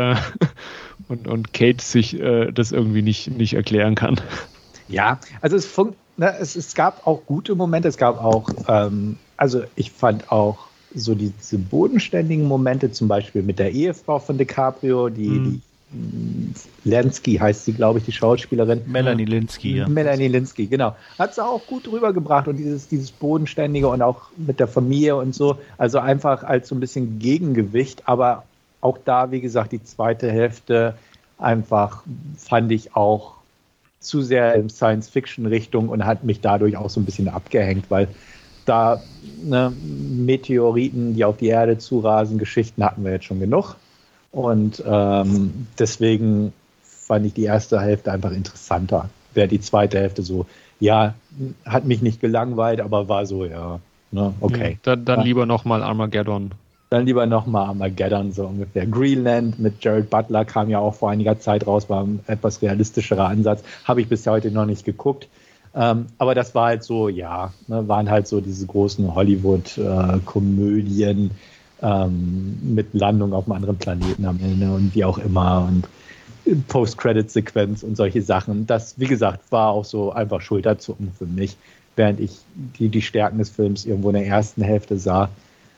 Kate sich das irgendwie nicht erklären kann. Ja, also es gab auch gute Momente, es gab auch, also ich fand auch so diese bodenständigen Momente, zum Beispiel mit der Ehefrau von DiCaprio, die Linsky heißt sie, glaube ich, die Schauspielerin. Melanie Linsky, ja. Melanie Linsky, genau. Hat sie auch gut rübergebracht und dieses Bodenständige und auch mit der Familie und so. Also einfach als so ein bisschen Gegengewicht, aber auch da, wie gesagt, die zweite Hälfte einfach fand ich auch zu sehr in Science-Fiction-Richtung und hat mich dadurch auch so ein bisschen abgehängt, weil da Meteoriten, die auf die Erde zurasen, Geschichten hatten wir jetzt schon genug. Und deswegen fand ich die erste Hälfte einfach interessanter. Wäre die zweite Hälfte so, hat mich nicht gelangweilt, aber war so, okay. Dann lieber nochmal Armageddon. Dann lieber nochmal Armageddon, so ungefähr. Greenland mit Jared Butler kam ja auch vor einiger Zeit raus, war ein etwas realistischerer Ansatz. Habe ich bis heute noch nicht geguckt. Aber das war halt so, waren halt so diese großen Hollywood-Komödien, mit Landung auf einem anderen Planeten am Ende und wie auch immer und Post-Credit-Sequenz und solche Sachen. Das, wie gesagt, war auch so einfach Schulterzucken für mich, während ich die Stärken des Films irgendwo in der ersten Hälfte sah.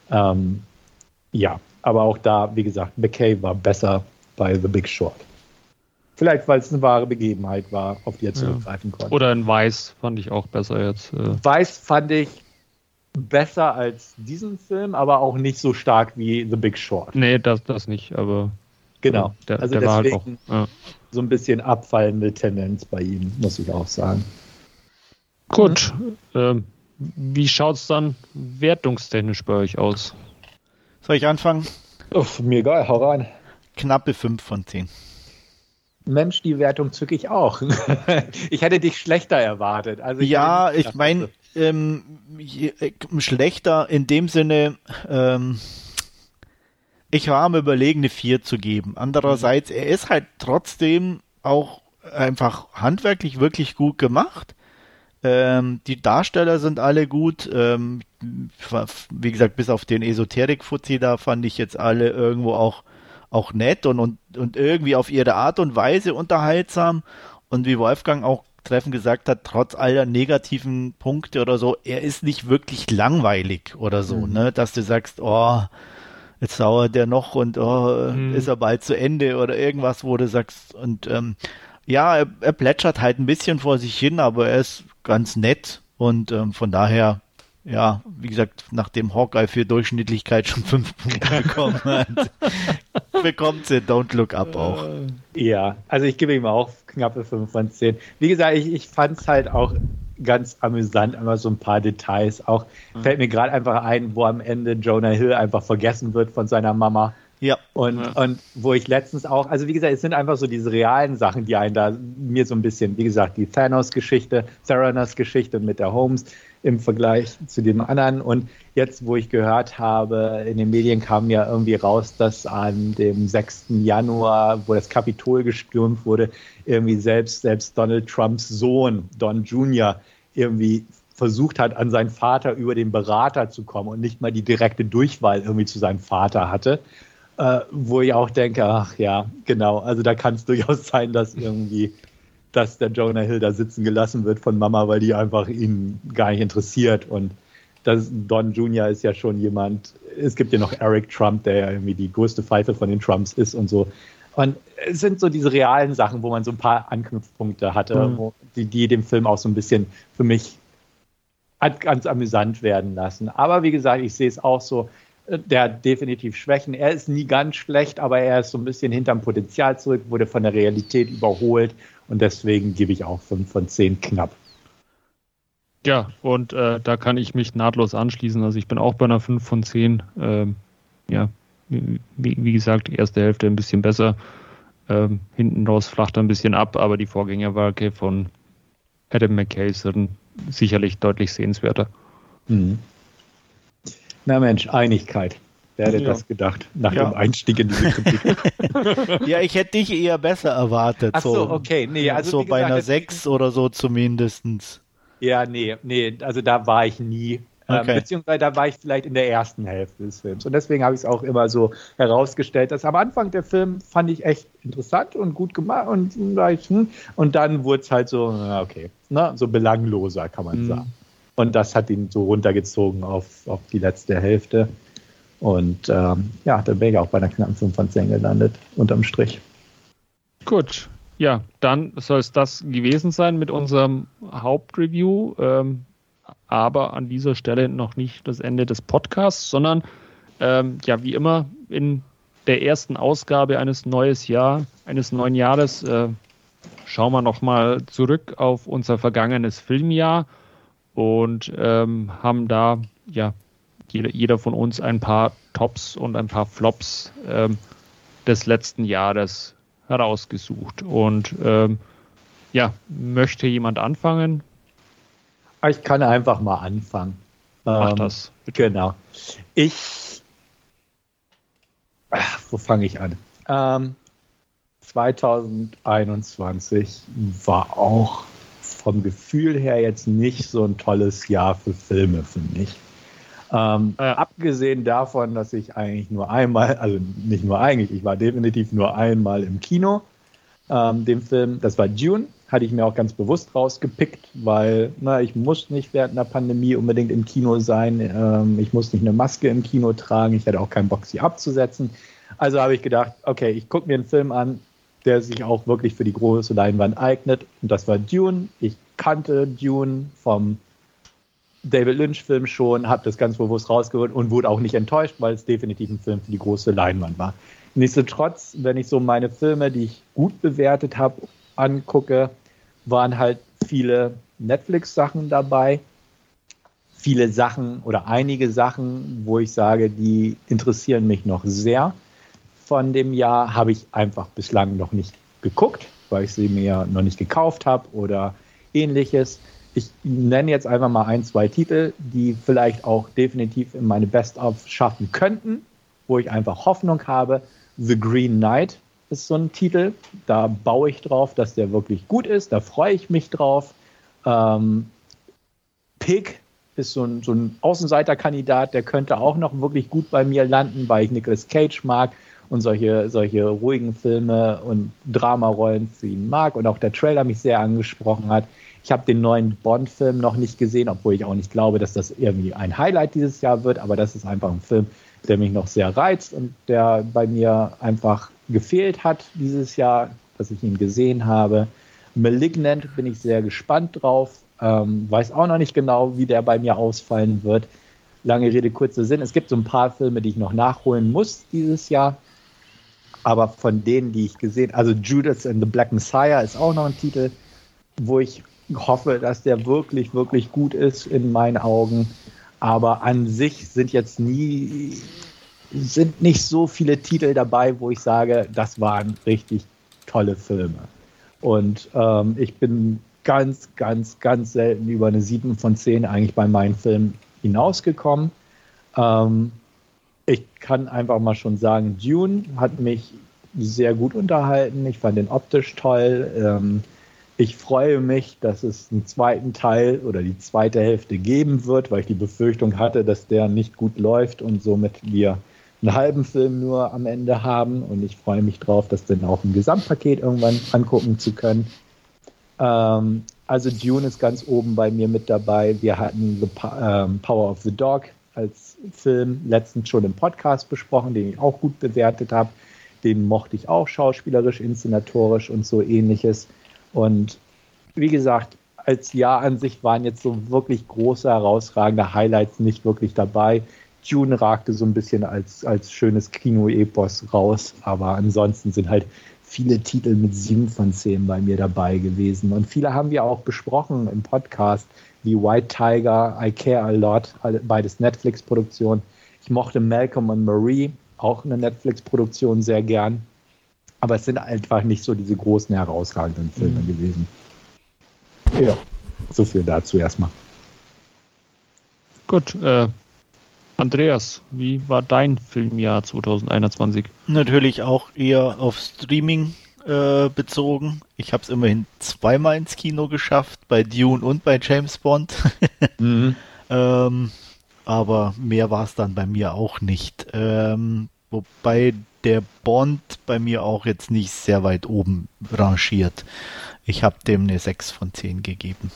Aber auch da, wie gesagt, McKay war besser bei The Big Short. Vielleicht, weil es eine wahre Begebenheit war, auf die er zurückgreifen konnte. Oder in Weiß fand ich auch besser jetzt. Weiß fand ich besser als diesen Film, aber auch nicht so stark wie The Big Short. Nee, das nicht, aber genau. Der deswegen war halt auch, so ein bisschen abfallende Tendenz bei ihm, muss ich auch sagen. Gut. Wie schaut es dann wertungstechnisch bei euch aus? Soll ich anfangen? Mir egal, hau rein. Knappe 5 von 10. Mensch, die Wertung zücke ich auch. Ich hätte dich schlechter erwartet. Also ich meine, schlechter in dem Sinne, ich war am Überlegen, eine 4 zu geben. Andererseits, er ist halt trotzdem auch einfach handwerklich wirklich gut gemacht. Die Darsteller sind alle gut. Wie gesagt, bis auf den Esoterik-Fuzzi, da fand ich jetzt alle irgendwo auch nett und irgendwie auf ihre Art und Weise unterhaltsam. Und wie Wolfgang auch treffend gesagt hat, trotz aller negativen Punkte oder so, er ist nicht wirklich langweilig oder so, ne? Dass du sagst, jetzt dauert der noch und ist er bald zu Ende oder irgendwas, wo du sagst, und er plätschert halt ein bisschen vor sich hin, aber er ist ganz nett und von daher, wie gesagt, nachdem Hawkeye für Durchschnittlichkeit schon 5 Punkte bekommen hat, bekommt sie Don't Look Up auch. Ja, also ich gebe ihm auch knappe 5 von 10. Wie gesagt, ich fand es halt auch ganz amüsant, immer so ein paar Details. Auch fällt mir gerade einfach ein, wo am Ende Jonah Hill einfach vergessen wird von seiner Mama. Ja. Und wo ich letztens auch, also wie gesagt, es sind einfach so diese realen Sachen, die einen da mir so ein bisschen, wie gesagt, die Theranos-Geschichte mit der Holmes, im Vergleich zu dem anderen. Und jetzt, wo ich gehört habe, in den Medien kam ja irgendwie raus, dass an dem 6. Januar, wo das Kapitol gestürmt wurde, irgendwie selbst Donald Trumps Sohn, Don Jr., irgendwie versucht hat, an seinen Vater über den Berater zu kommen und nicht mal die direkte Durchwahl irgendwie zu seinem Vater hatte. Wo ich auch denke, ach ja, genau, also da kann es durchaus sein, dass der Jonah Hill da sitzen gelassen wird von Mama, weil die einfach ihn gar nicht interessiert. Und Don Jr. ist ja schon jemand, es gibt ja noch Eric Trump, der ja irgendwie die größte Pfeife von den Trumps ist und so. Und es sind so diese realen Sachen, wo man so ein paar Anknüpfpunkte hatte, die dem Film auch so ein bisschen für mich ganz amüsant werden lassen. Aber wie gesagt, ich sehe es auch so, der hat definitiv Schwächen. Er ist nie ganz schlecht, aber er ist so ein bisschen hinterm Potenzial zurück, wurde von der Realität überholt und deswegen gebe ich auch 5 von 10 knapp. Ja, und da kann ich mich nahtlos anschließen. Also ich bin auch bei einer 5 von 10. Ja, wie gesagt, die erste Hälfte ein bisschen besser. Hinten raus flacht er ein bisschen ab, aber die Vorgängerwerke von Adam McKay sind sicherlich deutlich sehenswerter. Mhm. Na Mensch, Einigkeit. Wer hätte das gedacht, nach dem Einstieg in diese Kritik? Ja, ich hätte dich eher besser erwartet. Ach so, okay. Nee, also so bei einer 6 oder so zumindest. Ja, nee, also da war ich nie. Okay. Beziehungsweise da war ich vielleicht in der ersten Hälfte des Films. Und deswegen habe ich es auch immer so herausgestellt, dass am Anfang der Film fand ich echt interessant und gut gemacht. Und dann wurde es halt so, okay, so belangloser, kann man sagen. Und das hat ihn so runtergezogen auf die letzte Hälfte. Und dann bin ich auch bei einer knappen 5 von 10 gelandet, unterm Strich. Gut, ja, dann soll es das gewesen sein mit unserem Hauptreview. Aber an dieser Stelle noch nicht das Ende des Podcasts, sondern wie immer in der ersten Ausgabe eines neuen Jahres schauen wir nochmal zurück auf unser vergangenes Filmjahr und haben da jeder von uns ein paar Tops und ein paar Flops des letzten Jahres herausgesucht. Und möchte jemand anfangen? Ich kann einfach mal anfangen. Mach das. Genau. Wo fange ich an? 2021 war auch vom Gefühl her jetzt nicht so ein tolles Jahr für Filme, finde ich. Abgesehen davon, dass ich eigentlich nur einmal, also nicht nur eigentlich, ich war definitiv nur einmal im Kino. Dem Film, das war Dune, hatte ich mir auch ganz bewusst rausgepickt, weil ich muss nicht während einer Pandemie unbedingt im Kino sein, ich muss nicht eine Maske im Kino tragen, ich hätte auch keinen Bock, sie abzusetzen. Also habe ich gedacht, okay, ich gucke mir einen Film an, der sich auch wirklich für die große Leinwand eignet, und das war Dune. Ich kannte Dune vom David Lynch-Film schon, habe das ganz bewusst rausgeholt und wurde auch nicht enttäuscht, weil es definitiv ein Film für die große Leinwand war. Nichtsdestotrotz, wenn ich so meine Filme, die ich gut bewertet habe, angucke, waren halt viele Netflix-Sachen dabei. Viele Sachen oder einige Sachen, wo ich sage, die interessieren mich noch sehr. Von dem Jahr habe ich einfach bislang noch nicht geguckt, weil ich sie mir noch nicht gekauft habe oder ähnliches. Ich nenne jetzt einfach mal 1, 2 Titel, die vielleicht auch definitiv in meine Best-of schaffen könnten, wo ich einfach Hoffnung habe. The Green Knight ist so ein Titel, da baue ich drauf, dass der wirklich gut ist, da freue ich mich drauf. Pig ist so ein Außenseiterkandidat, der könnte auch noch wirklich gut bei mir landen, weil ich Nicolas Cage mag und solche ruhigen Filme und Dramarollen für ihn mag und auch der Trailer mich sehr angesprochen hat. Ich habe den neuen Bond-Film noch nicht gesehen, obwohl ich auch nicht glaube, dass das irgendwie ein Highlight dieses Jahr wird, aber das ist einfach ein Film, der mich noch sehr reizt und der bei mir einfach gefehlt hat dieses Jahr, dass ich ihn gesehen habe. Malignant bin ich sehr gespannt drauf. Weiß auch noch nicht genau, wie der bei mir ausfallen wird. Lange Rede, kurzer Sinn. Es gibt so ein paar Filme, die ich noch nachholen muss dieses Jahr. Aber von denen, die ich gesehen habe, also Judas and the Black Messiah ist auch noch ein Titel, wo ich hoffe, dass der wirklich, wirklich gut ist in meinen Augen. Aber an sich sind nicht so viele Titel dabei, wo ich sage, das waren richtig tolle Filme. Und ich bin ganz, ganz, ganz selten über eine 7 von 10 eigentlich bei meinen Filmen hinausgekommen. Ich kann einfach mal schon sagen, Dune hat mich sehr gut unterhalten. Ich fand den optisch toll. Ich freue mich, dass es einen zweiten Teil oder die zweite Hälfte geben wird, weil ich die Befürchtung hatte, dass der nicht gut läuft und somit wir einen halben Film nur am Ende haben. Und ich freue mich drauf, das dann auch im Gesamtpaket irgendwann angucken zu können. Also Dune ist ganz oben bei mir mit dabei. Wir hatten Power of the Dog als Film letztens schon im Podcast besprochen, den ich auch gut bewertet habe. Den mochte ich auch schauspielerisch, inszenatorisch und so ähnliches. Und wie gesagt, als Jahr an sich waren jetzt so wirklich große, herausragende Highlights nicht wirklich dabei. Dune ragte so ein bisschen als schönes Kino-Epos raus, aber ansonsten sind halt viele Titel mit 7 von 10 bei mir dabei gewesen. Und viele haben wir auch besprochen im Podcast, wie White Tiger, I Care a Lot, beides Netflix-Produktionen. Ich mochte Malcolm und Marie, auch eine Netflix-Produktion, sehr gern. Aber es sind einfach nicht so diese großen, herausragenden Filme gewesen. Ja, so viel dazu erstmal. Gut, Andreas, wie war dein Filmjahr 2021? Natürlich auch eher auf Streaming bezogen. Ich habe es immerhin zweimal ins Kino geschafft, bei Dune und bei James Bond. Aber mehr war es dann bei mir auch nicht. Wobei der Bond bei mir auch jetzt nicht sehr weit oben rangiert. Ich habe dem eine 6 von 10 gegeben.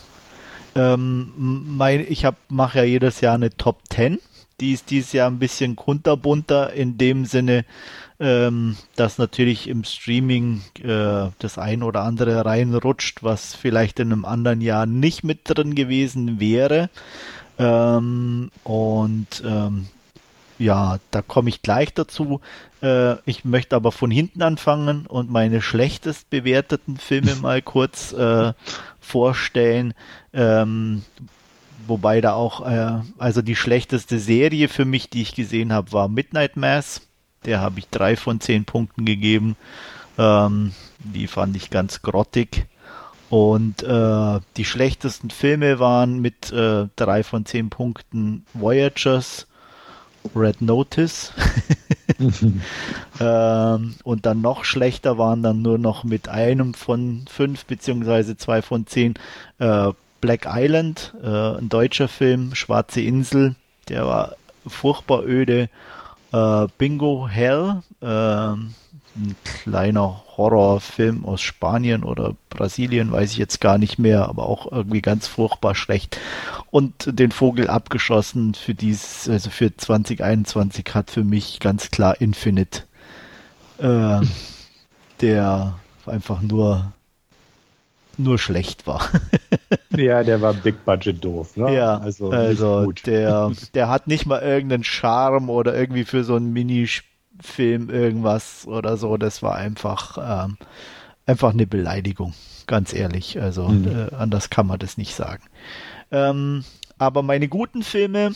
Ich mache ja jedes Jahr eine Top 10. Die ist dieses Jahr ein bisschen kunterbunter in dem Sinne, dass natürlich im Streaming das ein oder andere reinrutscht, was vielleicht in einem anderen Jahr nicht mit drin gewesen wäre. Ja, da komme ich gleich dazu. Ich möchte aber von hinten anfangen und meine schlechtest bewerteten Filme mal kurz vorstellen. Wobei da auch, also die schlechteste Serie für mich, die ich gesehen habe, war Midnight Mass. Der habe ich 3 von 10 Punkten gegeben. Die fand ich ganz grottig. Und die schlechtesten Filme waren mit 3 von 10 Punkten Voyagers, Red Notice. Und dann noch schlechter waren dann nur noch mit einem von 5 beziehungsweise 2 von 10 Black Island, ein deutscher Film, Schwarze Insel, der war furchtbar öde. Bingo Hell, ein kleiner Horrorfilm aus Spanien oder Brasilien, weiß ich jetzt gar nicht mehr, aber auch irgendwie ganz furchtbar schlecht. Und den Vogel abgeschossen also für 2021 hat für mich ganz klar Infinite, der einfach nur schlecht war. Ja, der war Big Budget doof, ne? Ja, also gut. der hat nicht mal irgendeinen Charme oder irgendwie für so einen Minifilm irgendwas oder so. Das war einfach eine Beleidigung, ganz ehrlich. Also anders kann man das nicht sagen. Aber meine guten Filme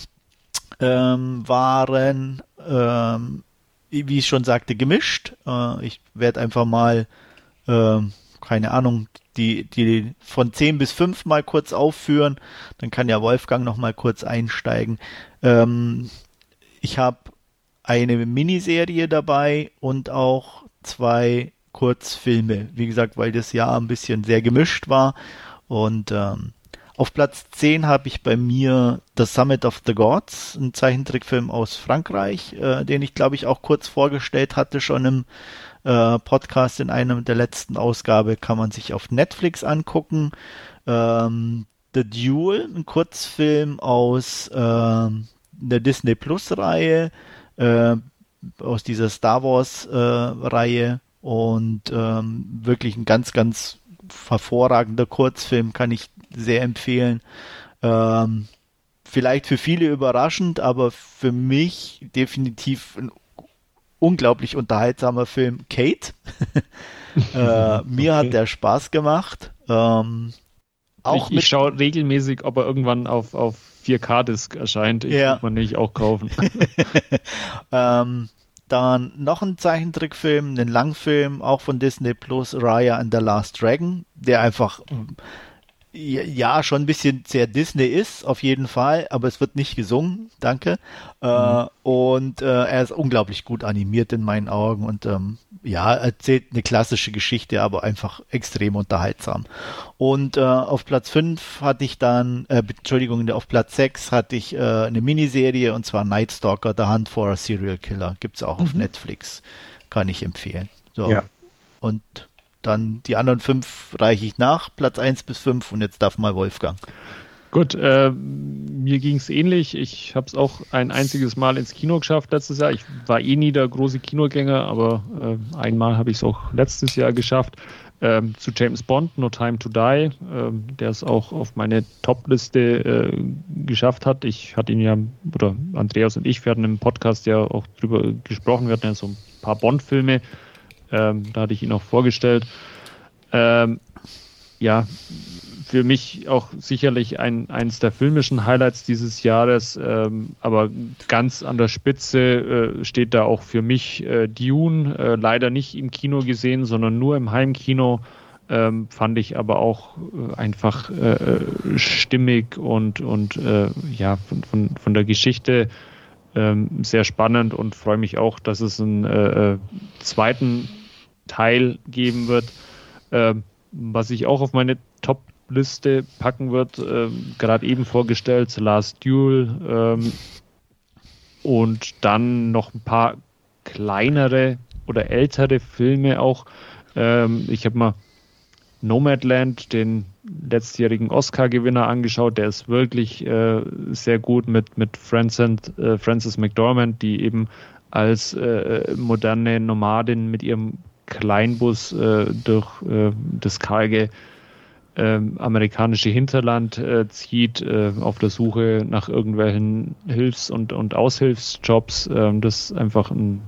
waren, wie ich schon sagte, gemischt. Ich werde einfach mal, keine Ahnung, die von 10 bis 5 mal kurz aufführen. Dann kann ja Wolfgang noch mal kurz einsteigen. Ich habe eine Miniserie dabei und auch 2 Kurzfilme. Wie gesagt, weil das Jahr ein bisschen sehr gemischt war. Und auf Platz 10 habe ich bei mir The Summit of the Gods, ein Zeichentrickfilm aus Frankreich, den ich, glaube ich, auch kurz vorgestellt hatte, schon im Podcast in einer der letzten Ausgabe, kann man sich auf Netflix angucken. The Duel, ein Kurzfilm aus der Disney Plus Reihe, aus dieser Star Wars Reihe und wirklich ein ganz, ganz hervorragender Kurzfilm, kann ich sehr empfehlen. Vielleicht für viele überraschend, aber für mich definitiv ein unglaublich unterhaltsamer Film. Kate. Mir hat der Spaß gemacht. Ich schaue regelmäßig, ob er irgendwann auf 4K-Disc erscheint. Ich muss man nicht auch kaufen. Dann noch ein Zeichentrickfilm, einen Langfilm, auch von Disney Plus, Raya and the Last Dragon, der einfach Ja, schon ein bisschen sehr Disney ist, auf jeden Fall, aber es wird nicht gesungen, danke. Und er ist unglaublich gut animiert in meinen Augen und erzählt eine klassische Geschichte, aber einfach extrem unterhaltsam. Und auf Platz 5 hatte ich dann, auf Platz 6 hatte ich eine Miniserie und zwar Night Stalker, The Hunt for a Serial Killer. Gibt's auch auf Netflix. Kann ich empfehlen. So. Ja. Und dann die anderen 5 reiche ich nach, Platz 1 bis 5 und jetzt darf mal Wolfgang. Gut, mir ging es ähnlich. Ich habe es auch ein einziges Mal ins Kino geschafft letztes Jahr. Ich war nie der große Kinogänger, aber einmal habe ich es auch letztes Jahr geschafft. Zu James Bond, No Time to Die, der es auch auf meine Top-Liste geschafft hat. Ich hatte ihn ja, oder Andreas und ich, wir hatten im Podcast ja auch drüber gesprochen. Wir hatten ja so ein paar Bond-Filme. Da hatte ich ihn auch vorgestellt. Für mich auch sicherlich eins der filmischen Highlights dieses Jahres, aber ganz an der Spitze steht da auch für mich Dune, leider nicht im Kino gesehen, sondern nur im Heimkino, fand ich aber auch einfach stimmig und von der Geschichte sehr spannend und freue mich auch, dass es einen zweiten Teil geben wird, was ich auch auf meine Top-Liste packen wird, gerade eben vorgestellt, The Last Duel, und dann noch ein paar kleinere oder ältere Filme auch. Ich habe mal Nomadland, den letztjährigen Oscar-Gewinner, angeschaut. Der ist wirklich sehr gut mit Frances McDormand, die eben als moderne Nomadin mit ihrem Kleinbus durch das karge amerikanische Hinterland zieht, auf der Suche nach irgendwelchen Hilfs- und Aushilfsjobs. Das ist einfach ein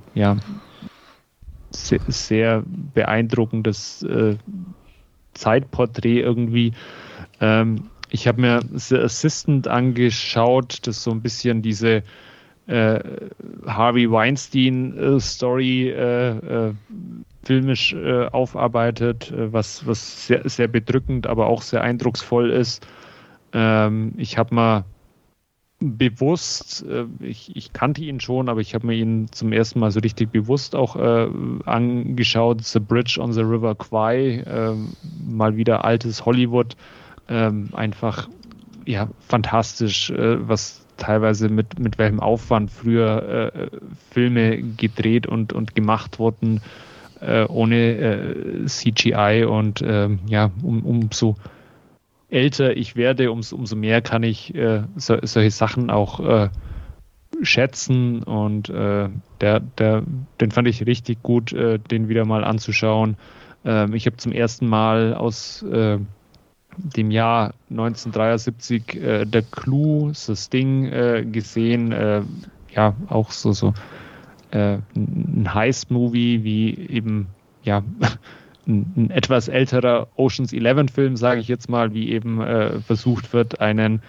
sehr beeindruckendes Zeitporträt irgendwie. Ich habe mir The Assistant angeschaut, das so ein bisschen diese Harvey Weinstein-Story filmisch aufarbeitet, was sehr, sehr bedrückend, aber auch sehr eindrucksvoll ist. Ich habe mal bewusst, ich kannte ihn schon, aber ich habe mir ihn zum ersten Mal so richtig bewusst auch angeschaut, The Bridge on the River Kwai, mal wieder altes Hollywood, einfach fantastisch, was teilweise mit welchem Aufwand früher Filme gedreht und gemacht wurden, ohne CGI und umso älter ich werde, umso mehr kann ich solche Sachen auch schätzen und den fand ich richtig gut, den wieder mal anzuschauen. Ich habe zum ersten Mal aus dem Jahr 1973 der Clue, das Ding gesehen, auch so ein Heist-Movie wie eben ein etwas älterer Ocean's 11 Film, sage ich jetzt mal, wie eben versucht wird, einen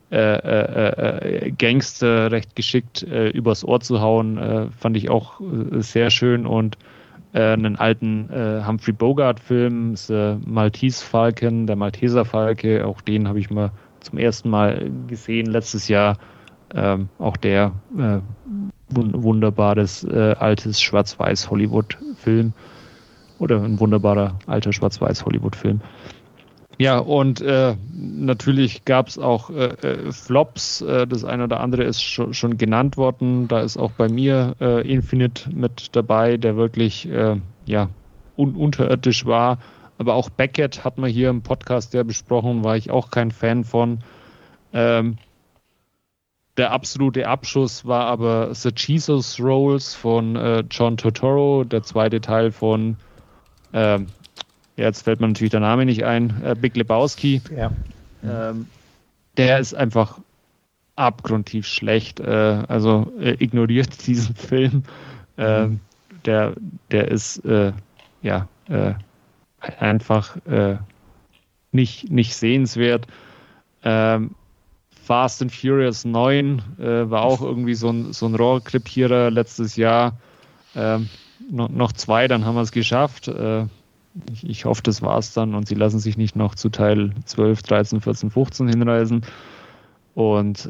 Gangster recht geschickt übers Ohr zu hauen, fand ich auch sehr schön, und einen alten Humphrey Bogart-Film, The Maltese Falcon, der Malteser Falke, auch den habe ich mal zum ersten Mal gesehen letztes Jahr. Auch der wunderbares altes Schwarz-Weiß-Hollywood-Film oder ein wunderbarer alter Schwarz-Weiß-Hollywood-Film. Ja, und natürlich gab es auch Flops. Das eine oder andere ist schon genannt worden. Da ist auch bei mir Infinite mit dabei, der wirklich unterirdisch war. Aber auch Beckett hat man hier im Podcast ja besprochen, war ich auch kein Fan von. Der absolute Abschuss war aber The Jesus Rolls von John Turturro, der zweite Teil von jetzt fällt mir natürlich der Name nicht ein, Big Lebowski. Ja. Der ist einfach abgrundtief schlecht. Ignoriert diesen Film. Der ist einfach nicht sehenswert. Fast and Furious 9 war auch irgendwie so ein Rohrkrepierer letztes Jahr. Noch 2, dann haben wir es geschafft. ich hoffe, das war's dann und sie lassen sich nicht noch zu Teil 12, 13, 14, 15 hinreisen. Und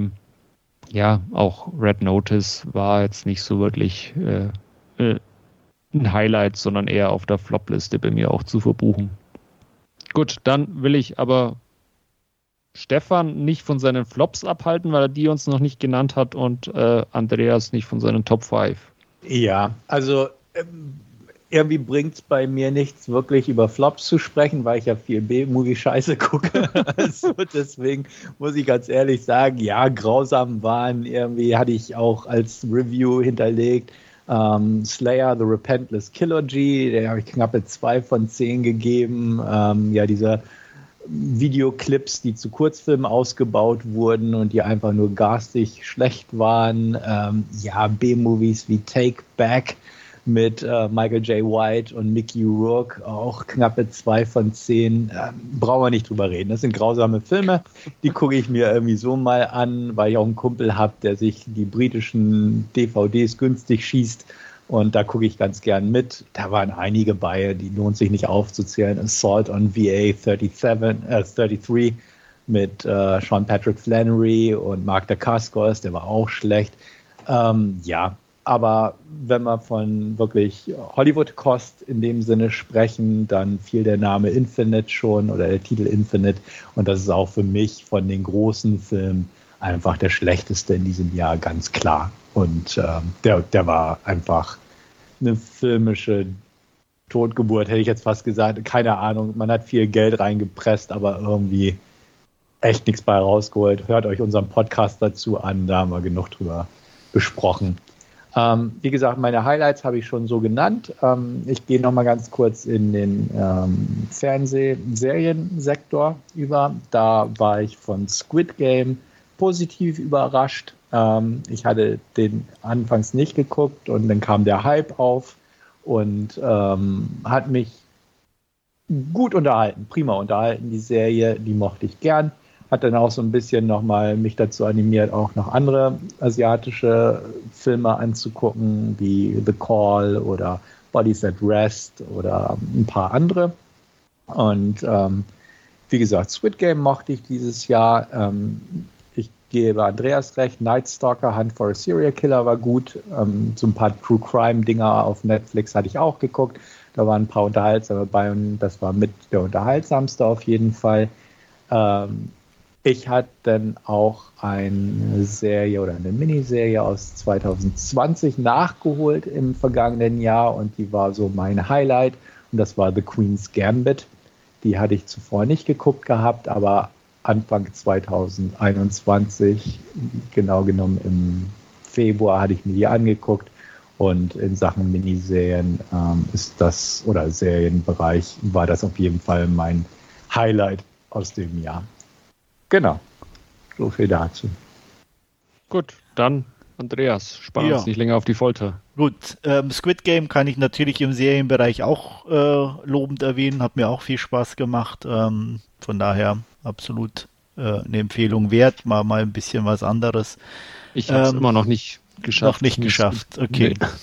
auch Red Notice war jetzt nicht so wirklich ein Highlight, sondern eher auf der Flop-Liste bei mir auch zu verbuchen. Gut, dann will ich aber Stefan nicht von seinen Flops abhalten, weil er die uns noch nicht genannt hat und Andreas nicht von seinen Top 5. Ja, also irgendwie bringt es bei mir nichts, wirklich über Flops zu sprechen, weil ich ja viel B-Movie-Scheiße gucke. Also deswegen muss ich ganz ehrlich sagen, ja, grausam waren irgendwie, hatte ich auch als Review hinterlegt. Slayer, The Repentless Trilogy, der habe ich knappe 2 von 10 gegeben. Diese Videoclips, die zu Kurzfilmen ausgebaut wurden und die einfach nur garstig schlecht waren. B-Movies wie Take Back mit Michael J. White und Mickey Rourke, auch knappe 2 von 10. Brauchen wir nicht drüber reden. Das sind grausame Filme, die gucke ich mir irgendwie so mal an, weil ich auch einen Kumpel habe, der sich die britischen DVDs günstig schießt und da gucke ich ganz gern mit. Da waren einige bei, die lohnt sich nicht aufzuzählen. Assault on VA 33 mit Sean Patrick Flannery und Mark Dacascos, der war auch schlecht. Aber wenn wir von wirklich Hollywood-Kost in dem Sinne sprechen, dann fiel der Name Infinite schon oder der Titel Infinite. Und das ist auch für mich von den großen Filmen einfach der schlechteste in diesem Jahr, ganz klar. Und der war einfach eine filmische Totgeburt, hätte ich jetzt fast gesagt. Keine Ahnung, man hat viel Geld reingepresst, aber irgendwie echt nichts bei rausgeholt. Hört euch unseren Podcast dazu an, da haben wir genug drüber besprochen. Wie gesagt, meine Highlights habe ich schon so genannt. Ich gehe nochmal ganz kurz in den Fernsehseriensektor über. Da war ich von Squid Game positiv überrascht. Ich hatte den anfangs nicht geguckt und dann kam der Hype auf und hat mich gut unterhalten, prima unterhalten. Die Serie, die mochte ich gern. Hat dann auch so ein bisschen nochmal mich dazu animiert, auch noch andere asiatische Filme anzugucken, wie The Call oder Bodies at Rest oder ein paar andere. Und wie gesagt, Squid Game mochte ich dieses Jahr. Ich gebe Andreas recht, Night Stalker, Hunt for a Serial Killer war gut. So ein paar True Crime Dinger auf Netflix hatte ich auch geguckt. Da waren ein paar unterhaltsame bei und das war mit der unterhaltsamste auf jeden Fall. Ich hatte dann auch eine Serie oder eine Miniserie aus 2020 nachgeholt im vergangenen Jahr und die war so mein Highlight und das war The Queen's Gambit. Die hatte ich zuvor nicht geguckt gehabt, aber Anfang 2021, genau genommen im Februar, hatte ich mir die angeguckt und in Sachen Miniserien ist das, oder Serienbereich, war das auf jeden Fall mein Highlight aus dem Jahr. Genau, so viel dazu. Gut, dann Andreas, spann uns nicht länger auf die Folter. Gut, Squid Game kann ich natürlich im Serienbereich auch lobend erwähnen, hat mir auch viel Spaß gemacht, von daher absolut eine Empfehlung wert, mal ein bisschen was anderes. Ich habe es immer noch nicht geschafft. Noch nicht geschafft, okay. Nee.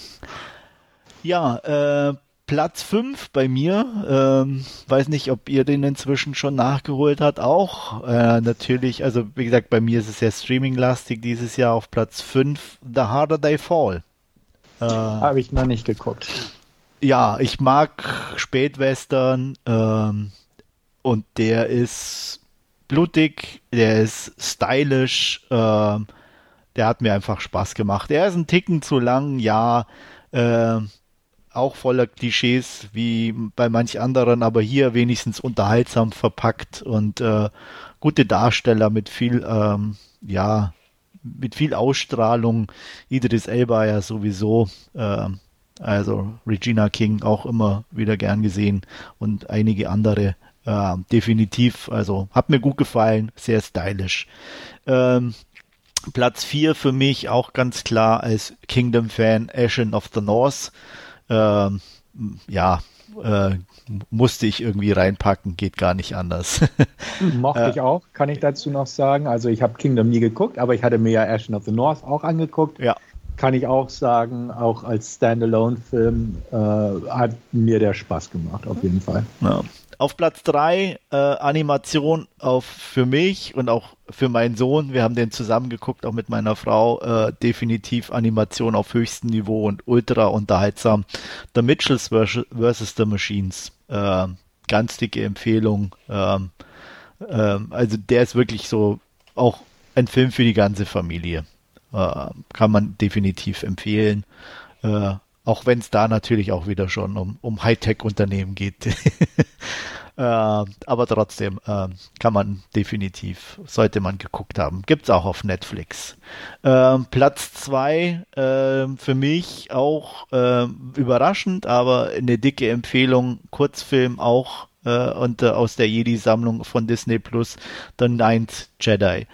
Ja, Platz 5 bei mir, weiß nicht, ob ihr den inzwischen schon nachgeholt habt, auch natürlich, also wie gesagt, bei mir ist es sehr streaminglastig dieses Jahr auf Platz 5, The Harder They Fall. Habe ich noch nicht geguckt. Ja, ich mag Spätwestern und der ist blutig, der ist stylisch, der hat mir einfach Spaß gemacht. Er ist ein Ticken zu lang, ja, auch voller Klischees wie bei manch anderen, aber hier wenigstens unterhaltsam verpackt und gute Darsteller mit viel Ausstrahlung. Idris Elba ja sowieso, also Regina King auch immer wieder gern gesehen und einige andere definitiv, also hat mir gut gefallen, sehr stylisch. Platz 4 für mich auch ganz klar als Kingdom-Fan Ashen of the North. Musste ich irgendwie reinpacken, geht gar nicht anders. Mochte ich auch, kann ich dazu noch sagen. Also ich habe Kingdom nie geguckt, aber ich hatte mir ja Ashen of the North auch angeguckt. Ja. kann ich auch sagen, auch als Standalone-Film hat mir der Spaß gemacht, auf jeden Fall. Ja. Auf Platz 3 Animation für mich und auch für meinen Sohn. Wir haben den zusammen geguckt, auch mit meiner Frau. Definitiv Animation auf höchstem Niveau und ultra unterhaltsam. The Mitchells vs. The Machines. Ganz dicke Empfehlung. Also der ist wirklich so auch ein Film für die ganze Familie. Kann man definitiv empfehlen. Auch wenn es da natürlich auch wieder schon um Hightech-Unternehmen geht. Aber trotzdem sollte man geguckt haben. Gibt's auch auf Netflix. Platz 2 für mich auch überraschend, aber eine dicke Empfehlung. Kurzfilm auch und aus der Jedi-Sammlung von Disney Plus, The Ninth Jedi.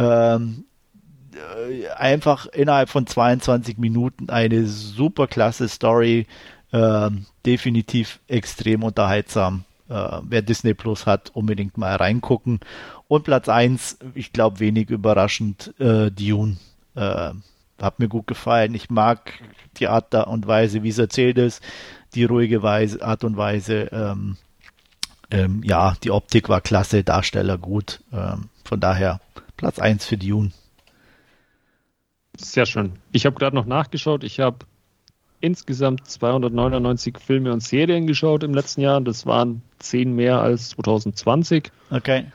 Einfach innerhalb von 22 Minuten eine super klasse Story, definitiv extrem unterhaltsam. Wer Disney Plus hat, unbedingt mal reingucken. Und Platz 1, ich glaube wenig überraschend, Dune. Hat mir gut gefallen. Ich mag die Art und Weise, wie es erzählt ist, die ruhige Art und Weise. Ja, die Optik war klasse, Darsteller gut. Von daher Platz 1 für Dune. Sehr schön. Ich habe gerade noch nachgeschaut. Ich habe insgesamt 299 Filme und Serien geschaut im letzten Jahr. Das waren 10 mehr als 2020. Okay.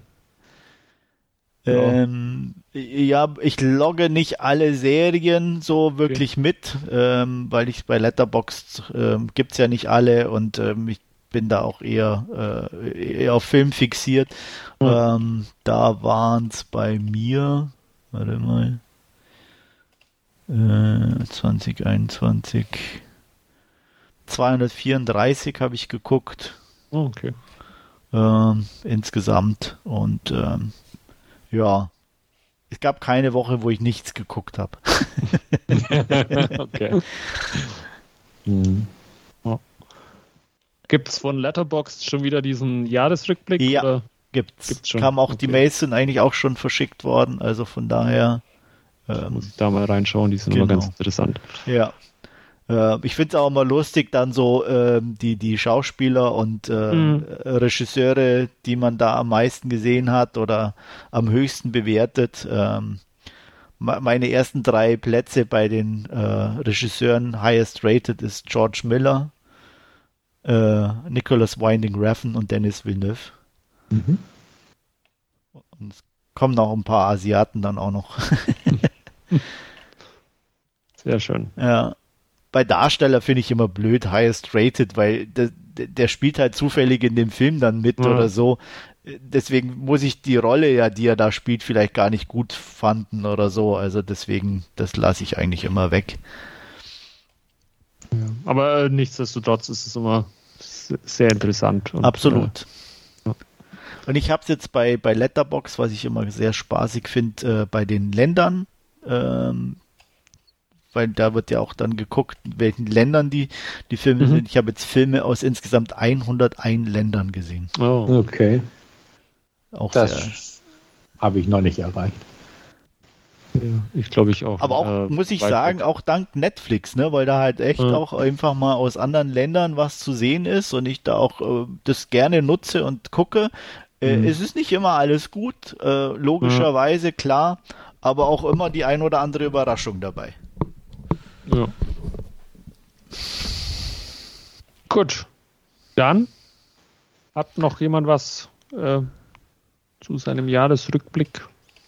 Ja. Ja, ich logge nicht alle Serien so wirklich mit, weil ich bei Letterboxd gibt's ja nicht alle und ich bin da auch eher auf Film fixiert. Da waren es bei mir, warte mal, 2021 234 habe ich geguckt. Oh, okay. Insgesamt und ja, es gab keine Woche, wo ich nichts geguckt habe. Okay. Ja. Gibt es von Letterboxd schon wieder diesen Jahresrückblick? Ja, oder? Gibt's schon. Kam auch, okay. Die Mails sind eigentlich auch schon verschickt worden, also von daher muss ich da mal reinschauen, die sind genau. immer ganz interessant. Ja. Ich finde es auch immer lustig, dann so die Schauspieler und Regisseure, die man da am meisten gesehen hat oder am höchsten bewertet. Meine ersten 3 Plätze bei den Regisseuren highest rated ist George Miller, Nicholas Winding Refn und Denis Villeneuve. Mhm. Und es kommen noch ein paar Asiaten dann auch noch. Sehr schön. Ja. Bei Darsteller finde ich immer blöd, highest rated, weil der spielt halt zufällig in dem Film dann mit oder so. Deswegen muss ich die Rolle ja, die er da spielt, vielleicht gar nicht gut fanden oder so. Also deswegen, das lasse ich eigentlich immer weg. Ja. Aber nichtsdestotrotz ist es immer sehr interessant. Und, absolut. Und ich habe es jetzt bei Letterboxd, was ich immer sehr spaßig finde, bei den Ländern, weil da wird ja auch dann geguckt, in welchen Ländern die Filme sind. Ich habe jetzt Filme aus insgesamt 101 Ländern gesehen. Oh. Okay. Auch das habe ich noch nicht erreicht. Ja, ich glaube ich auch. Aber auch, muss ich sagen, auch dank Netflix, ne, weil da halt echt auch einfach mal aus anderen Ländern was zu sehen ist und ich da auch das gerne nutze und gucke. Es ist nicht immer alles gut, logischerweise, klar, aber auch immer die ein oder andere Überraschung dabei. Ja. Gut. Dann hat noch jemand was zu seinem Jahresrückblick?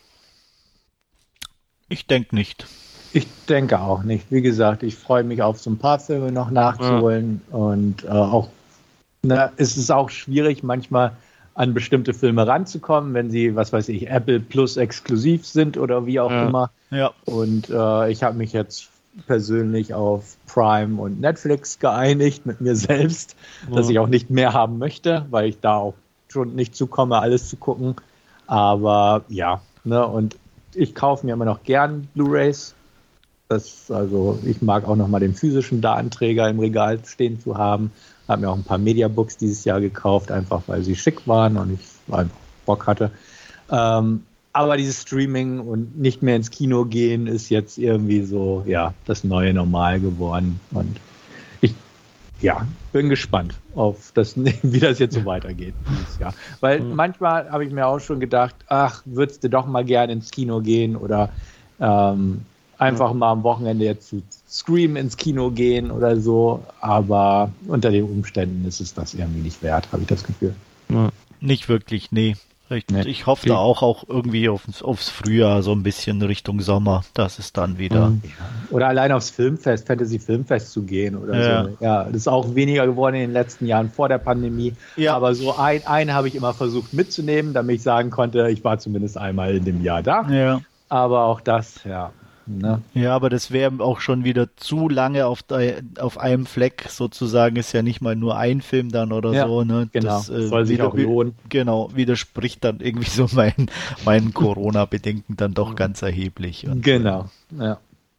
Ich denke nicht. Ich denke auch nicht. Wie gesagt, ich freue mich auf so ein paar Filme noch nachzuholen und auch es ist auch schwierig manchmal an bestimmte Filme ranzukommen, wenn sie, was weiß ich, Apple Plus exklusiv sind oder wie auch immer. Ja. Und ich habe mich jetzt persönlich auf Prime und Netflix geeinigt mit mir selbst, dass ich auch nicht mehr haben möchte, weil ich da auch schon nicht zukomme, alles zu gucken. Aber ja, ne, und ich kaufe mir immer noch gern Blu-rays. Also ich mag auch noch mal den physischen Datenträger im Regal stehen zu haben. Habe mir auch ein paar Mediabooks dieses Jahr gekauft, einfach weil sie schick waren und ich einfach Bock hatte. Aber dieses Streaming und nicht mehr ins Kino gehen ist jetzt irgendwie so, ja, das neue Normal geworden. Und ich, ja, bin gespannt auf das, wie das jetzt so weitergeht dieses Jahr. Weil manchmal habe ich mir auch schon gedacht, ach, würdest du doch mal gerne ins Kino gehen oder einfach mal am Wochenende jetzt zu Scream ins Kino gehen oder so. Aber unter den Umständen ist es das irgendwie nicht wert, habe ich das Gefühl. Ja. Nicht wirklich, nee. Ich hoffe da auch irgendwie aufs Frühjahr, so ein bisschen Richtung Sommer, dass es dann wieder. Oder allein aufs Filmfest, Fantasy Filmfest zu gehen oder so. Ja, das ist auch weniger geworden in den letzten Jahren vor der Pandemie. Ja. Aber so einen habe ich immer versucht mitzunehmen, damit ich sagen konnte, ich war zumindest einmal in dem Jahr da. Ja. Aber auch das, ja. Ne? Ja, aber das wäre auch schon wieder zu lange auf einem Fleck sozusagen, ist ja nicht mal nur ein Film dann oder so. Ne? Genau, das soll sich auch lohnen. Genau, widerspricht dann irgendwie so meinen Corona-Bedenken dann doch ganz erheblich. Und, genau, ja.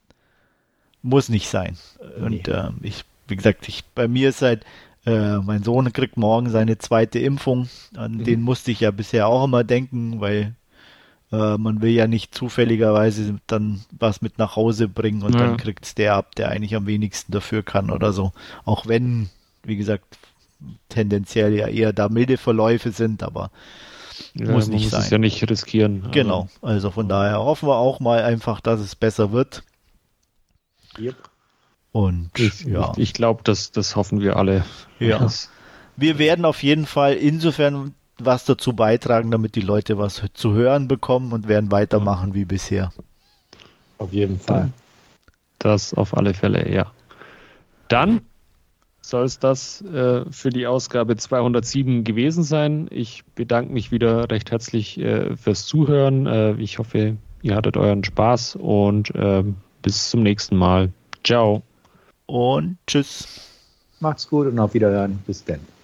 Muss nicht sein. Und wie gesagt, bei mir ist halt, mein Sohn kriegt morgen seine 2. Impfung. An den musste ich ja bisher auch immer denken, weil man will ja nicht zufälligerweise dann was mit nach Hause bringen und dann kriegt es der ab, der eigentlich am wenigsten dafür kann oder so. Auch wenn, wie gesagt, tendenziell ja eher da milde Verläufe sind, aber muss nicht sein. Man muss es ja nicht riskieren. Genau, also von daher hoffen wir auch mal einfach, dass es besser wird. Yep. Und ich glaube, das hoffen wir alle. Ja. Wir werden auf jeden Fall insofern was dazu beitragen, damit die Leute was zu hören bekommen und werden weitermachen wie bisher. Auf jeden Fall. Das auf alle Fälle, ja. Dann soll es das für die Ausgabe 207 gewesen sein. Ich bedanke mich wieder recht herzlich fürs Zuhören. Ich hoffe, ihr hattet euren Spaß und bis zum nächsten Mal. Ciao. Und tschüss. Macht's gut und auf Wiederhören. Bis dann.